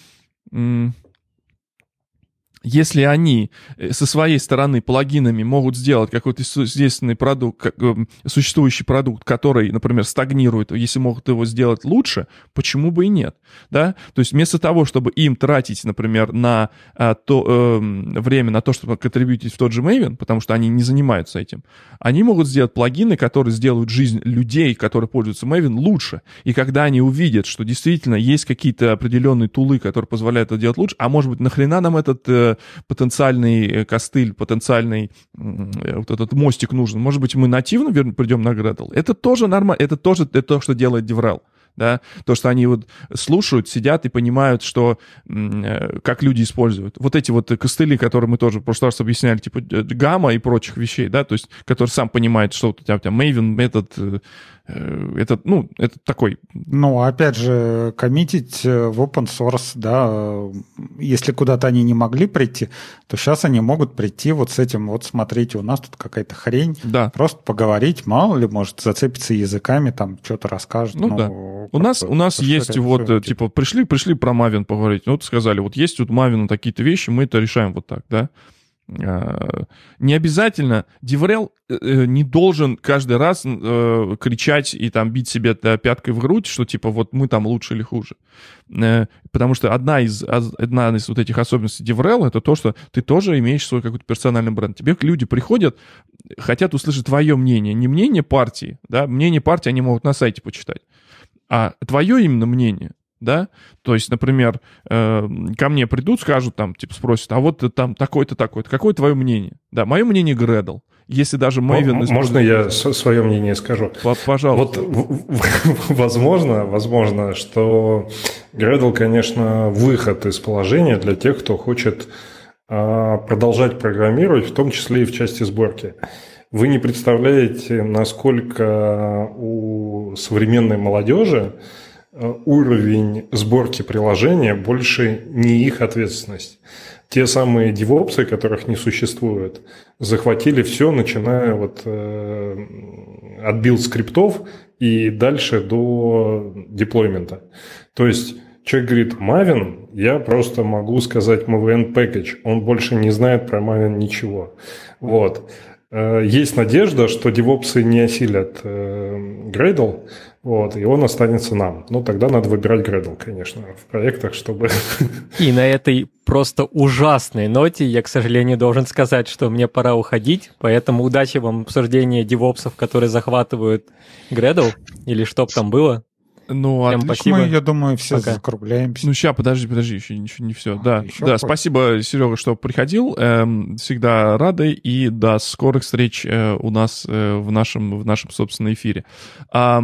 Если они со своей стороны плагинами могут сделать какой-то естественный продукт, как, существующий продукт, который, например, стагнирует, если могут его сделать лучше, почему бы и нет? Да? То есть вместо того, чтобы им тратить, например, на а, то, э, время на то, чтобы контрибьютить в тот же Maven, потому что они не занимаются этим, они могут сделать плагины, которые сделают жизнь людей, которые пользуются Maven, лучше. И когда они увидят, что действительно есть какие-то определенные тулы, которые позволяют это делать лучше, а может быть, нахрена нам этот э, потенциальный костыль, потенциальный вот этот мостик нужен. Может быть, мы нативно придем на Gradle. Это тоже нормально, это тоже это то, что делает DevRel. Да? То, что они вот слушают, сидят и понимают, что как люди используют. Вот эти вот костыли, которые мы тоже в прошлый раз объясняли, типа гамма и прочих вещей, да, то есть, который сам понимает, что у тебя, у тебя Maven метод, это, ну, это такой... Ну, опять же, коммитить в open source, да, если куда-то они не могли прийти, то сейчас они могут прийти вот с этим, вот смотрите, у нас тут какая-то хрень, да. Просто поговорить, мало ли, может, зацепиться языками, там, что-то расскажет. Ну, ну да. У нас, у нас есть вот, типа, типа, пришли, пришли про Maven поговорить, ну, вот сказали, вот есть тут Maven какие-то вещи, мы это решаем вот так, да. Не обязательно, DevRel не должен каждый раз э, кричать и там бить себе пяткой в грудь, что типа вот мы там лучше или хуже. Э, потому что одна из, одна из вот этих особенностей DevRel это то, что ты тоже имеешь свой какой-то персональный бренд. Тебе люди приходят, хотят услышать твое мнение, не мнение партии, да, мнение партии они могут на сайте почитать, а твое именно мнение. Да, то есть, например, э, ко мне придут, скажут там, типа спросят, а вот там такой-то, такой-то, какое твое мнение? Да, мое мнение Gradle. Если даже Maven... Можно использует... я свое мнение скажу? Пожалуйста. Вот, возможно, возможно, что Gradle, конечно, выход из положения для тех, кто хочет а, продолжать программировать, в том числе и в части сборки. Вы не представляете, насколько у современной молодежи уровень сборки приложения больше не их ответственность. Те самые девопсы, которых не существует, захватили все, начиная вот э, от билд скриптов и дальше до деплоймента. То есть человек говорит, Maven, я просто могу сказать Maven package, он больше не знает про Maven ничего. Вот. Есть надежда, что девопсы не осилят э, Gradle, вот, и он останется нам. Ну, тогда надо выбирать Gradle, конечно, в проектах, чтобы... И на этой просто ужасной ноте я, к сожалению, должен сказать, что мне пора уходить, поэтому удачи вам в обсуждении девопсов, которые захватывают Gradle, или что бы там было. Ну, Всем отлично. спасибо. Мы, я думаю, все Пока. закругляемся. Ну, сейчас, подожди, подожди, еще, еще не все. Да, еще да, хоть? спасибо, Серега, что приходил. Эм, всегда рады. И до скорых встреч э, у нас э, в, нашем, в нашем, собственно, эфире. А,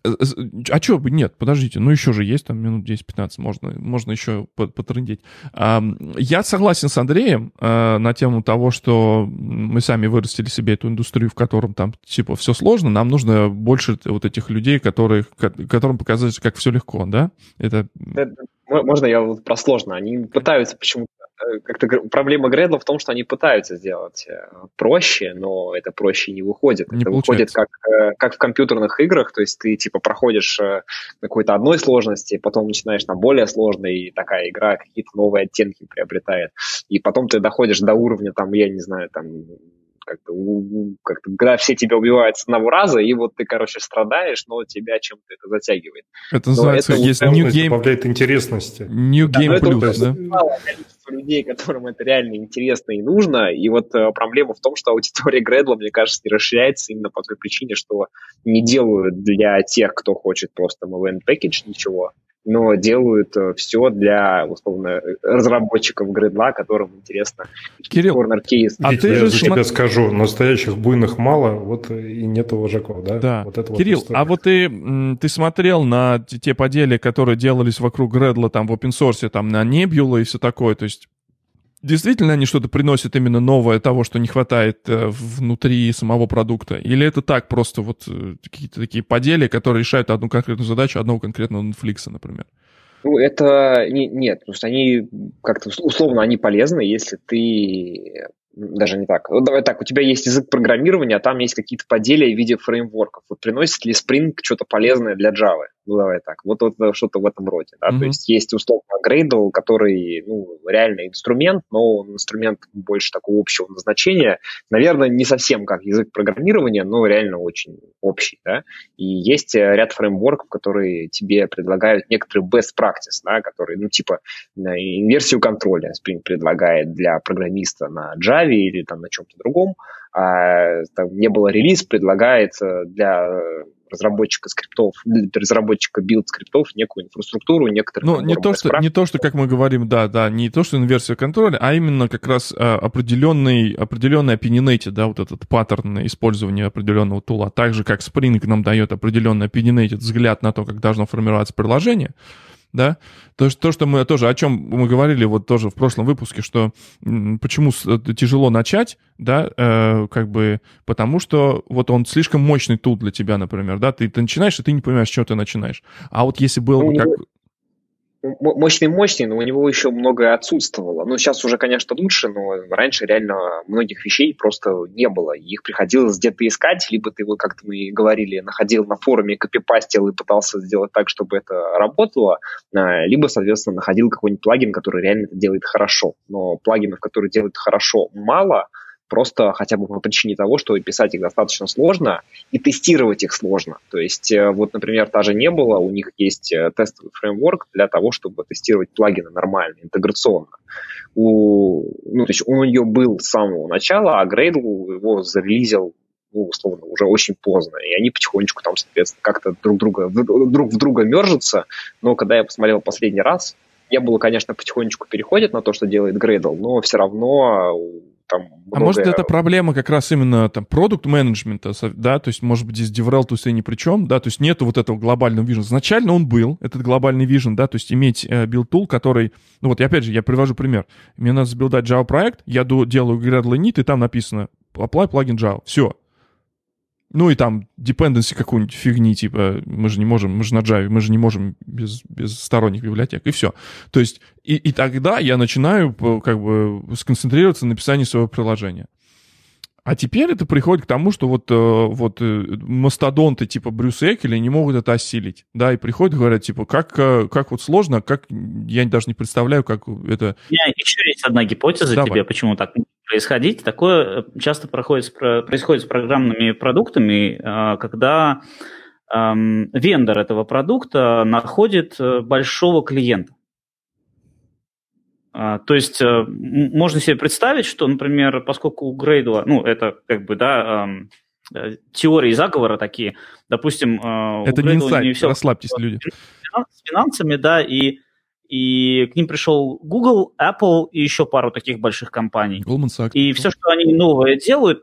а что, нет, подождите, ну еще же есть там минут десять-пятнадцать, можно, можно еще потрындеть. А, я согласен с Андреем а, на тему того, что мы сами вырастили себе эту индустрию, в котором там типа все сложно, нам нужно больше вот этих людей, которые, которым показать, как все легко, да? Это... Можно я вот про сложно? Они пытаются почему-то... Как-то проблема Gradle в том, что они пытаются сделать проще, но это проще не выходит. Не это получается. выходит как, как в компьютерных играх, то есть ты типа проходишь на какой-то одной сложности, потом начинаешь на более сложной, и такая игра какие-то новые оттенки приобретает. И потом ты доходишь до уровня, там, я не знаю, там... Как-то, как-то, когда все тебя убивают с одного раза, и вот ты, короче, страдаешь, но тебя чем-то это затягивает. Это называется, это есть New Game... добавляет интересности. New да, Game Plus, это да? Мало количество людей, которым это реально интересно и нужно, и вот э, проблема в том, что аудитория Gradle, мне кажется, не расширяется именно по той причине, что не делают для тех, кто хочет просто эм эл эн package ничего, но делают все для, условно, разработчиков Gradle, которым интересно Кирилл, корнер-кейс. а Ведь ты я же за см... тебя скажу, настоящих буйных мало, вот и нету вожаков, да? Да. Вот это Кирилл, вот а вот ты, ты смотрел на те поделия, которые делались вокруг Gradle там в open source, там на Nebula и все такое, то есть действительно они что-то приносят именно новое того, что не хватает э, внутри самого продукта? Или это так, просто вот э, какие-то такие поделия, которые решают одну конкретную задачу одного конкретного Netflix, например? Ну, это не, нет, потому что они как-то условно они полезны, если ты... Даже не так. Вот давай так, у тебя есть язык программирования, а там есть какие-то поделия в виде фреймворков. Вот приносит ли Spring что-то полезное для Java? Ну, давай так. Вот, вот что-то в этом роде. Да? Mm-hmm. То есть есть условно Gradle, который ну, реально инструмент, но он инструмент больше такого общего назначения. Наверное, не совсем как язык программирования, но реально очень общий. Да? И есть ряд фреймворков, которые тебе предлагают некоторые best practice, да, которые, ну, типа, инверсию контроля Spring предлагает для программиста на Java или там на чем-то другом, а там не было релиз, предлагается для разработчика скриптов, для разработчика билд-скриптов некую инфраструктуру, некоторые... Ну, не то, что, не то, что, как мы говорим, да, да, не то, что инверсия контроля, а именно как раз а, определенный, определенный opinionated, да, вот этот паттерн использования определенного тула, так же, как Spring нам дает определенный opinionated взгляд на то, как должно формироваться приложение, да, то, то, что мы тоже, о чем мы говорили вот тоже в прошлом выпуске, что м, почему тяжело начать, да, э, как бы, потому что вот он слишком мощный тул для тебя, например, да, ты, ты начинаешь, и ты не понимаешь, с чего ты начинаешь. А вот если был бы как... Мощный-мощный, но у него еще многое отсутствовало. Ну, сейчас уже, конечно, лучше, но раньше реально многих вещей просто не было. Их приходилось где-то искать, либо ты, вот как мы говорили, находил на форуме, копипастил и пытался сделать так, чтобы это работало, либо, соответственно, находил какой-нибудь плагин, который реально это делает хорошо. Но плагинов, которые делают хорошо, мало, просто хотя бы по причине того, что писать их достаточно сложно и тестировать их сложно. То есть, вот, например, та же Nebula, у них есть тестовый фреймворк для того, чтобы тестировать плагины нормально, интеграционно. У, ну, то есть он у нее был с самого начала, а Gradle его зарелизил, ну, условно, уже очень поздно. И они потихонечку там, соответственно, как-то друг, друга, друг в друга мержатся. Но когда я посмотрел последний раз, Nebula, конечно, потихонечку переходит на то, что делает Gradle, но все равно... Там а может, это проблема как раз именно там продукт-менеджмента, да, то есть, может быть, здесь DevRel тут и ни при чем, да, то есть нету вот этого глобального вижена. Изначально он был, этот глобальный вижен, да, то есть иметь э, билд-тул, который, ну вот, и опять же, я привожу пример. Мне надо сбилдать Java-проект, я делаю Gradle init, и там написано apply плагин Java, все. Ну и там dependency какую-нибудь фигни, типа, мы же не можем, мы же на Java, мы же не можем без, без сторонних библиотек, и все. То есть, и, и тогда я начинаю как бы сконцентрироваться на написании своего приложения. А теперь это приходит к тому, что вот, вот мастодонты типа Брюс Эккеля не могут это осилить, да, и приходят и говорят, типа, как, как вот сложно, как, я даже не представляю, как это... У меня еще есть одна гипотеза Давай. тебе, почему так происходить. Такое часто проходит, происходит с программными продуктами, когда вендор этого продукта находит большого клиента. То есть можно себе представить, что, например, поскольку у Gradle, ну, это как бы, да, теории заговора такие. Допустим, это не инсайт, все расслабьтесь, люди. С финансами, да, и, и к ним пришел Google, Apple и еще пару таких больших компаний. Goldman Sachs. И все, что они новое делают,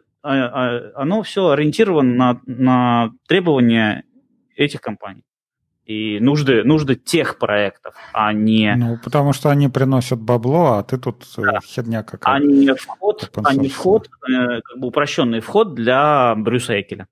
оно все ориентировано на, на требования этих компаний. И нужды, нужды тех проектов, а не... Ну, потому что они приносят бабло, а ты тут да. херня какая-то. А не вход, а не вход, как бы упрощенный вход для Брюса Экеля.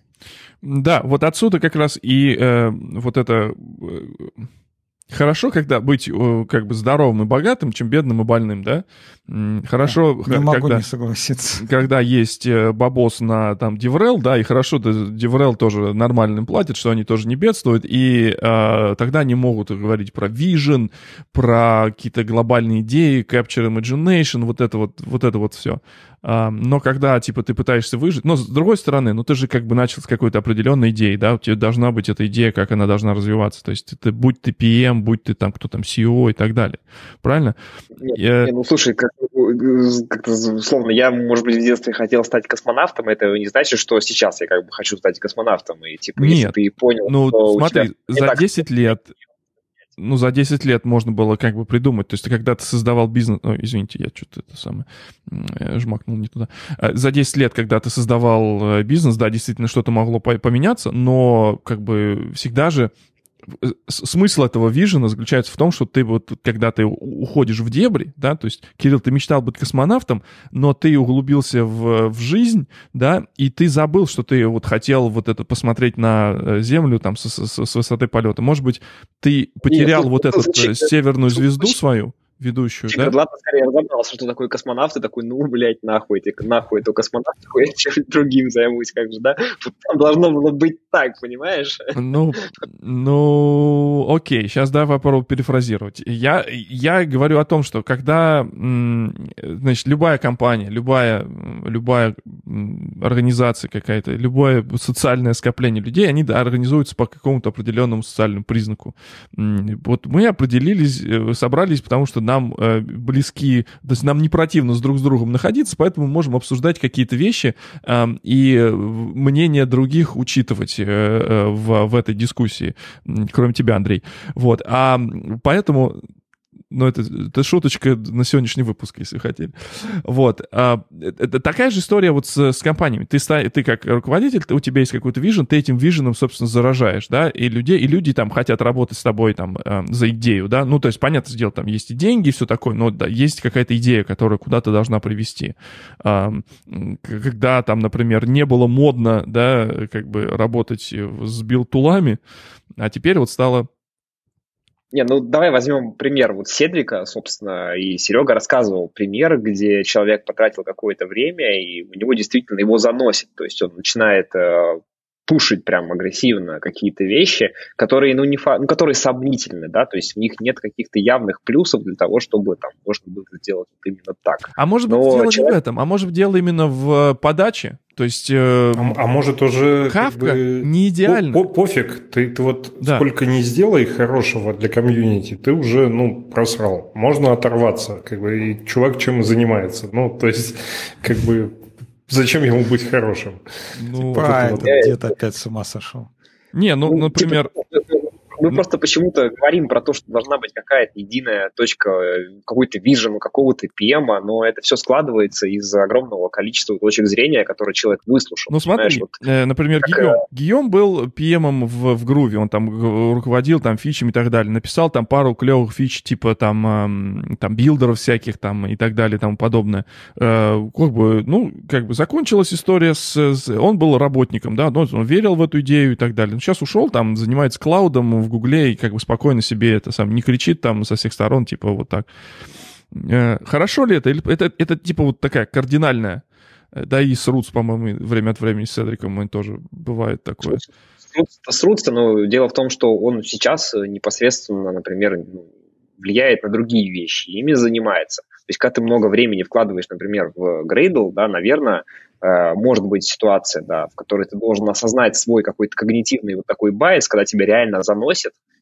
Да, вот отсюда как раз и э, вот это... Э, хорошо, когда быть э, как бы здоровым и богатым, чем бедным и больным, да? Хорошо, не когда, могу не согласиться. Когда есть бабос на там DevRel, да, и хорошо, DevRel тоже нормально им платит, что они тоже не бедствуют, и э, тогда они могут говорить про vision, про какие-то глобальные идеи, capture imagination, вот это вот, вот это вот все. Uh, но когда, типа, ты пытаешься выжить... Но, с другой стороны, ну, ты же как бы начал с какой-то определенной идеи, да? У тебя должна быть эта идея, как она должна развиваться. То есть, это, будь ты пи эм, будь ты там, кто там, си и о и так далее. Правильно? Нет, я... ну, слушай, как, как-то условно, я, может быть, в детстве хотел стать космонавтом, это не значит, что сейчас я как бы хочу стать космонавтом. И, типа, Нет, если ты понял, ну, что смотри, за так... десять лет... Ну, за десять лет можно было как бы придумать. То есть, когда ты создавал бизнес... Ой, извините, я что-то это самое жмакнул не туда. За десять лет, когда ты создавал бизнес, да, действительно что-то могло поменяться, но как бы всегда же смысл этого вижена заключается в том, что ты вот, когда ты уходишь в дебри, да, то есть, Кирилл, ты мечтал быть космонавтом, но ты углубился в, в жизнь, да, и ты забыл, что ты вот хотел вот это посмотреть на Землю там с, с, с высоты полета. Может быть, ты потерял Нет, вот эту северную звезду свою, ведущую, Чикард да? Ладно, скорее разобрался, что такое космонавт, и такой, ну, блядь, нахуй, ты, нахуй, это космонавт, я чем-нибудь другим займусь, как же, да? Там должно было быть так, понимаешь? Ну, ну, окей, сейчас давай попробую перефразировать. Я, я говорю о том, что когда, значит, любая компания, любая, любая организация какая-то, любое социальное скопление людей, они да, организуются по какому-то определенному социальному признаку. Вот мы определились, собрались, потому что нам э, близки, то есть нам не противно с друг с другом находиться, поэтому мы можем обсуждать какие-то вещи э, и мнения других учитывать э, э, в, в этой дискуссии, кроме тебя, Андрей. Вот, а поэтому... Ну, это, это шуточка на сегодняшний выпуск, если хотели. Вот. А, это такая же история вот с, с компаниями. Ты, ты как руководитель, у тебя есть какой-то вижен, ты этим виженом, собственно, заражаешь, да, и, людей, и люди там хотят работать с тобой там за идею, да. Ну, то есть, понятное дело, там есть и деньги, и все такое, но да, есть какая-то идея, которая куда-то должна привести. А, когда там, например, не было модно, да, как бы работать с билд-тулами, а теперь вот стало... Не, ну давай возьмем пример вот Седрика, собственно, и Серега рассказывал пример, где человек потратил какое-то время, и у него действительно его заносит, то есть он начинает э, пушить прям агрессивно какие-то вещи, которые, ну, не фа... ну, которые сомнительны, да, то есть в них нет каких-то явных плюсов для того, чтобы там можно было сделать вот именно так. А может быть, Но дело человек... не в этом, а может быть, дело именно в подаче? То есть... Э, а, а может уже... Кавка как бы, не идеально. По, по, пофиг, ты, ты вот да. сколько не сделай хорошего для комьюнити, ты уже, ну, просрал. Можно оторваться, как бы, и чувак чем и занимается. Ну, то есть, как бы, зачем ему быть хорошим? Ну, типа, вот это вот. Где-то опять с ума сошел. Не, ну, ну например... Типа, мы ну, просто почему-то говорим про то, что должна быть какая-то единая точка, какой-то вижен у какого-то пи эм, но это все складывается из огромного количества точек зрения, которые человек выслушал. Ну смотри, вот, э, например, как... Гийом. Гийом был пи эм в, в Груве, он там руководил там фичами и так далее, написал там пару клевых фич, типа там, э, там билдеров всяких там и так далее, тому подобное. Э, как бы, ну, как бы закончилась история с... с он был работником, да, он, он верил в эту идею и так далее. Но сейчас ушел, там, занимается клаудом в Гугле и как бы спокойно себе это сам не кричит там со всех сторон, типа вот так. Хорошо ли это? Или это, это типа вот такая кардинальная? Да и с Рутс, по-моему, время от времени с Седриком тоже бывает такое. С Рутс, но дело в том, что он сейчас непосредственно, например, влияет на другие вещи, ими занимается. То есть, когда ты много времени вкладываешь, например, в Gradle, да, наверное, э, может быть ситуация, да, в которой ты должен осознать свой какой-то когнитивный вот такой байс, когда тебя реально заносит,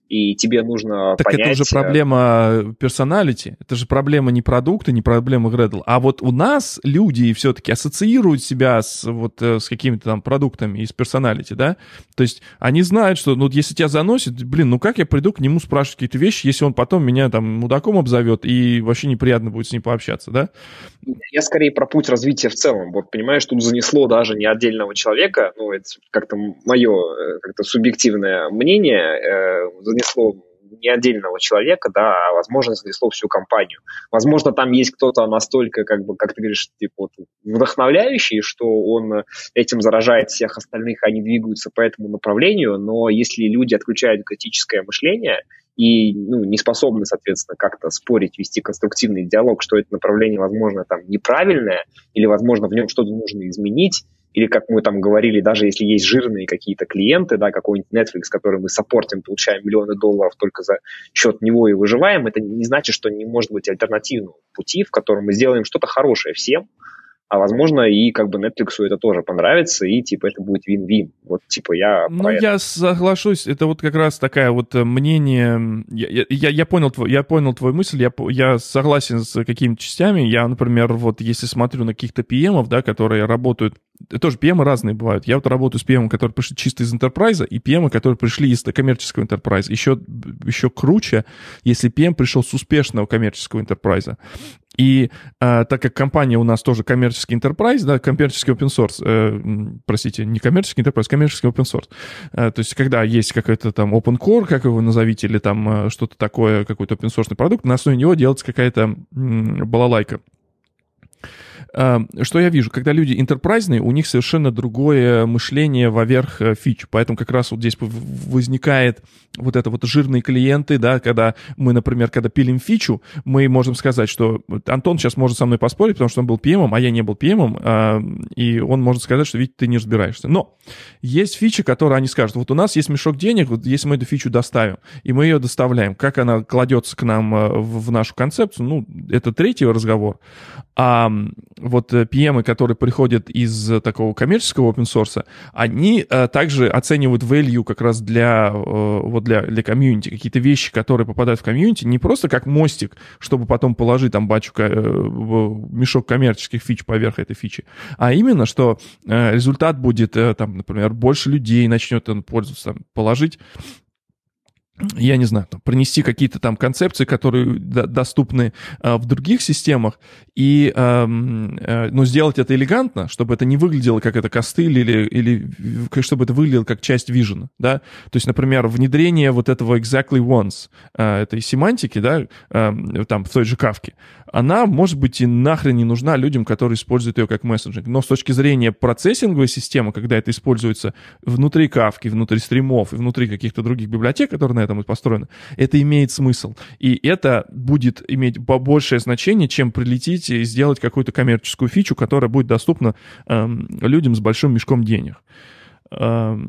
и тебе нужно так понять... Так это уже проблема персоналити, это же проблема не продукта, не проблема Gradle, а вот у нас люди все-таки ассоциируют себя с, вот, с какими-то там продуктами из персоналити, да, то есть они знают, что ну, если тебя заносит, блин, ну как я приду к нему спрашивать какие-то вещи, если он потом меня там мудаком обзовет и вообще неприятно будет с ним пообщаться, да? Я скорее про путь развития в целом. Вот, понимаешь, тут занесло даже не отдельного человека, ну, это как-то мое как-то субъективное мнение, занесло не отдельного человека, да, а, возможно, занесло всю компанию. Возможно, там есть кто-то настолько, как бы, как ты говоришь, типа, вот, вдохновляющий, что он этим заражает всех остальных, они двигаются по этому направлению, но если люди отключают критическое мышление и ну, не способны, соответственно, как-то спорить, вести конструктивный диалог, что это направление, возможно, там неправильное, или, возможно, в нем что-то нужно изменить, или, как мы там говорили, даже если есть жирные какие-то клиенты, да, какой-нибудь Netflix, который мы саппортим, получаем миллионы долларов только за счет него и выживаем, это не значит, что не может быть альтернативного пути, в котором мы сделаем что-то хорошее всем, а возможно и как бы Netflix это тоже понравится, и типа это будет вин-вин. Вот типа я... Ну, я соглашусь, это вот как раз такая вот мнение... Я, я, я, понял, твой, я понял твою мысль, я, я согласен с какими-то частями. Я, например, вот если смотрю на каких-то пи эм-ов, да, которые работают... Тоже пи эм-ы разные бывают. Я вот работаю с пи эм, которые пришли чисто из Enterprise, и пи эм, которые пришли из коммерческого Enterprise. Еще, еще круче, если пи эм пришел с успешного коммерческого Enterprise. И э, так как компания у нас тоже коммерческий enterprise, да, коммерческий open source, э, простите, не коммерческий enterprise, коммерческий open source. Э, то есть когда есть какой-то там open core, как его назовите, или там э, что-то такое, какой-то open source продукт, на основе него делается какая-то м, балалайка. Что я вижу? Когда люди интерпрайзные, у них совершенно другое мышление поверх фич. Поэтому как раз вот здесь возникает вот это вот жирные клиенты, да, когда мы, например, когда пилим фичу, мы можем сказать, что Антон сейчас может со мной поспорить, потому что он был пи эм, а я не был пи эм, и он может сказать, что, видите, ты не разбираешься. Но есть фичи, которые они скажут, вот у нас есть мешок денег, вот если мы эту фичу доставим, и мы ее доставляем, как она кладется к нам в нашу концепцию, ну, это третий разговор. А вот пи эм, которые приходят из такого коммерческого open source, они а, также оценивают value как раз для, вот для, для комьюнити. Какие-то вещи, которые попадают в комьюнити, не просто как мостик, чтобы потом положить там бачу, мешок коммерческих фич поверх этой фичи, а именно, что результат будет, там, например, больше людей начнет пользоваться, там, положить, я не знаю, там, принести какие-то там концепции, которые д- доступны э, в других системах, и, э, э, ну, сделать это элегантно, чтобы это не выглядело как это костыль, или, или чтобы это выглядело как часть вижена, да, то есть, например, внедрение вот этого exactly once, э, этой семантики, да, э, там, в той же Кафке, она, может быть, и нахрен не нужна людям, которые используют ее как месседжинг, но с точки зрения процессинговой системы, когда это используется внутри Кафки, внутри стримов и внутри каких-то других библиотек, которые на этом построено, это имеет смысл. И это будет иметь большее значение, чем прилететь и сделать какую-то коммерческую фичу, которая будет доступна эм, людям с большим мешком денег. Эм,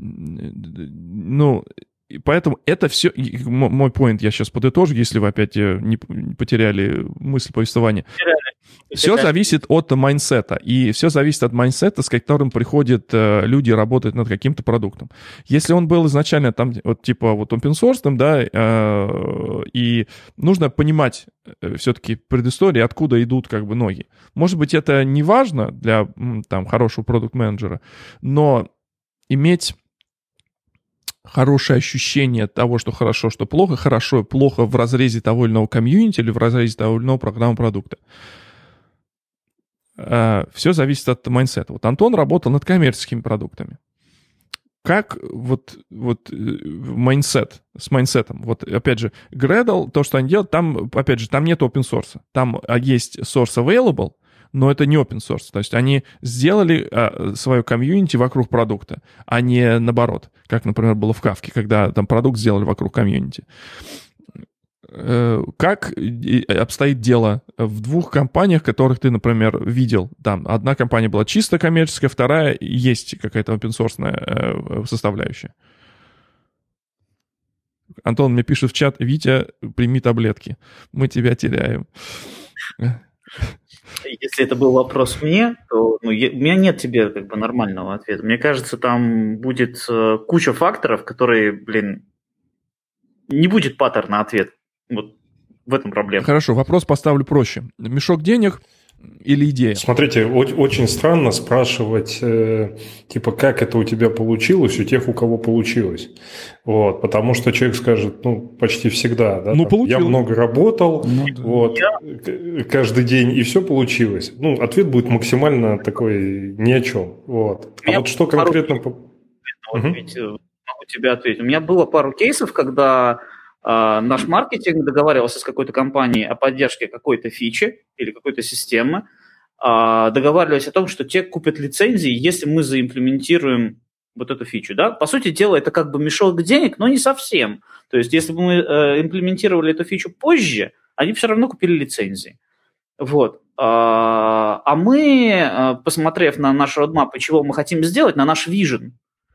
ну, и поэтому это все... Мой поинт я сейчас подытожу, если вы опять не потеряли мысль повествования. Все зависит от майндсета, и все зависит от майндсета, с которым приходят э, люди работать над каким-то продуктом. Если он был изначально там, вот, типа, вот open source, да, э, и нужно понимать э, все-таки предысторию, откуда идут как бы ноги. Может быть, это не важно для там хорошего продукт-менеджера, но иметь хорошее ощущение того, что хорошо, что плохо, хорошо и плохо в разрезе того или иного комьюнити или в разрезе того или иного программного продукта. Все зависит от майндсета. Вот Антон работал над коммерческими продуктами. Как вот, вот майндсет, с майндсетом? Вот опять же, Gradle, то, что они делают, там, опять же, там нет open source. Там есть source available, но это не open source. То есть они сделали а, свое комьюнити вокруг продукта, а не наоборот, как, например, было в Кафке, когда там продукт сделали вокруг комьюнити. Как обстоит дело в двух компаниях, которых ты, например, видел? Там одна компания была чисто коммерческая, вторая есть какая-то open-source составляющая. Антон мне пишет в чат: Витя, прими таблетки, мы тебя теряем. Если это был вопрос мне, то ну, я, у меня нет тебе как бы нормального ответа. Мне кажется, там будет э, куча факторов, которые, блин, не будет паттерна ответ. Вот в этом проблема. Хорошо, вопрос поставлю проще. Мешок денег или идея? Смотрите, очень странно спрашивать, э, типа, как это у тебя получилось, у тех, у кого получилось. Вот, потому что человек скажет, ну, почти всегда, да, ну, там, я много работал, ну, да. вот, я... каждый день, и все получилось. Ну, ответ будет максимально такой ни о чем. Вот. А вот что конкретно... Пару... Вот, угу. Ведь, могу тебе ответить. У меня было пару кейсов, когда э, наш маркетинг договаривался с какой-то компанией о поддержке какой-то фичи или какой-то системы, э, договаривались о том, что те купят лицензии, если мы заимплементируем вот эту фичу. Да? По сути дела, это как бы мешок денег, но не совсем. То есть, если бы мы э, имплементировали эту фичу позже, они все равно купили лицензии. Вот. А мы, посмотрев на наш roadmap и чего мы хотим сделать, на наш vision,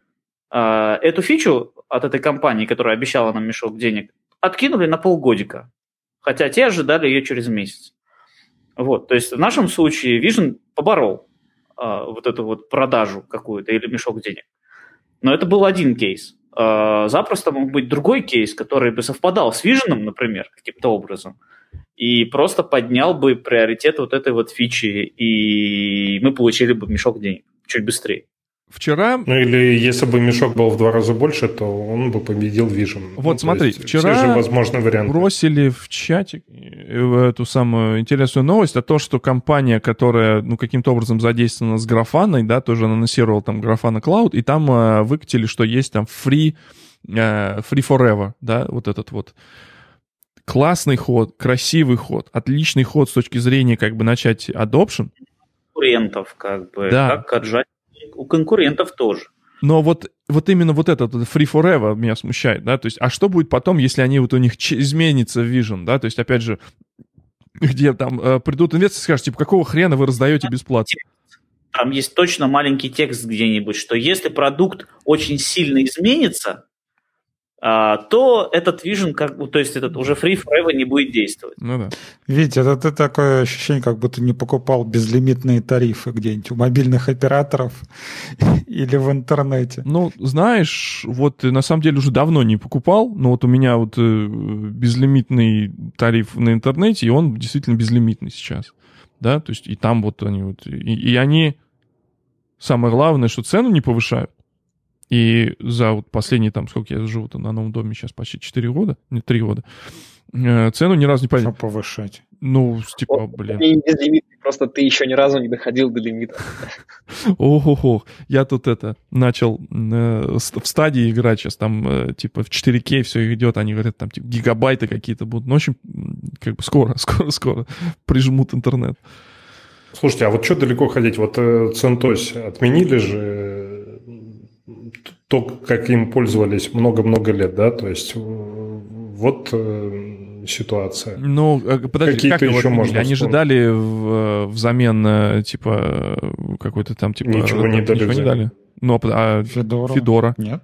эту фичу от этой компании, которая обещала нам мешок денег, откинули на полгодика, хотя те ожидали ее через месяц. Вот. То есть в нашем случае vision поборол вот эту вот продажу какую-то или мешок денег. Но это был один кейс. Запросто мог быть другой кейс, который бы совпадал с vision, например, каким-то образом, и просто поднял бы приоритет вот этой вот фичи, и мы получили бы мешок денег чуть быстрее. Вчера... Ну или если бы мешок был в два раза больше, то он бы победил Vision. Вот ну, смотри, вчера все же возможны варианты. Бросили в чатик эту самую интересную новость о том, что компания, которая ну, каким-то образом задействована с Grafana, да, тоже анонсировала там Grafana Cloud, и там э, выкатили, что есть там free, э, free forever, да, вот этот вот классный ход, красивый ход, отличный ход с точки зрения как бы начать adoption. Конкурентов как бы, да. Как отжать. У конкурентов тоже. Но вот, вот именно вот этот free forever меня смущает, да, то есть, а что будет потом, если они вот у них ч- изменится vision, да, то есть, опять же, где там э, придут инвесторы и скажут, типа, какого хрена вы раздаете бесплатно? Там есть точно маленький текст где-нибудь, что если продукт очень сильно изменится, а, то этот vision, как бы, то есть этот уже free forever не будет действовать. Ну да. Витя, это ты такое ощущение, как будто не покупал безлимитные тарифы где-нибудь у мобильных операторов или в интернете. Ну, знаешь, вот на самом деле уже давно не покупал, но вот у меня вот э, безлимитный тариф на интернете, и он действительно безлимитный сейчас, да, то есть и там вот они вот, и, и они, самое главное, что цену не повышают. И за вот последние, там, сколько я живу на новом доме сейчас, почти четыре года, не три года, э, цену ни разу не подняли. Что повышать? Ну, типа, блин. Безлимитный, просто ты еще ни разу не доходил до лимита. Ох-ох-ох, я тут это, начал э, в стадии играть сейчас, там, э, типа, в четыре кей все идет, они говорят, там, типа, гигабайты какие-то будут. Ну, в общем, как бы скоро, скоро-скоро прижмут интернет. Слушайте, а вот что далеко ходить? Вот э, Центось отменили же то, как им пользовались много-много лет, да, то есть вот э, ситуация. Ну, подожди, какие-то как еще можно Они вспомнить? же дали в, взамен, типа, какой-то там, типа... Ничего не дали. Ничего не дали. Ну, а Федора? Федора? Нет.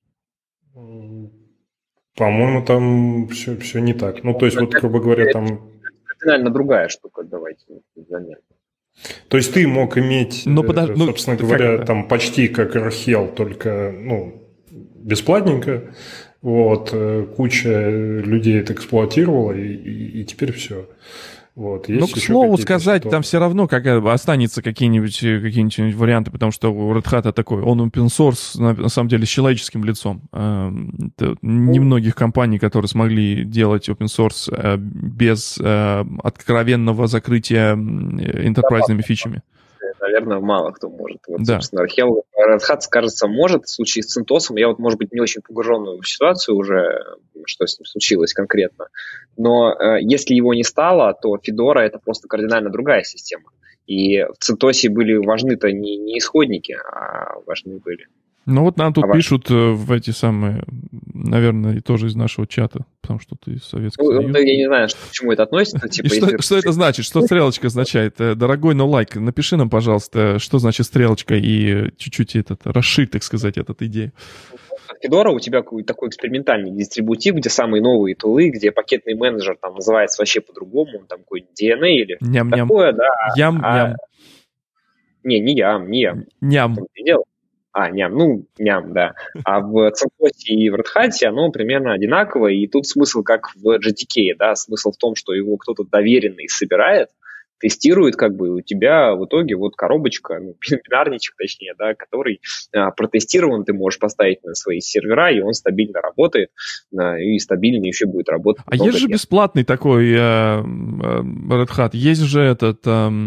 По-моему, там все, все не так. Ну, то есть, вот, грубо говоря, там... Кардинально другая штука, давайте взамен. То есть ты мог иметь, ну, подож... собственно ну, говоря, там почти как Архел, только ну, бесплатненько. Вот, куча людей это эксплуатировала, и, и, и теперь все. Вот, есть ну, к слову сказать, ситуации. Там все равно как, останется какие-нибудь, какие-нибудь варианты, потому что у Red Hat такой, он open source, на, на самом деле, с человеческим лицом. Это немногих компаний, которые смогли делать open source без откровенного закрытия enterprise-ными фичами. Наверное, мало кто может. Вот, да. Собственно, Архел, Red Hat, кажется, может. В случае с Центосом, я вот, может быть, не очень погружен в ситуацию уже, что с ним случилось конкретно. Но э, если его не стало, то Fedora — это просто кардинально другая система. И в Центосе были важны-то не, не исходники, а важны были. Ну вот нам тут а пишут ваш... в эти самые, наверное, и тоже из нашего чата, потому что ты из Советского ну, Союза. Я не знаю, что, к чему это относится. Типа, что, если... что это значит? Что стрелочка означает? Дорогой, но лайк, напиши нам, пожалуйста, что значит стрелочка, и чуть-чуть этот, расширь, так сказать, эту идею. Fedora у тебя такой экспериментальный дистрибутив, где самые новые тулы, где пакетный менеджер там называется вообще по-другому, он там какой-нибудь ди эн эй или Ням-ням. такое, да. Ям-ням. А... Не, не ям, не ям. Ням. Дело. А, ням, ну, ням, да. А в CentOS и в Red Hat оно примерно одинаковое, и тут смысл как в джей ди кей, да, смысл в том, что его кто-то доверенный собирает, тестирует, как бы, у тебя в итоге вот коробочка, ну, бинарничек, точнее, да, который а, протестирован, ты можешь поставить на свои сервера, и он стабильно работает, а, и стабильно еще будет работать. А есть же лет. Бесплатный такой э, Red Hat, есть же этот э,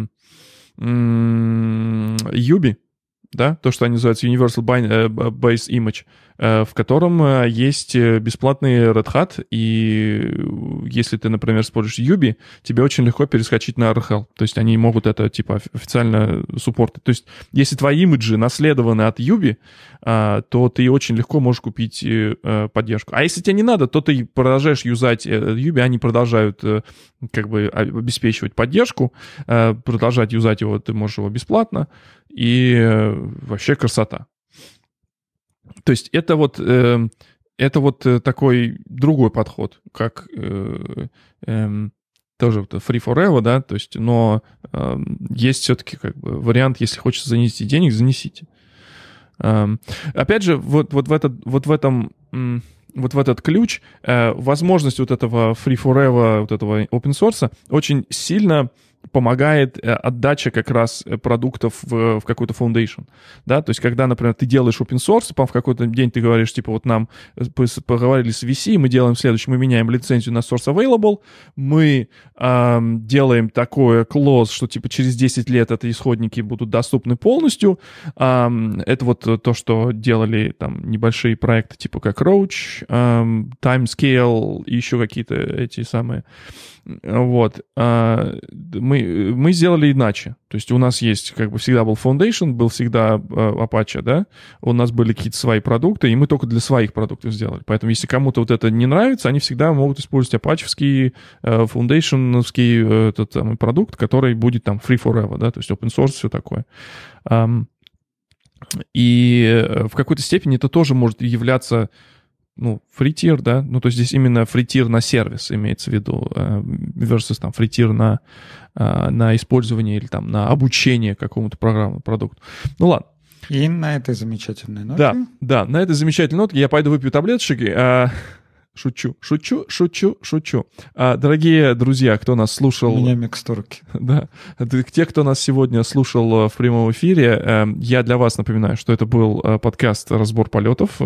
э, Юби, да, то, что они называют Universal Base Image, в котором есть бесплатный Red Hat, и если ты, например, используешь Юби, тебе очень легко перескочить на ар эл эл, то есть они могут это, типа, официально суппортить. То есть если твои имиджи наследованы от Юби, то ты очень легко можешь купить поддержку. А если тебе не надо, то ты продолжаешь юзать Юби, они продолжают как бы обеспечивать поддержку, продолжать юзать его, ты можешь его бесплатно, и вообще красота. То есть это вот, э, это вот такой другой подход, как э, э, тоже free forever, да, то есть, но э, есть все-таки как бы вариант, если хочется занести денег, занесите. Э, опять же, вот, вот, в этот, вот в этом... М- вот в этот ключ э, возможность вот этого free forever, вот этого open source очень сильно помогает отдача как раз продуктов в, в какой-то foundation, да, то есть когда, например, ты делаешь open source, потом в какой-то день ты говоришь, типа, вот нам поговорили с ви си, мы делаем следующее, мы меняем лицензию на source available, мы эм, делаем такое clause, что, типа, через десять лет это исходники будут доступны полностью, эм, это вот то, что делали там небольшие проекты, типа, как Roach, эм, Timescale и еще какие-то эти самые, вот, э, мы, мы сделали иначе. То есть у нас есть, как бы, всегда был Foundation, был всегда э, Apache, да, у нас были какие-то свои продукты, и мы только для своих продуктов сделали. Поэтому если кому-то вот это не нравится, они всегда могут использовать Apache-вский, э, Foundation-овский э, этот самый продукт, который будет там free forever, да, то есть open source, все такое. Um, и в какой-то степени это тоже может являться, ну, free-tier, да, ну, то есть здесь именно free-tier на сервис имеется в виду, versus там free-tier на, на использование или там на обучение какому-то программному продукту. Ну, ладно. И на этой замечательной ноте. Да, да, на этой замечательной ноте я пойду выпью таблеточки. А... Шучу, шучу, шучу, шучу. А, дорогие друзья, кто нас слушал... У меня микстурки. Да. Те, кто нас сегодня слушал в прямом эфире, я для вас напоминаю, что это был подкаст «Разбор полетов»,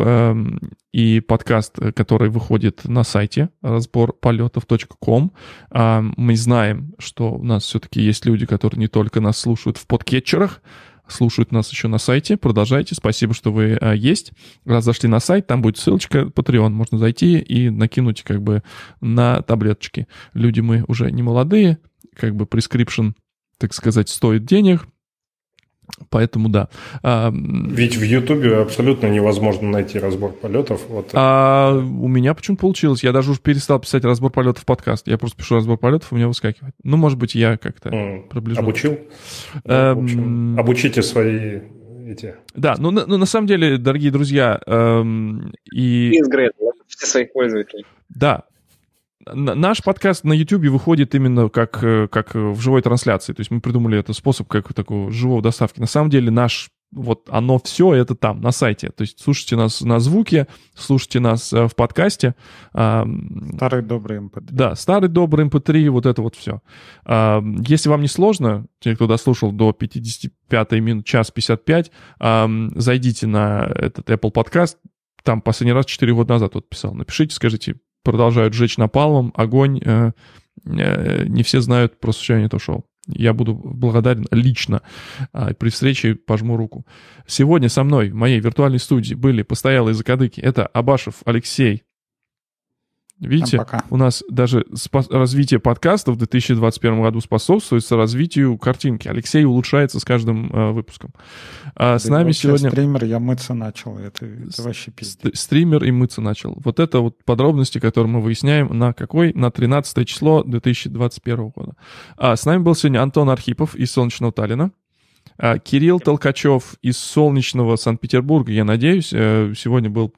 и подкаст, который выходит на сайте разбор полетов точка ком. Мы знаем, что у нас все-таки есть люди, которые не только нас слушают в подкетчерах, слушают нас еще на сайте. Продолжайте. Спасибо, что вы а, есть. Раз зашли на сайт, там будет ссылочка Patreon. Можно зайти и накинуть как бы на таблеточки. Люди мы уже не молодые. Как бы prescription, так сказать, стоит денег. Поэтому да. А, Ведь в Ютубе абсолютно невозможно найти разбор полетов. Вот. А у меня почему-то получилось. Я даже уже перестал писать разбор полетов в подкаст. Я просто пишу разбор полетов, у меня выскакивает. Ну, может быть, я как-то mm. приближу. Обучил? Эм... В общем, обучите свои эти... Да, ну, ну на самом деле, дорогие друзья, эм, и... Инсгрейд, все своих пользователей. Да. Наш подкаст на YouTube выходит именно как, как в живой трансляции. То есть мы придумали этот способ как такого живого доставки. На самом деле наш, вот оно все это там, на сайте. То есть слушайте нас на звуке, слушайте нас в подкасте. Старый добрый эм пэ три. Да, старый добрый эм пэ три, вот это вот все. Если вам не сложно, те, кто дослушал до пятьдесят пятой минуты, час пятьдесят пять, зайдите на этот Apple подкаст. Там последний раз четыре года назад вот писал. Напишите, скажите, продолжают жечь напалмом, огонь. Э, э, не все знают про существование этого шоу. Я буду благодарен лично. Э, при встрече пожму руку. Сегодня со мной в моей виртуальной студии были постоялые закадыки. Это Абашев Алексей. Видите, у нас даже спа- развитие подкастов в две тысячи двадцать первом году способствует развитию картинки. Алексей улучшается с каждым э, выпуском. А с нами сегодня... Стример, я мыться начал. Это, это вообще пиздец. Стример и мыться начал. Вот это вот подробности, которые мы выясняем на какой? На тринадцатое число две тысячи двадцать первого года. А с нами был сегодня Антон Архипов из солнечного Таллина. Кирилл Толкачев из солнечного Санкт-Петербурга, я надеюсь, сегодня был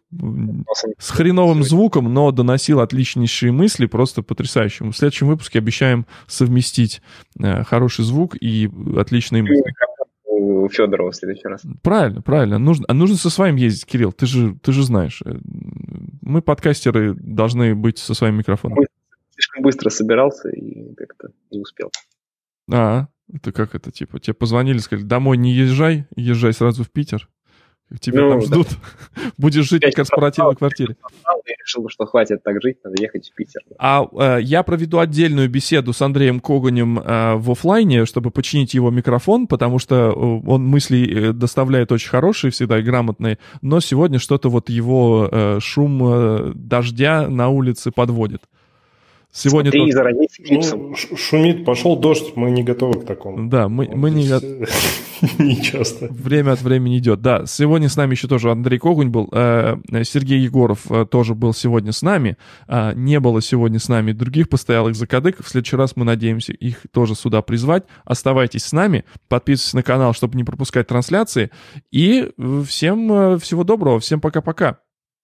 с хреновым звуком, но доносил отличнейшие мысли, просто потрясающие. В следующем выпуске обещаем совместить хороший звук и отличные мысли. у Федорова в следующий раз. Правильно, правильно. Нужно, а нужно со своим ездить, Кирилл, ты же, ты же знаешь. Мы, подкастеры, должны быть со своим микрофоном. Мы слишком быстро собирался и как-то не успел. А, это как это, типа, тебе позвонили, сказали, домой не езжай, езжай сразу в Питер. Тебя ну, там ждут. Да. Будешь жить я в корпоративной квартире. Я решил, что хватит так жить, надо ехать в Питер. А э, я проведу отдельную беседу с Андреем Коганем э, в офлайне, чтобы починить его микрофон, потому что он мысли доставляет очень хорошие всегда и грамотные, но сегодня что-то вот его э, шум э, дождя на улице подводит. Сегодня Смотри, тот... заранить ну, шумит, пошел дождь, мы не готовы к такому. Да, мы, мы не готовы. Не часто. Время от времени идет. Да, сегодня с нами еще тоже Андрей Когунь был, Сергей Егоров тоже был сегодня с нами. Не было сегодня с нами других постоялых закадыков. В следующий раз мы надеемся их тоже сюда призвать. Оставайтесь с нами, подписывайтесь на канал, чтобы не пропускать трансляции. И всем всего доброго, всем пока-пока.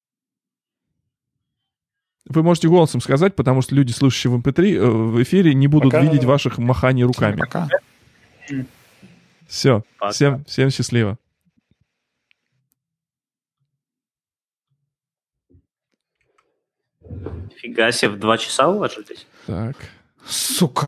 Вы можете голосом сказать, потому что люди, слушающие в эм пэ три, в эфире не будут пока. Видеть ваших маханий руками. Пока. Все. Всем, всем счастливо. Фига себе, в два часа уложились? Так. Сука.